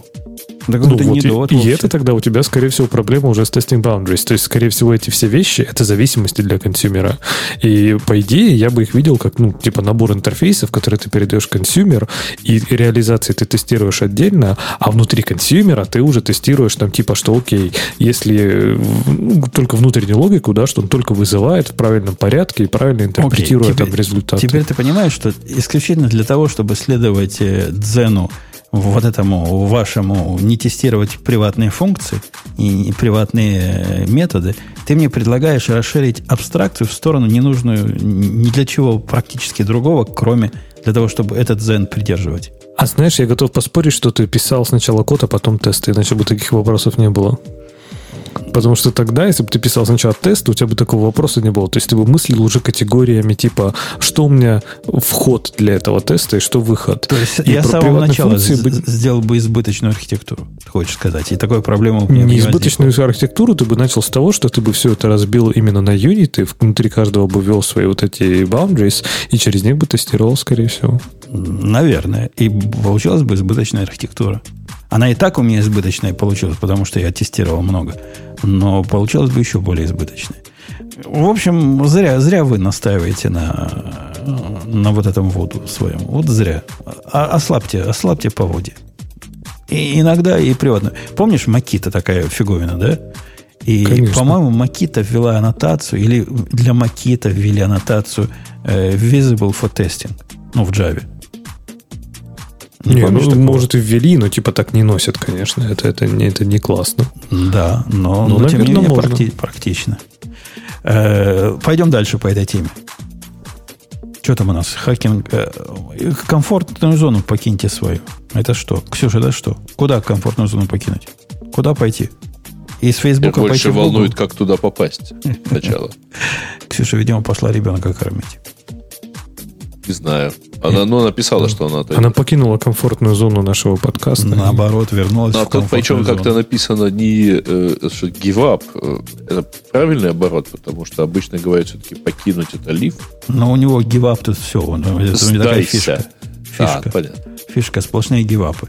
Это тогда у тебя, скорее всего, проблема уже с testing boundaries. То есть, скорее всего, эти все вещи — это зависимости для консюмера. И, по идее, я бы их видел как, набор интерфейсов, которые ты передаешь консюмер, и реализации ты тестируешь отдельно, а внутри консюмера ты уже тестируешь там, что окей, если только внутреннюю логику, да, что он только вызывает в правильном порядке и правильно интерпретирует там результаты. Теперь ты понимаешь, что исключительно для того, чтобы следовать Дзену, вот этому вашему не тестировать приватные функции и приватные методы, ты мне предлагаешь расширить абстракцию в сторону ненужную ни для чего практически другого, кроме для того, чтобы этот дзен придерживать. А знаешь, я готов поспорить, что ты писал сначала код, а потом тесты, иначе бы таких вопросов не было. Потому что тогда, если бы ты писал сначала тест, у тебя бы такого вопроса не было. То есть ты бы мыслил уже категориями типа, что у меня вход для этого теста и что выход. То есть я с самого начала сделал бы избыточную архитектуру, хочешь сказать. И такой проблемы у меня не избыточную архитектуру ты бы начал с того, что ты бы все это разбил именно на юниты, внутри каждого бы ввел свои вот эти boundaries, и через них бы тестировал, скорее всего. Наверное. И получилась бы избыточная архитектура. Она и так у меня избыточная получилась, потому что я тестировал много. Но получилось бы еще более избыточной. В общем, зря вы настаиваете на вот этом воду своем. Вот зря. Ослабьте по воде. И иногда и приватно. Помнишь, Макита такая фиговина, да? И, конечно, по-моему, Макита ввела аннотацию, или для Макита ввели аннотацию visible for testing. В Java. Может, и ввели, но типа так не носят, конечно. Это не классно. Да, но тем не менее практично. Пойдем дальше по этой теме. Что там у нас? Хакинг. Комфортную зону покиньте свою. Это что? Ксюша, это что? Куда комфортную зону покинуть? Куда пойти? Из Фейсбука пойти больше в Google? Волнует, как туда попасть сначала. Ксюша, видимо, пошла ребенка кормить. Не знаю. Она написала, что она... Она покинула комфортную зону нашего подкаста. Наоборот, вернулась в комфортную причем зону. как-то написано не give up. Это правильный оборот, потому что обычно говорят все-таки покинуть это leave. Но у него give up тут все. Это такая фишка. Понятно. Фишка, сплошные гивапы.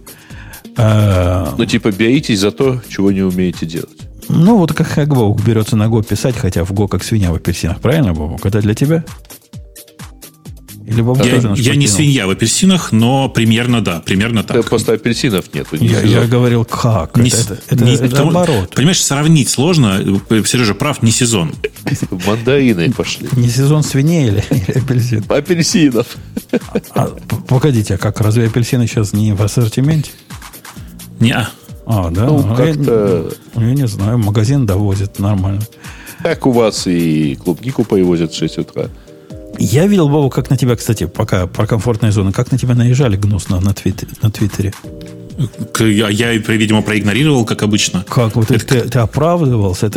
Типа беритесь за то, чего не умеете делать. Ну, вот как Бобук берется на Go писать, хотя в Go как свинья в апельсинах. Правильно, Бобук? Это для тебя? Или Бобук тоже нас Я не свинья в апельсинах, но примерно да, примерно так. Просто апельсинов нет. Я говорил, как? Это наоборот. Понимаешь, сравнить сложно. Сережа прав, не сезон. Мандарины пошли. Не сезон свиней или апельсин? Апельсинов. Погодите, а как? Разве апельсины сейчас не в ассортименте? Не-а. Да? Как-то... Я не знаю, магазин довозит нормально. Так у вас и клубнику привозят в 6 утра. Я видел, Бобу, как на тебя, кстати, пока про комфортные зоны, как на тебя наезжали гнусно на Твиттере. Я, видимо, проигнорировал, как обычно. Как? Вот ты оправдывался?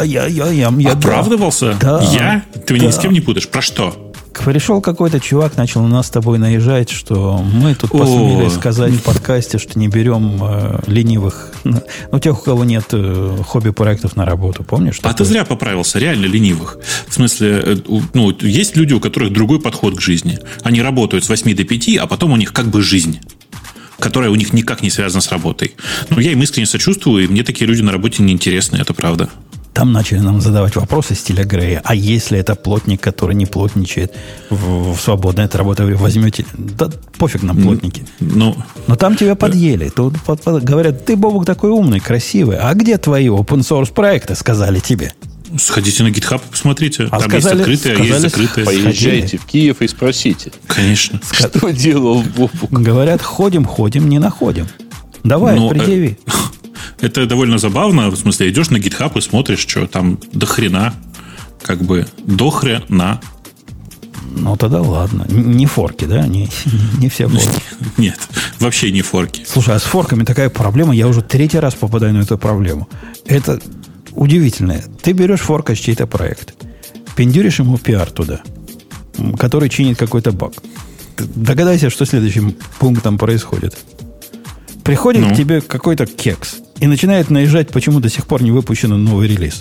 Я оправдывался? Да. Я? Ты меня ни с кем не путаешь. Про что? Пришел какой-то чувак, начал на нас с тобой наезжать, что мы тут посмели сказать в подкасте, что не берем ленивых, тех, у кого нет хобби-проектов на работу, помнишь? Ты зря поправился, реально ленивых. В смысле, есть люди, у которых другой подход к жизни. Они работают с 8 до 5, а потом у них как бы жизнь, которая у них никак не связана с работой. Я им искренне сочувствую, и мне такие люди на работе неинтересны, это правда. Там начали нам задавать вопросы стиля Грея. А если это плотник, который не плотничает в свободное от работы, вы возьмете... Да пофиг нам плотники. Но там тебя подъели. Тут говорят, ты, Бобук, такой умный, красивый. А где твои open-source проекты, сказали тебе? Сходите на GitHub и посмотрите. Там сказали, есть открытые, а есть закрытые. Поезжайте в Киев и спросите. Конечно. Что делал Бобук? Говорят, ходим, не находим. Давай, предъяви. Это довольно забавно. В смысле, идешь на GitHub и смотришь, что там до хрена. Как бы до хрена. Тогда ладно. Не форки, да? Не все форки. Нет, вообще не форки. Слушай, а с форками такая проблема. Я уже 3-й раз попадаю на эту проблему. Это удивительное. Ты берешь форкаешь чей-то проект. Пиндюришь ему пиар туда, который чинит какой-то баг. Догадайся, что следующим пунктом происходит. Приходит к тебе какой-то кекс и начинает наезжать, почему до сих пор не выпущен новый релиз.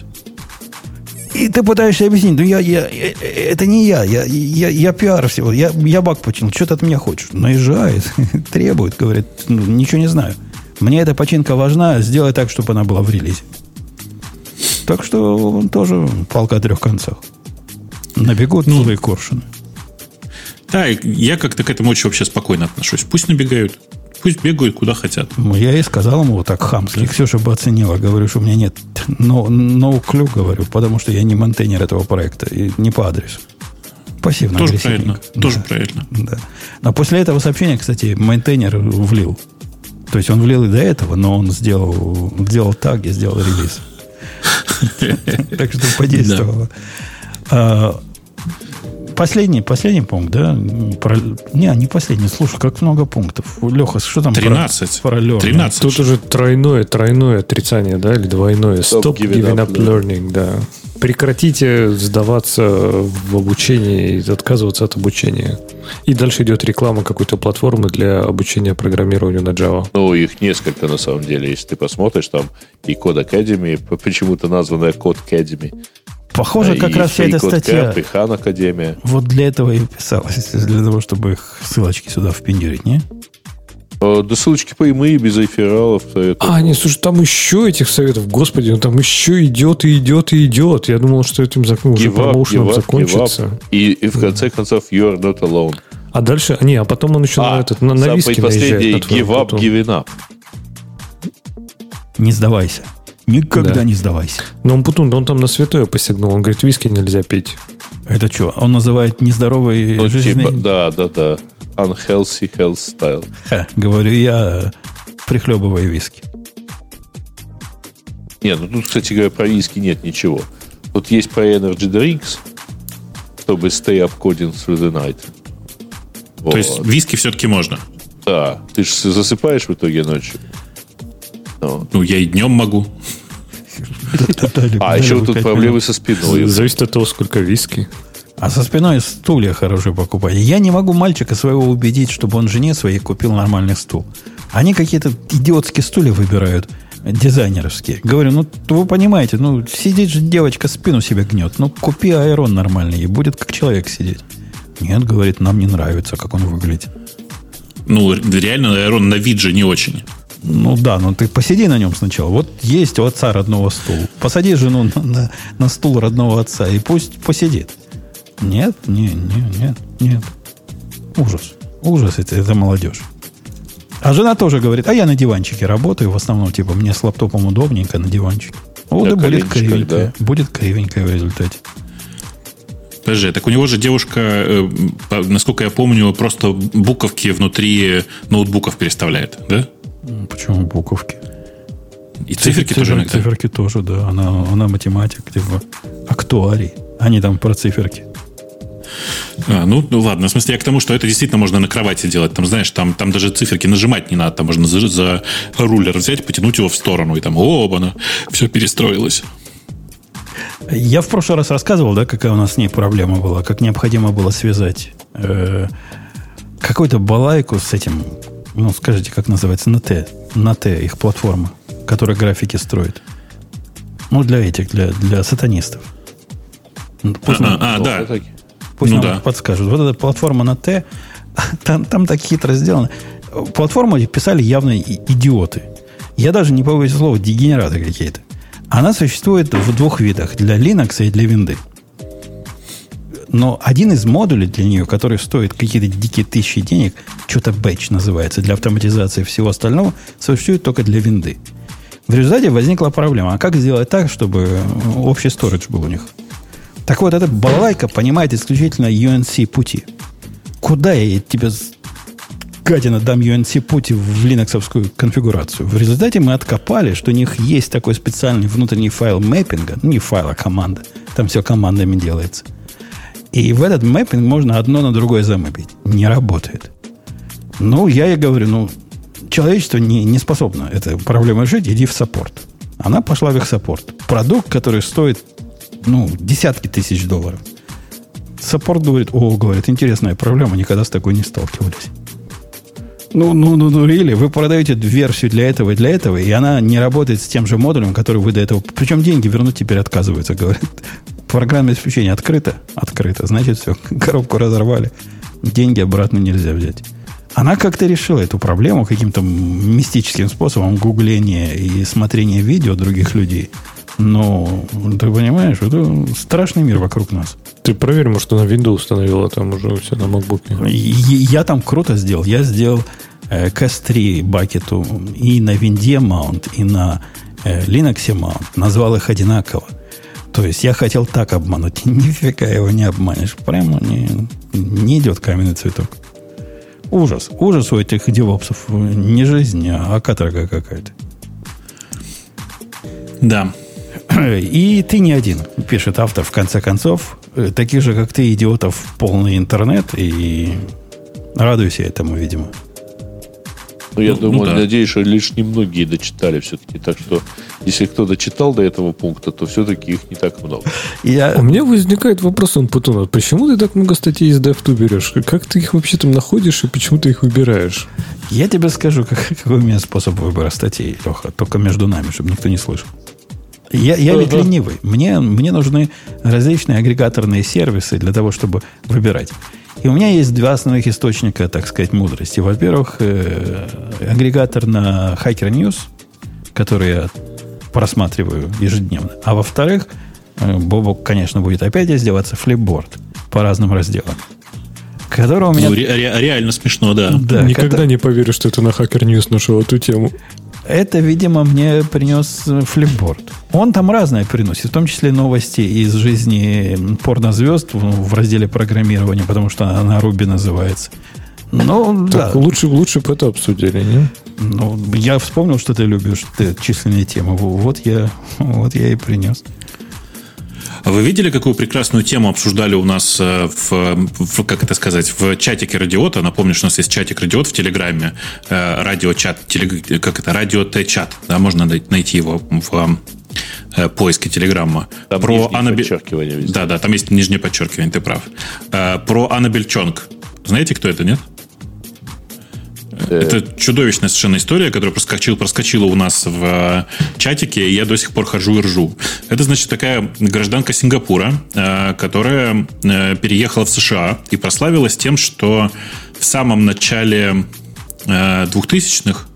И ты пытаешься объяснить, это не я пиар всего, я баг починил, что ты от меня хочешь? Наезжает, требует, говорит, ничего не знаю. Мне эта починка важна, сделай так, чтобы она была в релизе. Так что тоже палка о 3 концах. Набегут злые коршуны. Да, я как-то к этому очень вообще спокойно отношусь. Пусть набегают. Пусть бегают, куда хотят. Я и сказал ему вот так хамски. Да. Ксюша бы оценила. Говорю, что у меня нет no clue, говорю, потому что я не мейнтейнер этого проекта и не по адресу. Пассивно. Тоже правильно. Да. Тоже правильно. Да. Но после этого сообщения, кстати, мейнтейнер влил. То есть он влил и до этого, но он сделал таги, сделал релиз. Так что подействовало. Последний пункт, да? Не последний. Слушай, как много пунктов. Леха, что там 13. Про learning? 13. Тут уже тройное отрицание, да? Или двойное. Stop giving up learning, да. Прекратите сдаваться в обучении и отказываться от обучения. И дальше идет реклама какой-то платформы для обучения программированию на Java. Их несколько, на самом деле. Если ты посмотришь, там и Code Academy, почему-то названная Code Academy. Похоже, как раз вся эта статья и Хан Академия. Вот для этого и писалась. Для того, чтобы их ссылочки сюда впендюрить, не? Да ссылочки прямые, без рефералов. Нет, слушай, там еще этих советов, господи, там еще идет. Я думал, что этим уже промоушеном закончится. И в конце концов, you're not alone. А дальше, а потом он еще на виски наезжает. Give up, giving up. Не сдавайся. Никогда не сдавайся. Но он там на святое посягнул. Он говорит, виски нельзя пить. Это что? Он называет нездоровый жизненный... Да. Unhealthy health style. Говорю я, прихлебывая виски. Нет, тут, кстати говоря, про виски нет ничего. Тут есть про Energy Drinks, чтобы stay up coding through the night. Вот. То есть виски все-таки можно? Да. Ты же засыпаешь в итоге ночью. Ну, я и днем могу. А еще тут проблемы со спиной. Зависит от того, сколько виски. А со спиной стулья хорошие покупать. Я не могу мальчика своего убедить, чтобы он жене своей купил нормальный стул. Они какие-то идиотские стулья выбирают, дизайнеровские. Говорю, ну, вы понимаете, ну, сидит же девочка, спину себе гнет. Ну, купи Айрон нормальный, и будет как человек сидеть. Нет, говорит, нам не нравится, как он выглядит. Ну, реально, Айрон на вид же не очень. Ну да, но ты посиди на нем сначала. Вот есть у отца родного стул. Посади жену на стул родного отца, и пусть посидит. Нет. Ужас, это молодежь. А жена тоже говорит, а я на диванчике работаю, в основном, типа, мне с лаптопом удобненько на диванчике. Вот и будет кривенькая. Да. Будет кривенькая в результате. Подожди, так у него же девушка, насколько я помню, просто буковки внутри ноутбуков переставляет, да? Почему буковки? И циферки тоже иногда? Циферки тоже, да. Она математик, типа актуарий. Они там про циферки. Ну ладно, в смысле, я к тому, что это действительно можно на кровати делать. Там, знаешь, там даже циферки нажимать не надо. Там можно за рулер взять, потянуть его в сторону, и там, оба, все перестроилось. Я в прошлый раз рассказывал, да, какая у нас с ней проблема была, как необходимо было связать какую-то балайку с этим, ну, скажите, как называется, на Т их платформа, которая графики строит. Ну, для этих, для сатанистов. Пусть да. Пусть нам подскажут. Вот эта платформа на Т, там так хитро сделано. Платформу писали явно идиоты. Я даже не побоюсь слова, дегенераты какие-то. Она существует в двух видах. Для Linux и для Windows. Но один из модулей для нее, который стоит какие-то дикие тысячи денег, что-то batch называется, для автоматизации всего остального, существует только для Windows. В результате возникла проблема. А как сделать так, чтобы общий storage был у них? Так вот, эта балалайка понимает исключительно UNC пути. Куда я тебе, гадина, дам UNC пути в линоксовскую конфигурацию? В результате мы откопали, что у них есть такой специальный внутренний файл мэппинга. Не файл, а команда. Там все командами делается. И в этот мэппинг можно одно на другое замэпить. Не работает. Ну, я ей говорю, человечество не способно этой проблемой решить, иди в саппорт. Она пошла в их саппорт. Продукт, который стоит, десятки тысяч долларов. Саппорт говорит, интересная проблема, никогда с такой не сталкивались. Really? Вы продаете версию для этого и для этого, и она не работает с тем же модулем, который вы до этого... Причем деньги вернуть теперь отказываются, говорят. Программное обеспечение открыто? Открыто. Значит, все, коробку разорвали. Деньги обратно нельзя взять. Она как-то решила эту проблему каким-то мистическим способом гугления и смотрения видео других людей. Но, ты понимаешь, это страшный мир вокруг нас. Ты проверь, может, она Windows установила там уже у себя на MacBook. Я там круто сделал. Я сделал CAS3 бакету и на Винде маунт, и на Linux маунт. Назвал их одинаково. То есть я хотел так обмануть. Нифига его не обманешь. Прямо не идет каменный цветок. Ужас. Ужас у этих девопсов. Не жизнь, а каторга какая-то. Да. И ты не один, пишет автор, в конце концов. Таких же, как ты, идиотов, полный интернет. И радуйся этому, видимо. Я думаю, надеюсь, что лишь немногие дочитали все-таки. Так что, если кто дочитал до этого пункта, то все-таки их не так много. У меня возникает вопрос, Путун, почему ты так много статей из DevTool берешь? Как ты их вообще там находишь и почему ты их выбираешь? Я тебе скажу, какой у меня способ выбора статей, Леха. Только между нами, чтобы никто не слышал. Я ведь ленивый. Мне нужны различные агрегаторные сервисы для того, чтобы выбирать. И у меня есть два основных источника, так сказать, мудрости. Во-первых, агрегатор на Hacker News, который я просматриваю ежедневно. А во-вторых, Бобок, конечно, будет опять издеваться, Flipboard по разным разделам. Которого у меня... реально смешно, да. Никогда не поверю, что это на Hacker News нашел эту тему. Это, видимо, мне принес Flipboard. Он там разное приносит, в том числе новости из жизни порнозвезд в разделе программирования, потому что она на Ruby называется. Так, да. Лучше бы это обсудили, не? Я вспомнил, что ты любишь численные темы. Вот я и принес. Вы видели, какую прекрасную тему обсуждали у нас как это сказать, в чатике Радиота? Напомню, что у нас есть чатик Радиот в Телеграме, радиочат, радио Т-чат, да, можно найти его в поиске Телеграмма. Там про нижнее подчеркивание везде. Да, там есть нижнее подчеркивание, ты прав. Про Аннабель Чонг. Знаете, кто это, нет? Это чудовищная совершенно история, которая проскочила у нас в чатике, и я до сих пор хожу и ржу. Это, значит, такая гражданка Сингапура, которая переехала в США и прославилась тем, что в самом начале 2000-х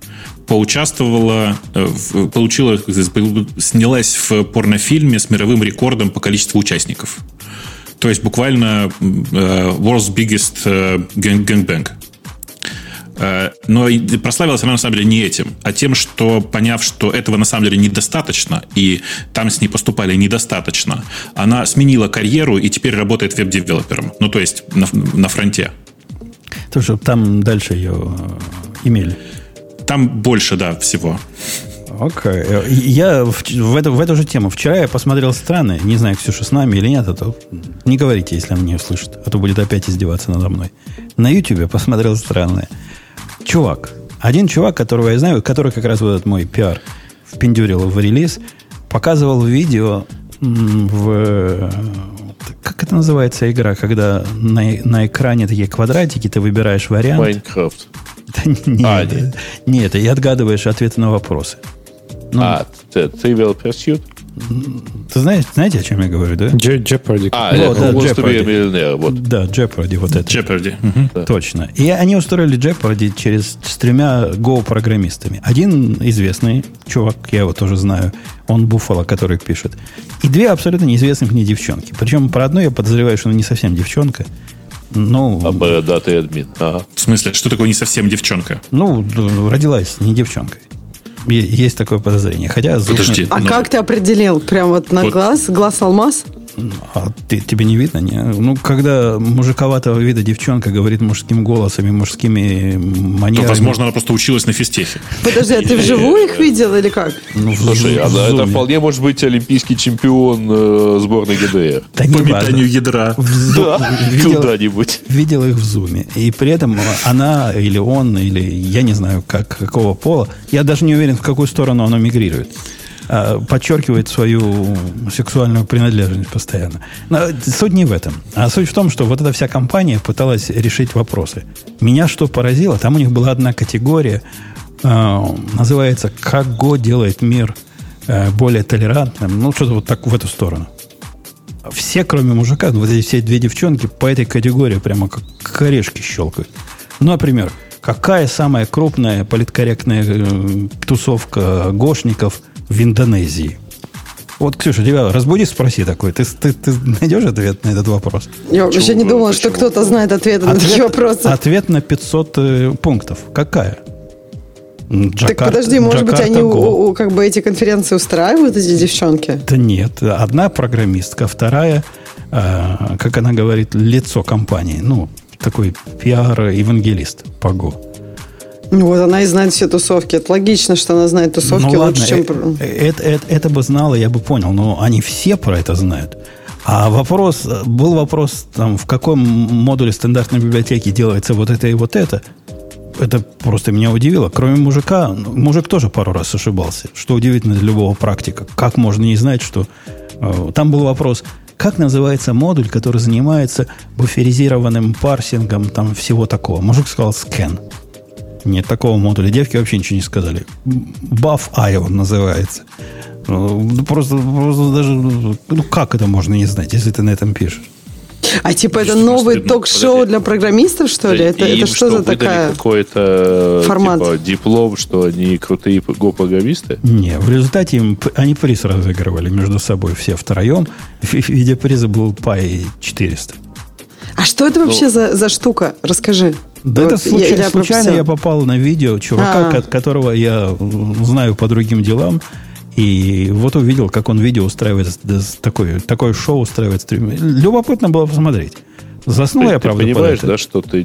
снялась в порнофильме с мировым рекордом по количеству участников. То есть буквально world's biggest gangbang. Но прославилась она на самом деле не этим, а тем, что, поняв, что этого на самом деле недостаточно, и там с ней поступали недостаточно, она сменила карьеру и теперь работает веб-девелопером. Ну, то есть на фронте. То, что там дальше ее имели. Там больше, да, всего. Окей. Я в эту же тему. Вчера я посмотрел «Страны». Не знаю, Ксюша с нами или нет. А то не говорите, если она не услышит. А то будет опять издеваться надо мной. На Ютубе посмотрел «Страны». Один чувак, которого я знаю, который как раз вот этот мой пиар впендюрил в релиз, показывал видео как это называется игра, когда на экране такие квадратики, ты выбираешь вариант. Майнкрафт. Нет, и отгадываешь ответы на вопросы. Trivial Pursuit? Знаете, о чем я говорю, да? Jeopardy. Jeopardy. Да, Jeopardy, вот это. Jeopardy. Да. Точно. И они устроили Jeopardy с 3 Go-программистами. Один известный чувак, я его тоже знаю, он Буффало, который пишет. И 2 абсолютно неизвестных мне девчонки. Причем про одну я подозреваю, что она не совсем девчонка. Бородатый админ. Ага. В смысле, что такое не совсем девчонка? Родилась не девчонкой. Есть такое подозрение. Хотя подожди. Как ты определил? Прям вот на глаз алмаз? А тебе не видно? Не? Когда мужиковатого вида девчонка говорит мужским голосом и мужскими манерами... То, возможно, она просто училась на физтехе. Подожди, а ты вживую их видел или как? Слушай, это вполне может быть олимпийский чемпион сборной ГДР. По метанию ядра. Куда-нибудь. Видел их в зуме. И при этом она или он, или я не знаю, какого пола, я даже не уверен, в какую сторону оно мигрирует. Подчеркивает свою сексуальную принадлежность постоянно. Но суть не в этом. А суть в том, что вот эта вся компания пыталась решить вопросы. Меня что поразило, там у них была одна категория, называется «Как Go делает мир более толерантным». Что-то вот так в эту сторону. Все, кроме мужика, вот эти все 2 девчонки по этой категории прямо как орешки щелкают. Например, какая самая крупная политкорректная тусовка гошников в Индонезии? Вот, Ксюша, тебя разбуди, спроси такой. Ты найдешь ответ на этот вопрос? Я вообще не думала, что кто-то знает ответы на такие вопросы. Ответ на 500 пунктов. Какая? Так подожди, может быть, они эти конференции устраивают, эти девчонки? Да нет. Одна программистка, вторая, как она говорит, лицо компании. Такой пиар-евангелист по Go. Вот она и знает все тусовки. Это логично, что она знает тусовки лучше, чем... Это бы знала, я бы понял, но они все про это знают. А был вопрос, в каком модуле стандартной библиотеки делается вот это и вот это. Это просто меня удивило. Кроме мужика, мужик тоже пару раз ошибался, что удивительно для любого практика. Как можно не знать, что... Там был вопрос, как называется модуль, который занимается буферизированным парсингом всего такого. Мужик сказал scan. Нет такого модуля. Девки вообще ничего не сказали. Buff.io он называется. Просто даже... как это можно не знать, если ты на этом пишешь? А это новый ток-шоу для программистов, что ли? Это что за такая... какой-то формат? Диплом, что они крутые го-программисты? Не, в результате они приз разыгрывали между собой все втроем. В виде приза был Pi 400. А что это вообще за штука? Расскажи. Да это случайно я попал на видео чувака, которого я знаю по другим делам. И вот увидел, как он видео устраивает, такое шоу устраивает. Любопытно было посмотреть. Заснул я, правда, ты понимаешь, да, что ты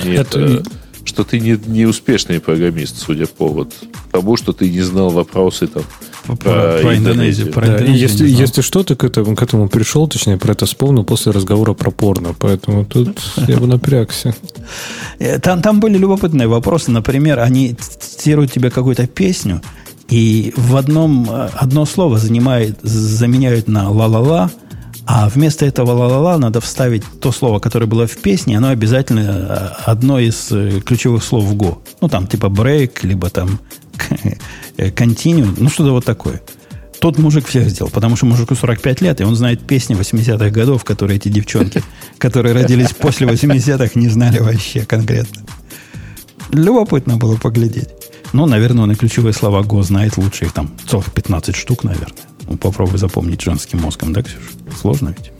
не успешный программист, судя по тому, что ты не знал вопросы Про Индонезию. Если что, ты к этому пришел, точнее, про это вспомнил после разговора про порно. Поэтому тут я бы напрягся. Там были любопытные вопросы. Например, они цитируют тебе какую-то песню, и в одно слово заменяют на ла-ла-ла, а вместо этого ла-ла-ла надо вставить то слово, которое было в песне, оно обязательно одно из ключевых слов в Go. Ну, там, типа break, либо там continue, ну, что-то вот такое. Тот мужик всех сделал, потому что мужику 45 лет, и он знает песни 80-х годов, которые эти девчонки, которые родились после 80-х, не знали вообще конкретно. Любопытно было поглядеть. Ну, наверное, он и ключевые слова Go знает лучше. Их там целых 15 штук, наверное. Ну, попробуй запомнить женским мозгом, да, Ксюша? Сложно ведь?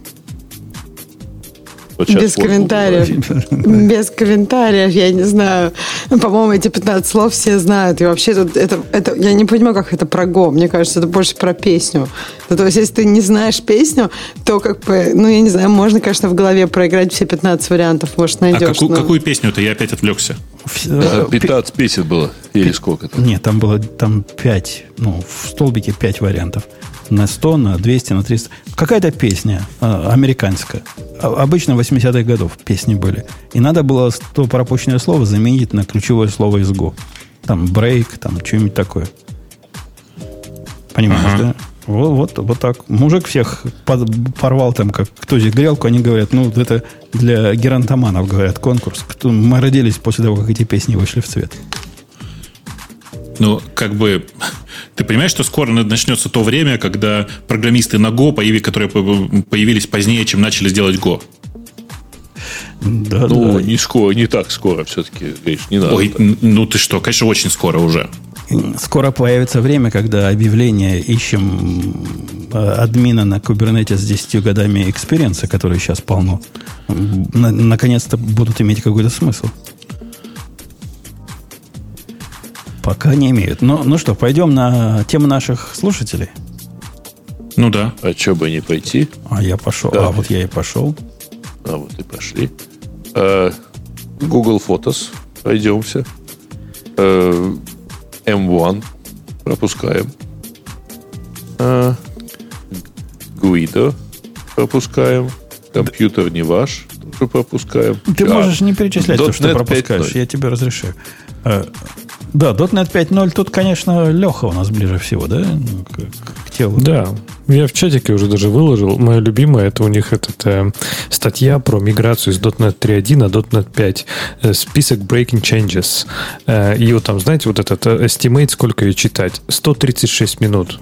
Вот без комментариев. Без комментариев, я не знаю. По-моему, эти 15 слов все знают. И вообще тут это я не понимаю, как это про Go. Мне кажется, это больше про песню. То есть, если ты не знаешь песню, то как бы, ну, я не знаю, можно, конечно, в голове проиграть все 15 вариантов, может, найдешь. А какую песню-то? Я опять отвлекся. 15 песен было. Или сколько-то? Нет, там было 5, ну, в столбике 5 вариантов. На 100, на 200, на 300. Какая-то песня американская. Обычно 80-х годов песни были. И надо было то пропущенное слово заменить на ключевое слово из Go. Там break, там что-нибудь такое. Понимаешь, да? Вот так. Мужик всех порвал там, как кто здесь грелку. Они говорят, ну, это для геронтоманов, говорят, конкурс. Мы родились после того, как эти песни вышли в цвет. Ну, как бы, ты понимаешь, что скоро начнется то время, когда программисты на Go, которые появились позднее, чем начали делать Go? Да, ну, да. не так скоро все-таки, говоришь, не надо. Ой, ну ты что, конечно, очень скоро уже. Скоро появится время, когда объявление ищем админа на Kubernetes с 10 годами экспириенса, который сейчас полно, наконец-то будут иметь какой-то смысл. Пока не имеют. Ну что, пойдем на тему наших слушателей? Ну да. А что бы не пойти? А я пошел. Да. А вот я и пошел. А вот и пошли. Google Photos. Пойдемся. M1. Пропускаем. Guido. Пропускаем. Компьютер не ваш. Тоже пропускаем. Ты можешь не перечислять то, что пропускаешь. 5.0. Я тебе разрешаю. Да, .NET 5.0 тут, конечно, Леха у нас ближе всего, да? К телу. Да, я в чатике уже даже выложил. Моя любимая, это у них статья про миграцию из .NET 3.1 на .NET 5. Список breaking changes. И вот там, знаете, вот этот estimate, сколько ее читать? 136 минут.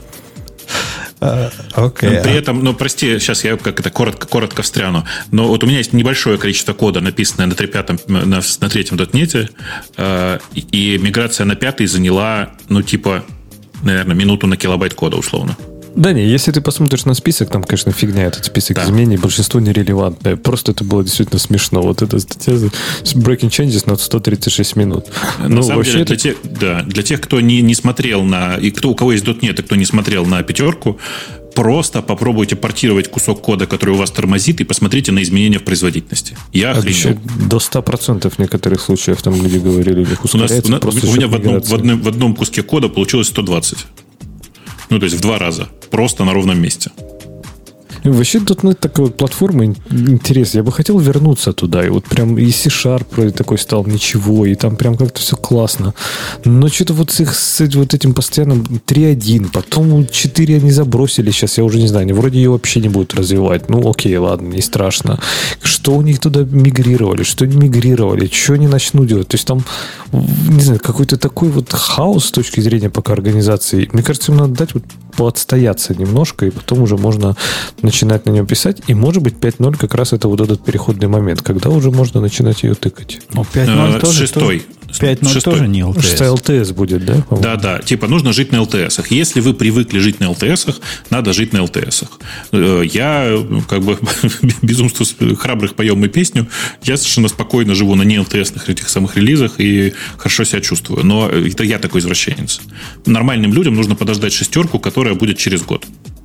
Okay. При этом, ну, прости, сейчас я как это коротко встряну, но вот у меня есть небольшое количество кода, написанное на 3.м .NET, и миграция на 5 заняла, ну, типа, наверное, минуту на килобайт кода, условно. Да не, если ты посмотришь на список, там, конечно, фигня этот список изменений, большинство нерелевантное. Просто это было действительно смешно. Вот эта статья с breaking changes на 136 минут. На самом деле, для тех, кто не смотрел и у кого есть .NET, и кто не смотрел на 5, просто попробуйте портировать кусок кода, который у вас тормозит, и посмотрите на изменения в производительности. Я охренел. До 100% в некоторых случаях там люди говорили, у меня в одном куске кода получилось 120. Ну, то есть в 2 раза. Просто на ровном месте. Вообще, .NET такая вот платформа интересная. Я бы хотел вернуться туда. И вот прям и C# такой стал ничего. И там прям как-то все классно. Но что-то вот с вот этим постоянным 3.1. Потом 4 они забросили. Сейчас я уже не знаю. Они вроде ее вообще не будут развивать. Ну, окей, ладно, не страшно. Что у них туда мигрировали? Что не мигрировали? Что они начнут делать? То есть там, не знаю, какой-то такой вот хаос с точки зрения пока организации. Мне кажется, им надо дать вот поотстояться немножко, и потом уже можно начинать на нем писать. И, может быть, 5.0 как раз это вот этот переходный момент, когда уже можно начинать ее тыкать. Ну, 5.0 тоже. 5.0 тоже не LTS. Что LTS будет, да? Да. Типа нужно жить на LTS-ах. Если вы привыкли жить на LTS-ах, надо жить на LTS-ах. Я, как бы, безумство храбрых поем мы песню. Я совершенно спокойно живу на не LTS-ных этих самых релизах и хорошо себя чувствую. Но это я такой извращенец. Нормальным людям нужно подождать 6, которая будет через год.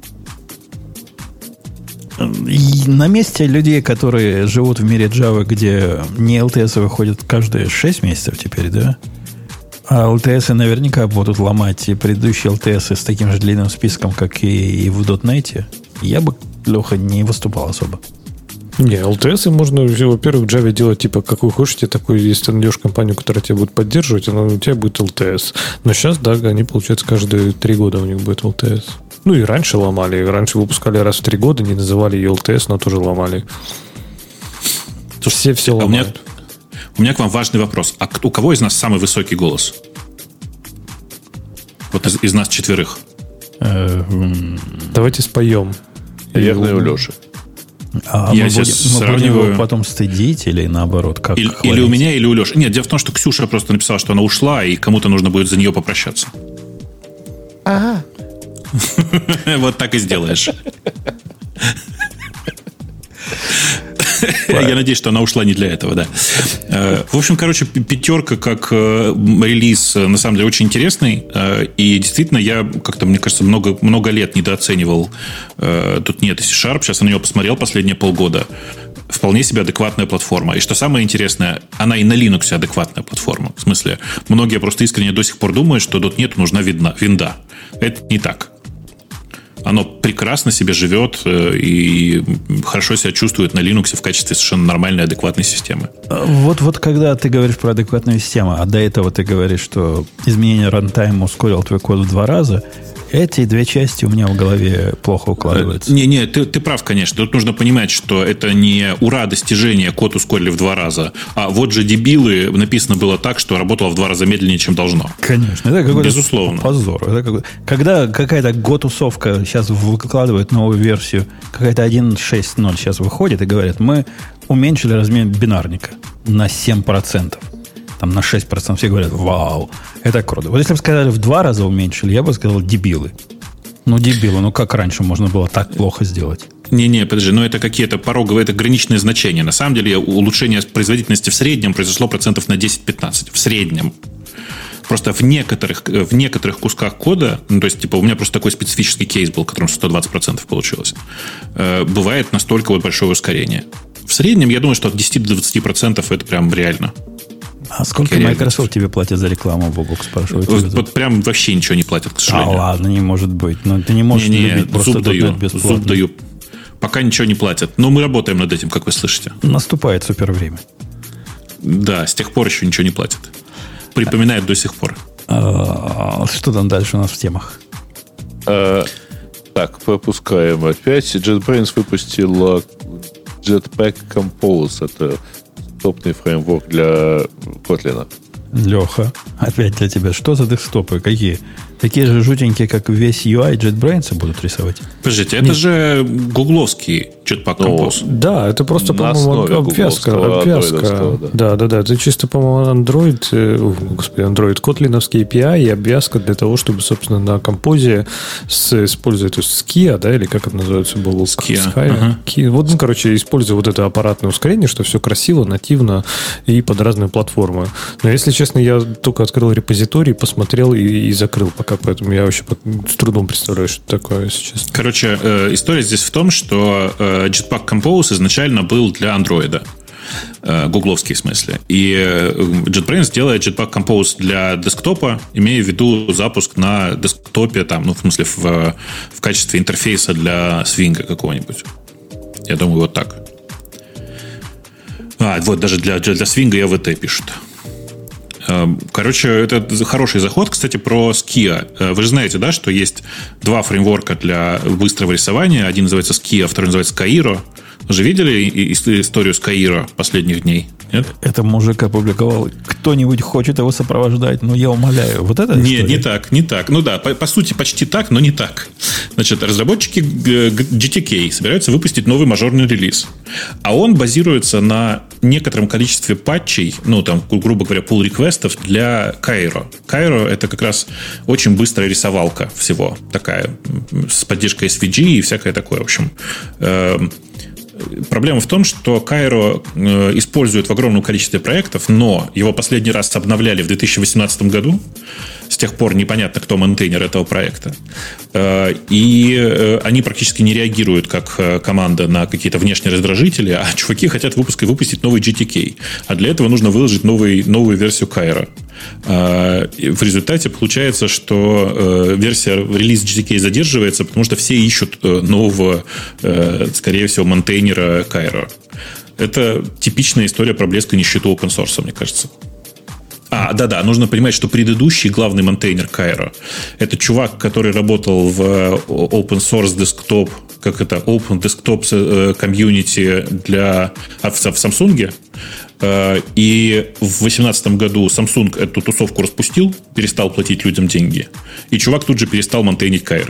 И на месте людей, которые живут в мире Java, где не LTS выходят каждые 6 месяцев теперь, да? А LTS наверняка будут ломать предыдущие LTS с таким же длинным списком, как и в .NET. Я бы, Леха, не выступал особо. Не, LTS можно, во-первых, в Java делать типа какой хочешь, такой, если ты найдешь компанию, которая тебя будет поддерживать, она у тебя будет LTS. Но сейчас, да, они, получается, каждые 3 года у них будет LTS. Ну и раньше ломали. Раньше выпускали раз в 3 года, не называли ее LTS, но тоже ломали. Все ломают. У меня к вам важный вопрос. А у кого из нас самый высокий голос? Вот из нас 4. Давайте споем. Наверное, у Леши. А мы будем его потом стыдить или наоборот? Как или у меня, или у Леши. Нет, дело в том, что Ксюша просто написала, что она ушла, и кому-то нужно будет за нее попрощаться. Ага. Вот так и сделаешь. Я надеюсь, что она ушла не для этого, да. В общем, короче, 5 как релиз на самом деле очень интересный. И действительно, я как-то, мне кажется, много лет недооценивал .NET и C#. Сейчас на него посмотрел последние полгода. Вполне себе адекватная платформа. И что самое интересное, она и на Linux адекватная платформа. В смысле, многие просто искренне до сих пор думают, что .NET нужна винда. Это не так. Оно прекрасно себе живет и хорошо себя чувствует на Linux в качестве совершенно нормальной, адекватной системы. Вот когда ты говоришь про адекватную систему, а до этого ты говоришь, что изменение рантайма ускорило твой код в 2 раза, эти 2 части у меня в голове плохо укладываются. Не, ты прав, конечно. Тут нужно понимать, что это не ура достижение, код ускорили в 2 раза, а вот же дебилы, написано было так, что работало в 2 раза медленнее, чем должно. Конечно. Это какой-то безусловно позор. Когда какая-то год-тусовка сейчас выкладывает новую версию, какая-то 1.6.0 сейчас выходит и говорят, мы уменьшили размер бинарника на 7%. Там на 6% все говорят, вау, это круто. Вот если бы сказали в 2 раза уменьшили, я бы сказал, дебилы. Дебилы, как раньше можно было так плохо сделать? Не, подожди, это какие-то пороговые, это граничные значения. На самом деле улучшение производительности в среднем произошло процентов на 10-15. В среднем. Просто в некоторых кусках кода, то есть, у меня просто такой специфический кейс был, которым 120% получилось, бывает настолько большое ускорение. В среднем, я думаю, что от 10 до 20% это прям реально. А сколько Microsoft тебе платит за рекламу, Бобок, спрашивает? Вот прям вообще ничего не платят, к сожалению. Ладно, не может быть. Ты не можешь любить просто .NET бесплатно. Зуб даю. Пока ничего не платят. Но мы работаем над этим, как вы слышите. Наступает супер время. Да, с тех пор еще ничего не платят. Припоминает до сих пор. Что там дальше у нас в темах? Так, пропускаем опять. JetBrains выпустила Jetpack Compose. Это десктопный фреймворк для Kotlin. Леха, опять для тебя. Что за десктопы? Какие? Такие же жутенькие, как весь UI JetBrains будут рисовать? Подождите, это же гугловский Jetpack Compose. Да, это просто, по-моему, обвязка. Да. Это чисто, по-моему, Android Kotlin-овский API и обвязка для того, чтобы, собственно, на композе используя Skia, да, или как это называется? Skia. Вот, используя вот это аппаратное ускорение, что все красиво, нативно и под разные платформы. Но, если честно, я только открыл репозиторий, посмотрел и закрыл пока, поэтому я вообще с трудом представляю, что это такое, если честно. Короче, история здесь в том, что Jetpack Compose изначально был для Android. Гугловский в смысле. И JetBrains делает Jetpack Compose для десктопа, имея в виду запуск на десктопе, в смысле в качестве интерфейса для свинга какого-нибудь. Я думаю, вот так. Вот даже для свинга и AVT пишут. Короче, это хороший заход. Кстати, про Skia. Вы же знаете, да, что есть 2 фреймворка для быстрого рисования. Один называется Skia, а второй называется Cairo. Вы же видели историю с Cairo последних дней? Нет? Это мужик опубликовал. Кто-нибудь хочет его сопровождать? Я умоляю. Вот это история? Нет, не так. По сути, почти так, но не так. Значит, разработчики GTK собираются выпустить новый мажорный релиз. А он базируется на некотором количестве патчей, грубо говоря, pull-реквестов для Cairo. Cairo — это как раз очень быстрая рисовалка всего. Такая, с поддержкой SVG и всякое такое, в общем. Проблема в том, что Cairo используют в огромном количестве проектов, но его последний раз обновляли в 2018 году. С тех пор непонятно, кто мейнтейнер этого проекта. И они практически не реагируют как команда на какие-то внешние раздражители, а чуваки хотят выпустить новый GTK. А для этого нужно выложить новую версию Cairo. В результате получается, что версия релиз GTK задерживается, потому что все ищут нового, скорее всего, мейнтейнера Cairo. Это типичная история про блеск и нищету open source, мне кажется. Да, нужно понимать, что предыдущий главный мейнтейнер Cairo — это чувак, который работал в open source desktop, open desktop комьюнити в Samsung. И в 2018 году Samsung эту тусовку распустил, перестал платить людям деньги. И чувак тут же перестал мейнтейнить Cairo.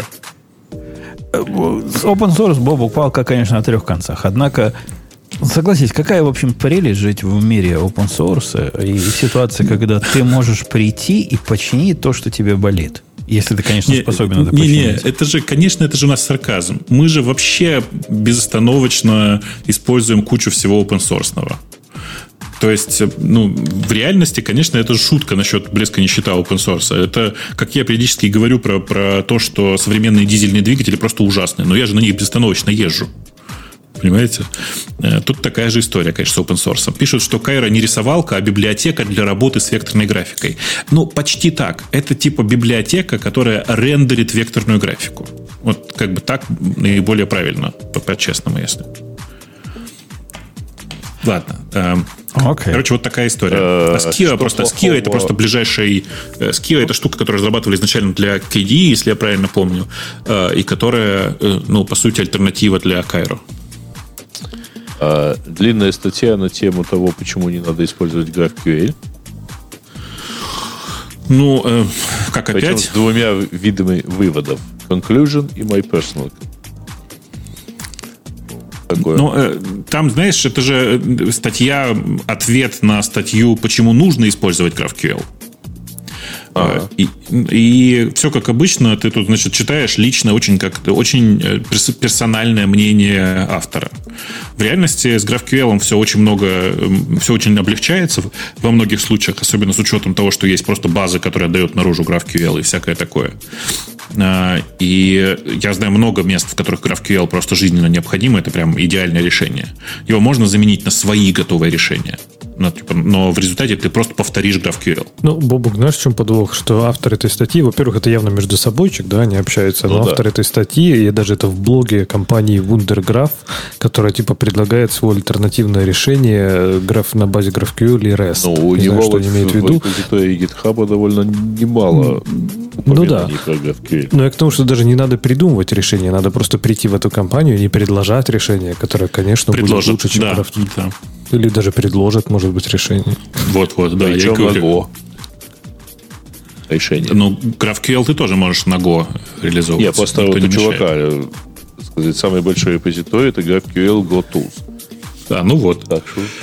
Open source, Бобук, палка, конечно, на трех концах. Однако, согласись, какая, в общем, прелесть жить в мире open source и ситуация, когда ты можешь прийти и починить то, что тебе болит. Если ты, конечно, способен это починить. Это же у нас сарказм. Мы же вообще безостановочно используем кучу всего open-source'ного. То есть, в реальности, конечно, это шутка насчет блеска нищета open source. Это, как я периодически говорю про то, что современные дизельные двигатели просто ужасные. Но я же на них безостановочно езжу. Понимаете? Тут такая же история, конечно, с open source. Пишут, что Cairo не рисовалка, а библиотека для работы с векторной графикой. Почти так. Это типа библиотека, которая рендерит векторную графику. Вот как бы так наиболее правильно, по-честному, если. Ладно. Okay. Короче, вот такая история. Skio это просто ближайший... Skio — это штука, которую разрабатывали изначально для KDE, если я правильно помню, и которая, по сути, альтернатива для Cairo. Длинная статья на тему того, почему не надо использовать GraphQL. Как причем опять? С двумя видами выводов. Conclusion и my personal. Такое. Там, знаешь, это же ответ на статью, почему нужно использовать GraphQL. И все как обычно, ты тут, значит, читаешь лично очень персональное мнение автора. В реальности с GraphQL все очень облегчается во многих случаях, особенно с учетом того, что есть просто база, которая дает наружу GraphQL и всякое такое. И я знаю много мест, в которых GraphQL просто жизненно необходимо. Это прям идеальное решение. Его можно заменить на свои готовые решения. Но в результате ты просто повторишь GraphQL. Бобук, знаешь, в чем подвох? Что автор этой статьи, во-первых, это явно между собойчик, да, они общаются, но автор этой статьи, и даже это в блоге компании Wundergraph, которая предлагает свое альтернативное решение на базе GraphQL и REST. У него знаю, что они имеют в виду. В репозитории GitHub довольно немало упоминаний про GraphQL. Но я к тому, что даже не надо придумывать решение, надо просто прийти в эту компанию и предложить решение, которое, конечно, будет лучше, чем GraphQL. Да. Или даже предложат, может быть, решение. Вот, да. Причем на Go. Решение. GraphQL ты тоже можешь на Go реализовывать. Я поставил у чувака, сказать, самый большой репозиторий — это GraphQL Go Tools. Вот. Так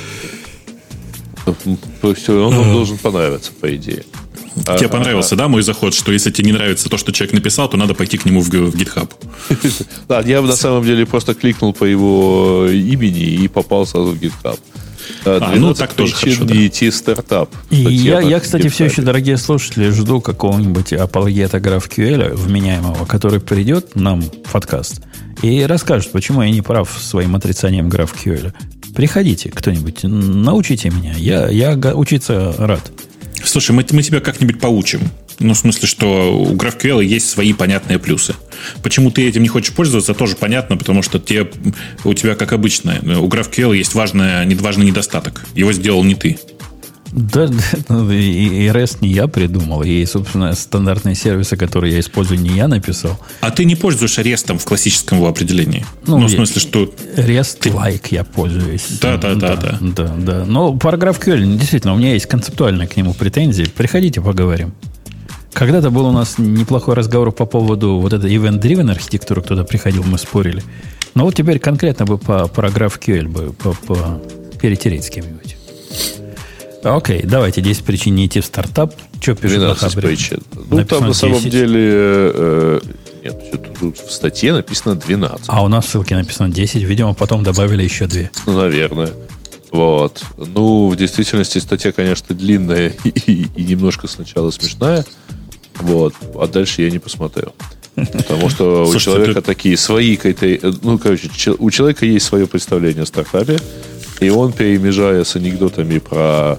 что все равно он должен понравиться, по идее. Тебе понравился, да, мой заход, что если тебе не нравится то, что человек написал, то надо пойти к нему в GitHub? Да, я на самом деле просто кликнул по его имени и попал сразу в GitHub. Так тоже хорошо, да. идти стартап. Я, кстати, все еще, дорогие слушатели, жду какого-нибудь апологета GraphQL вменяемого, который придет нам в подкаст и расскажет, почему я не прав своим отрицанием GraphQL. Приходите кто-нибудь, научите меня. Я учиться рад. Слушай, мы тебя как-нибудь поучим. В смысле, что у GraphQL есть свои понятные плюсы. Почему ты этим не хочешь пользоваться, тоже понятно, потому что у тебя, как обычно, у GraphQL есть важный недостаток. Его сделал не ты. Да, и REST не я придумал, и, собственно, стандартные сервисы, которые я использую, не я написал. А ты не пользуешься REST в классическом его определении? В смысле, что... REST-like я пользуюсь. Да. Но про GraphQL, действительно, у меня есть концептуально к нему претензии. Приходите, поговорим. Когда-то был у нас неплохой разговор по поводу вот этой event-driven архитектуры, кто-то приходил, мы спорили. Но вот теперь конкретно бы про GraphQL бы перетереть с кем-нибудь. Окей, давайте 10 причин не идти в стартап. Что пишут на Хабре? Там на самом деле... Нет, тут в статье написано 12. А у нас в ссылке написано 10. Видимо, потом добавили еще 2. Наверное. Вот. В действительности статья, конечно, длинная и немножко сначала смешная. Вот. А дальше я не посмотрел. Потому что у человека такие свои какие-то... Ну, короче, у человека есть свое представление о стартапе, и он, перемежая с анекдотами про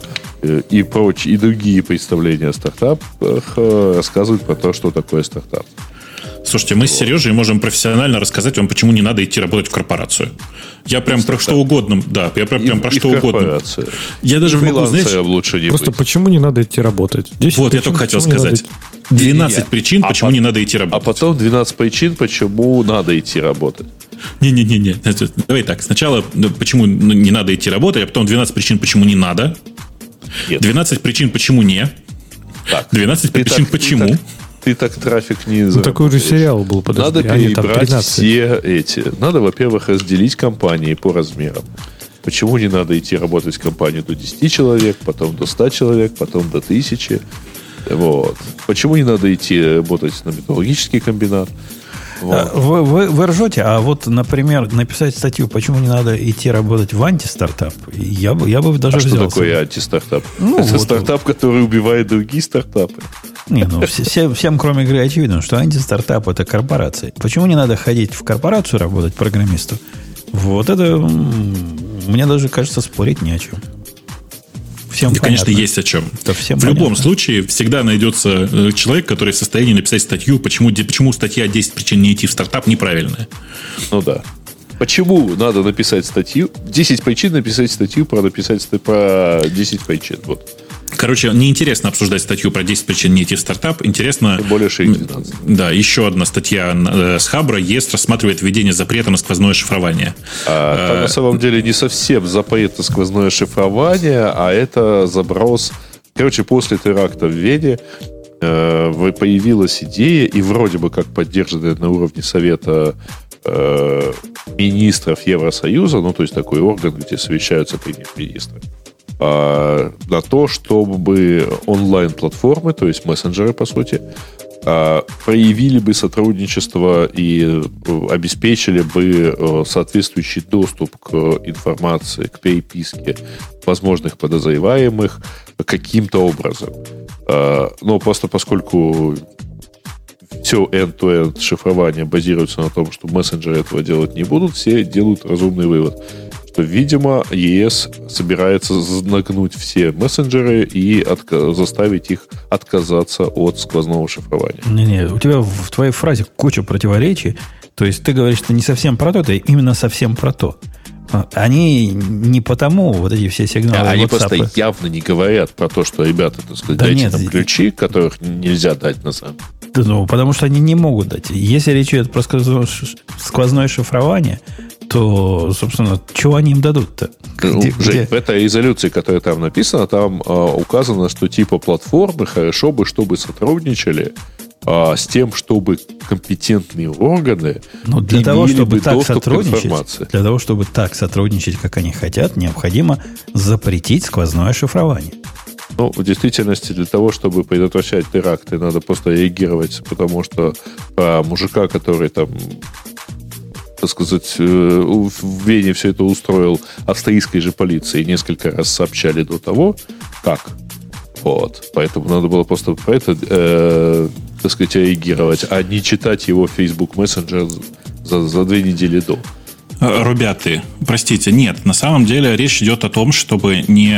и другие представления о стартапах, рассказывает про то, что такое стартап. Слушайте, мы с Сережей можем профессионально рассказать вам, почему не надо идти работать в корпорацию. Я прям про что угодно. Да, я прям про что угодно. Я даже могу, знаете... лучше не просто быть. Почему не надо идти работать? Вот, я только хотел сказать. 12 причин, почему не надо идти работать. А потом 12 причин, почему надо идти работать. Не-не-не. Давай так. Сначала, почему не надо идти работать, а потом 12 причин, почему не надо. Нет. 12 причин, почему не. Так. 12 причин, почему. Ты так трафик не заработаешь. Такой же сериал был, подожди. Надо перебрать все эти. Надо, во-первых, разделить компании по размерам. Почему не надо идти работать в компанию до 10 человек, потом до 100 человек, потом до 1000? Вот. Почему не надо идти работать на металлургический комбинат? Вот. Вы ржете, а вот, например, написать статью, почему не надо идти работать в антистартап, я бы даже взялся. Что такое антистартап? Это стартап, который убивает другие стартапы. Не, ну всем, кроме игры, очевидно, что антистартап – это корпорации. Почему не надо ходить в корпорацию работать программисту? Вот это мне даже кажется, спорить не о чем. Всем да, конечно, есть о чем. В любом случае, всегда найдется человек, который в состоянии написать статью, почему статья 10 причин не идти в стартап неправильная. Ну да. Почему надо написать статью? 10 причин написать статью про 10 причин. Вот. Короче, неинтересно обсуждать статью про 10 причин не идти в стартап. Интересно... Тем более 6-12. Да, еще одна статья с Хабра. ЕС рассматривает введение запрета на сквозное шифрование. Там на самом деле не совсем запрет на сквозное шифрование, а это заброс... Короче, после теракта в Вене появилась идея, и вроде бы как поддержанная на уровне Совета министров Евросоюза, ну, то есть такой орган, где совещаются премьер-министры, на то, чтобы онлайн-платформы, то есть мессенджеры, по сути, проявили бы сотрудничество и обеспечили бы соответствующий доступ к информации, к переписке возможных подозреваемых каким-то образом. Но просто поскольку все end-to-end шифрование базируется на том, что мессенджеры этого делать не будут, все делают разумный вывод, что, видимо, ЕС собирается нагнуть все мессенджеры и заставить их отказаться от сквозного шифрования. Не-не, у тебя в твоей фразе куча противоречий. То есть ты говоришь, что не совсем про то, это именно совсем про то. Они не потому, вот эти все сигналы. Они просто явно не говорят про то, что, ребята, так сказать, да дайте нам ключи, которых нельзя дать на самом деле. Ну, потому что они не могут дать. Если речь идет про сквозное шифрование, то, собственно, чего они им дадут-то? Жень, в этой резолюции, которая там написана, там указано, что типа платформы хорошо бы, чтобы сотрудничали с тем, чтобы компетентные органы для того, чтобы так сотрудничать, для того, чтобы так сотрудничать, как они хотят, необходимо запретить сквозное шифрование. Ну, в действительности, для того, чтобы предотвращать теракты, надо просто реагировать, потому что мужика, который там, так сказать, в Вене все это устроил австрийской же полиции, несколько раз сообщали до того, как. Вот. Поэтому надо было просто про это, так сказать, реагировать, а не читать его Facebook Messenger за 2 недели до. Ребята, простите, нет, на самом деле речь идет о том, чтобы они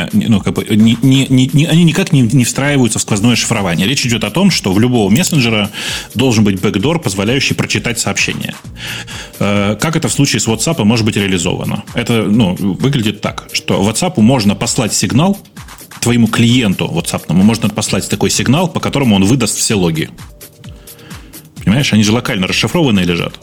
никак не встраиваются в сквозное шифрование. Речь идет о том, что в любого мессенджера должен быть бэкдор, позволяющий прочитать сообщение. Как это в случае с WhatsApp может быть реализовано? Это выглядит так, что WhatsApp можно послать сигнал твоему клиенту WhatsApp, можно послать такой сигнал, по которому он выдаст все логи. Понимаешь, они же локально расшифрованные лежат.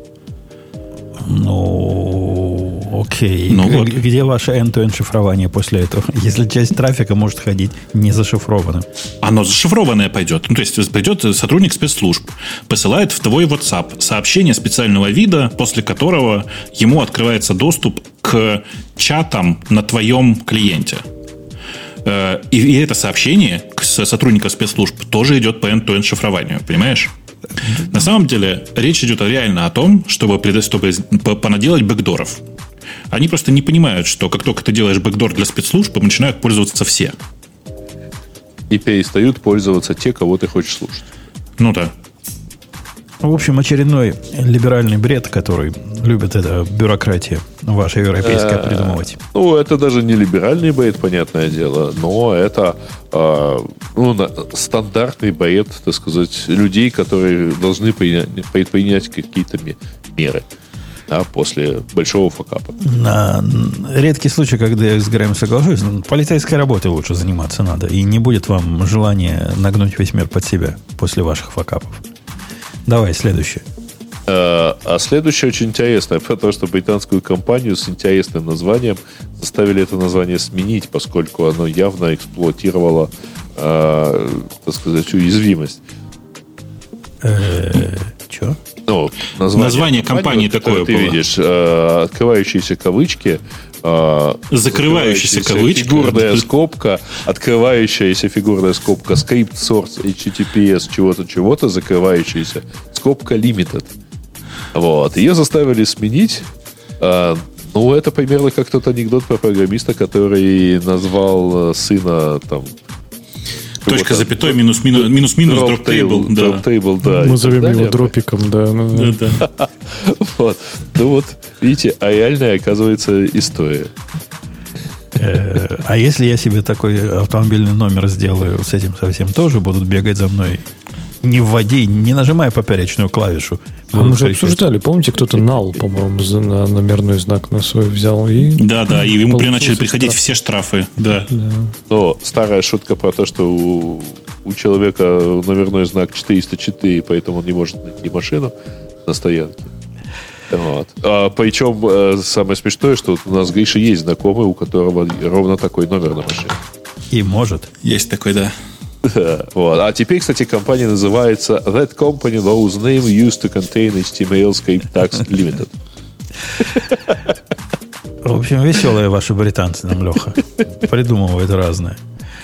Окей. Где ваше end-to-end шифрование после этого? Если часть трафика может ходить не зашифрованным. Оно зашифрованное пойдет. То есть придет сотрудник спецслужб, посылает в твой WhatsApp сообщение специального вида, после которого ему открывается доступ к чатам на твоем клиенте. И это сообщение с сотрудника спецслужб тоже идет по end-to-end шифрованию. Понимаешь? На самом деле речь идет реально о том, чтобы понаделать бэкдоров. Они просто не понимают, что как только ты делаешь бэкдор для спецслужб, начинают пользоваться все. И перестают пользоваться те, кого ты хочешь слушать. Ну да. В общем, очередной либеральный бред, который любит эта бюрократия ваша европейская придумывать. Ну, это даже не либеральный бред, понятное дело, но это стандартный бред, так сказать, людей, которые должны предпринять какие-то меры после большого факапа. На редкий случай, когда я с Грэем соглашусь, полицейской работой лучше заниматься надо, и не будет вам желания нагнуть весь мир под себя после ваших факапов. Давай, следующее. А следующее очень интересное, потому что британскую компанию с интересным названием заставили это название сменить, поскольку оно явно эксплуатировало, так сказать, уязвимость. Че? Ну, название компании такое ты было. Видишь, открывающиеся кавычки, закрывающаяся кавычка, фигурная скобка, открывающаяся фигурная скобка, script source, HTTPS, чего-то, закрывающаяся скобка limited. Вот. Ее заставили сменить. Ну, это примерно как тот анекдот про программиста, который назвал сына там... Точка, запятой, минус, drop table. Drop table, да. Мы зовем его дропиком, да. Да. Вот. Ну вот, видите, а реальная, оказывается, история. А если я себе такой автомобильный номер сделаю, с этим совсем тоже будут бегать за мной? Не вводи, не нажимая поперечную клавишу. Мы уже обсуждали, помните, кто-то null, по-моему, на номерной знак на свой взял. И да, и ему начали приходить все штрафы. Да. Но старая шутка про то, что у человека номерной знак 404, поэтому он не может найти машину на стоянке. Вот. Причем самое смешное, что у нас, Гриша, есть знакомый, у которого ровно такой номер на машине. И может. Есть такой, да. Вот. А теперь, кстати, компания называется That Company whose name used to contain HTML script tags limited. В общем, веселые ваши британцы нам, Леха. Придумывают разное.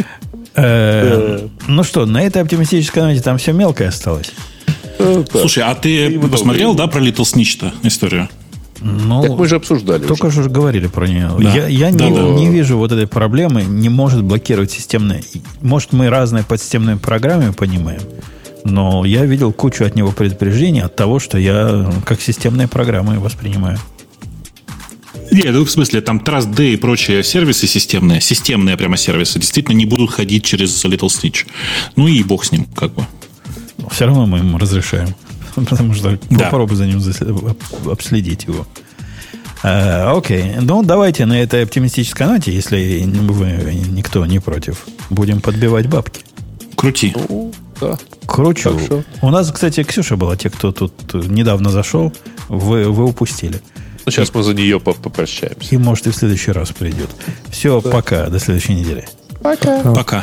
Ну что, на этой оптимистической ноте там все мелкое осталось. Слушай, а ты посмотрел, да, про Little Snitch-то историю? Ну, так мы же обсуждали. Только что говорили про нее. Да. Я не вижу вот этой проблемы, не может блокировать системные. Может, мы разные подсистемные программы понимаем, но я видел кучу от него предупреждений от того, что я как системные программы воспринимаю. Нет, ну, в смысле, там TrustD и прочие сервисы системные прямо сервисы, действительно не будут ходить через Little Snitch. Ну и бог с ним, как бы. Но все равно мы им разрешаем. Потому что попробуй за ним обследить его. Окей. Ну, давайте на этой оптимистической ноте, если вы никто не против, будем подбивать бабки. Крути. Ну, да. Кручу. Хорошо. У нас, кстати, Ксюша была, те, кто тут недавно зашел, вы упустили. Ну, сейчас мы за нее попрощаемся. И, может, и в следующий раз придет. Все, пока. До следующей недели. Пока.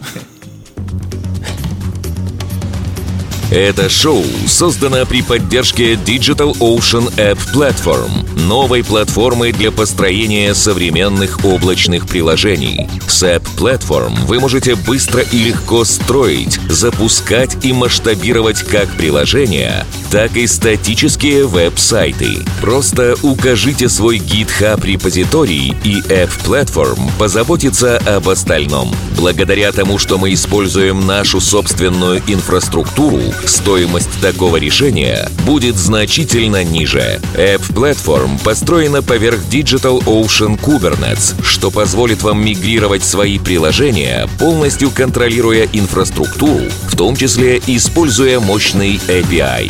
Это шоу создано при поддержке Digital Ocean App Platform, новой платформы для построения современных облачных приложений. С App Platform вы можете быстро и легко строить, запускать и масштабировать как приложения, так и статические веб-сайты. Просто укажите свой GitHub-репозиторий, и App Platform позаботится об остальном. Благодаря тому, что мы используем нашу собственную инфраструктуру, стоимость такого решения будет значительно ниже. App Platform построена поверх Digital Ocean Kubernetes, что позволит вам мигрировать свои приложения, полностью контролируя инфраструктуру, в том числе используя мощный API.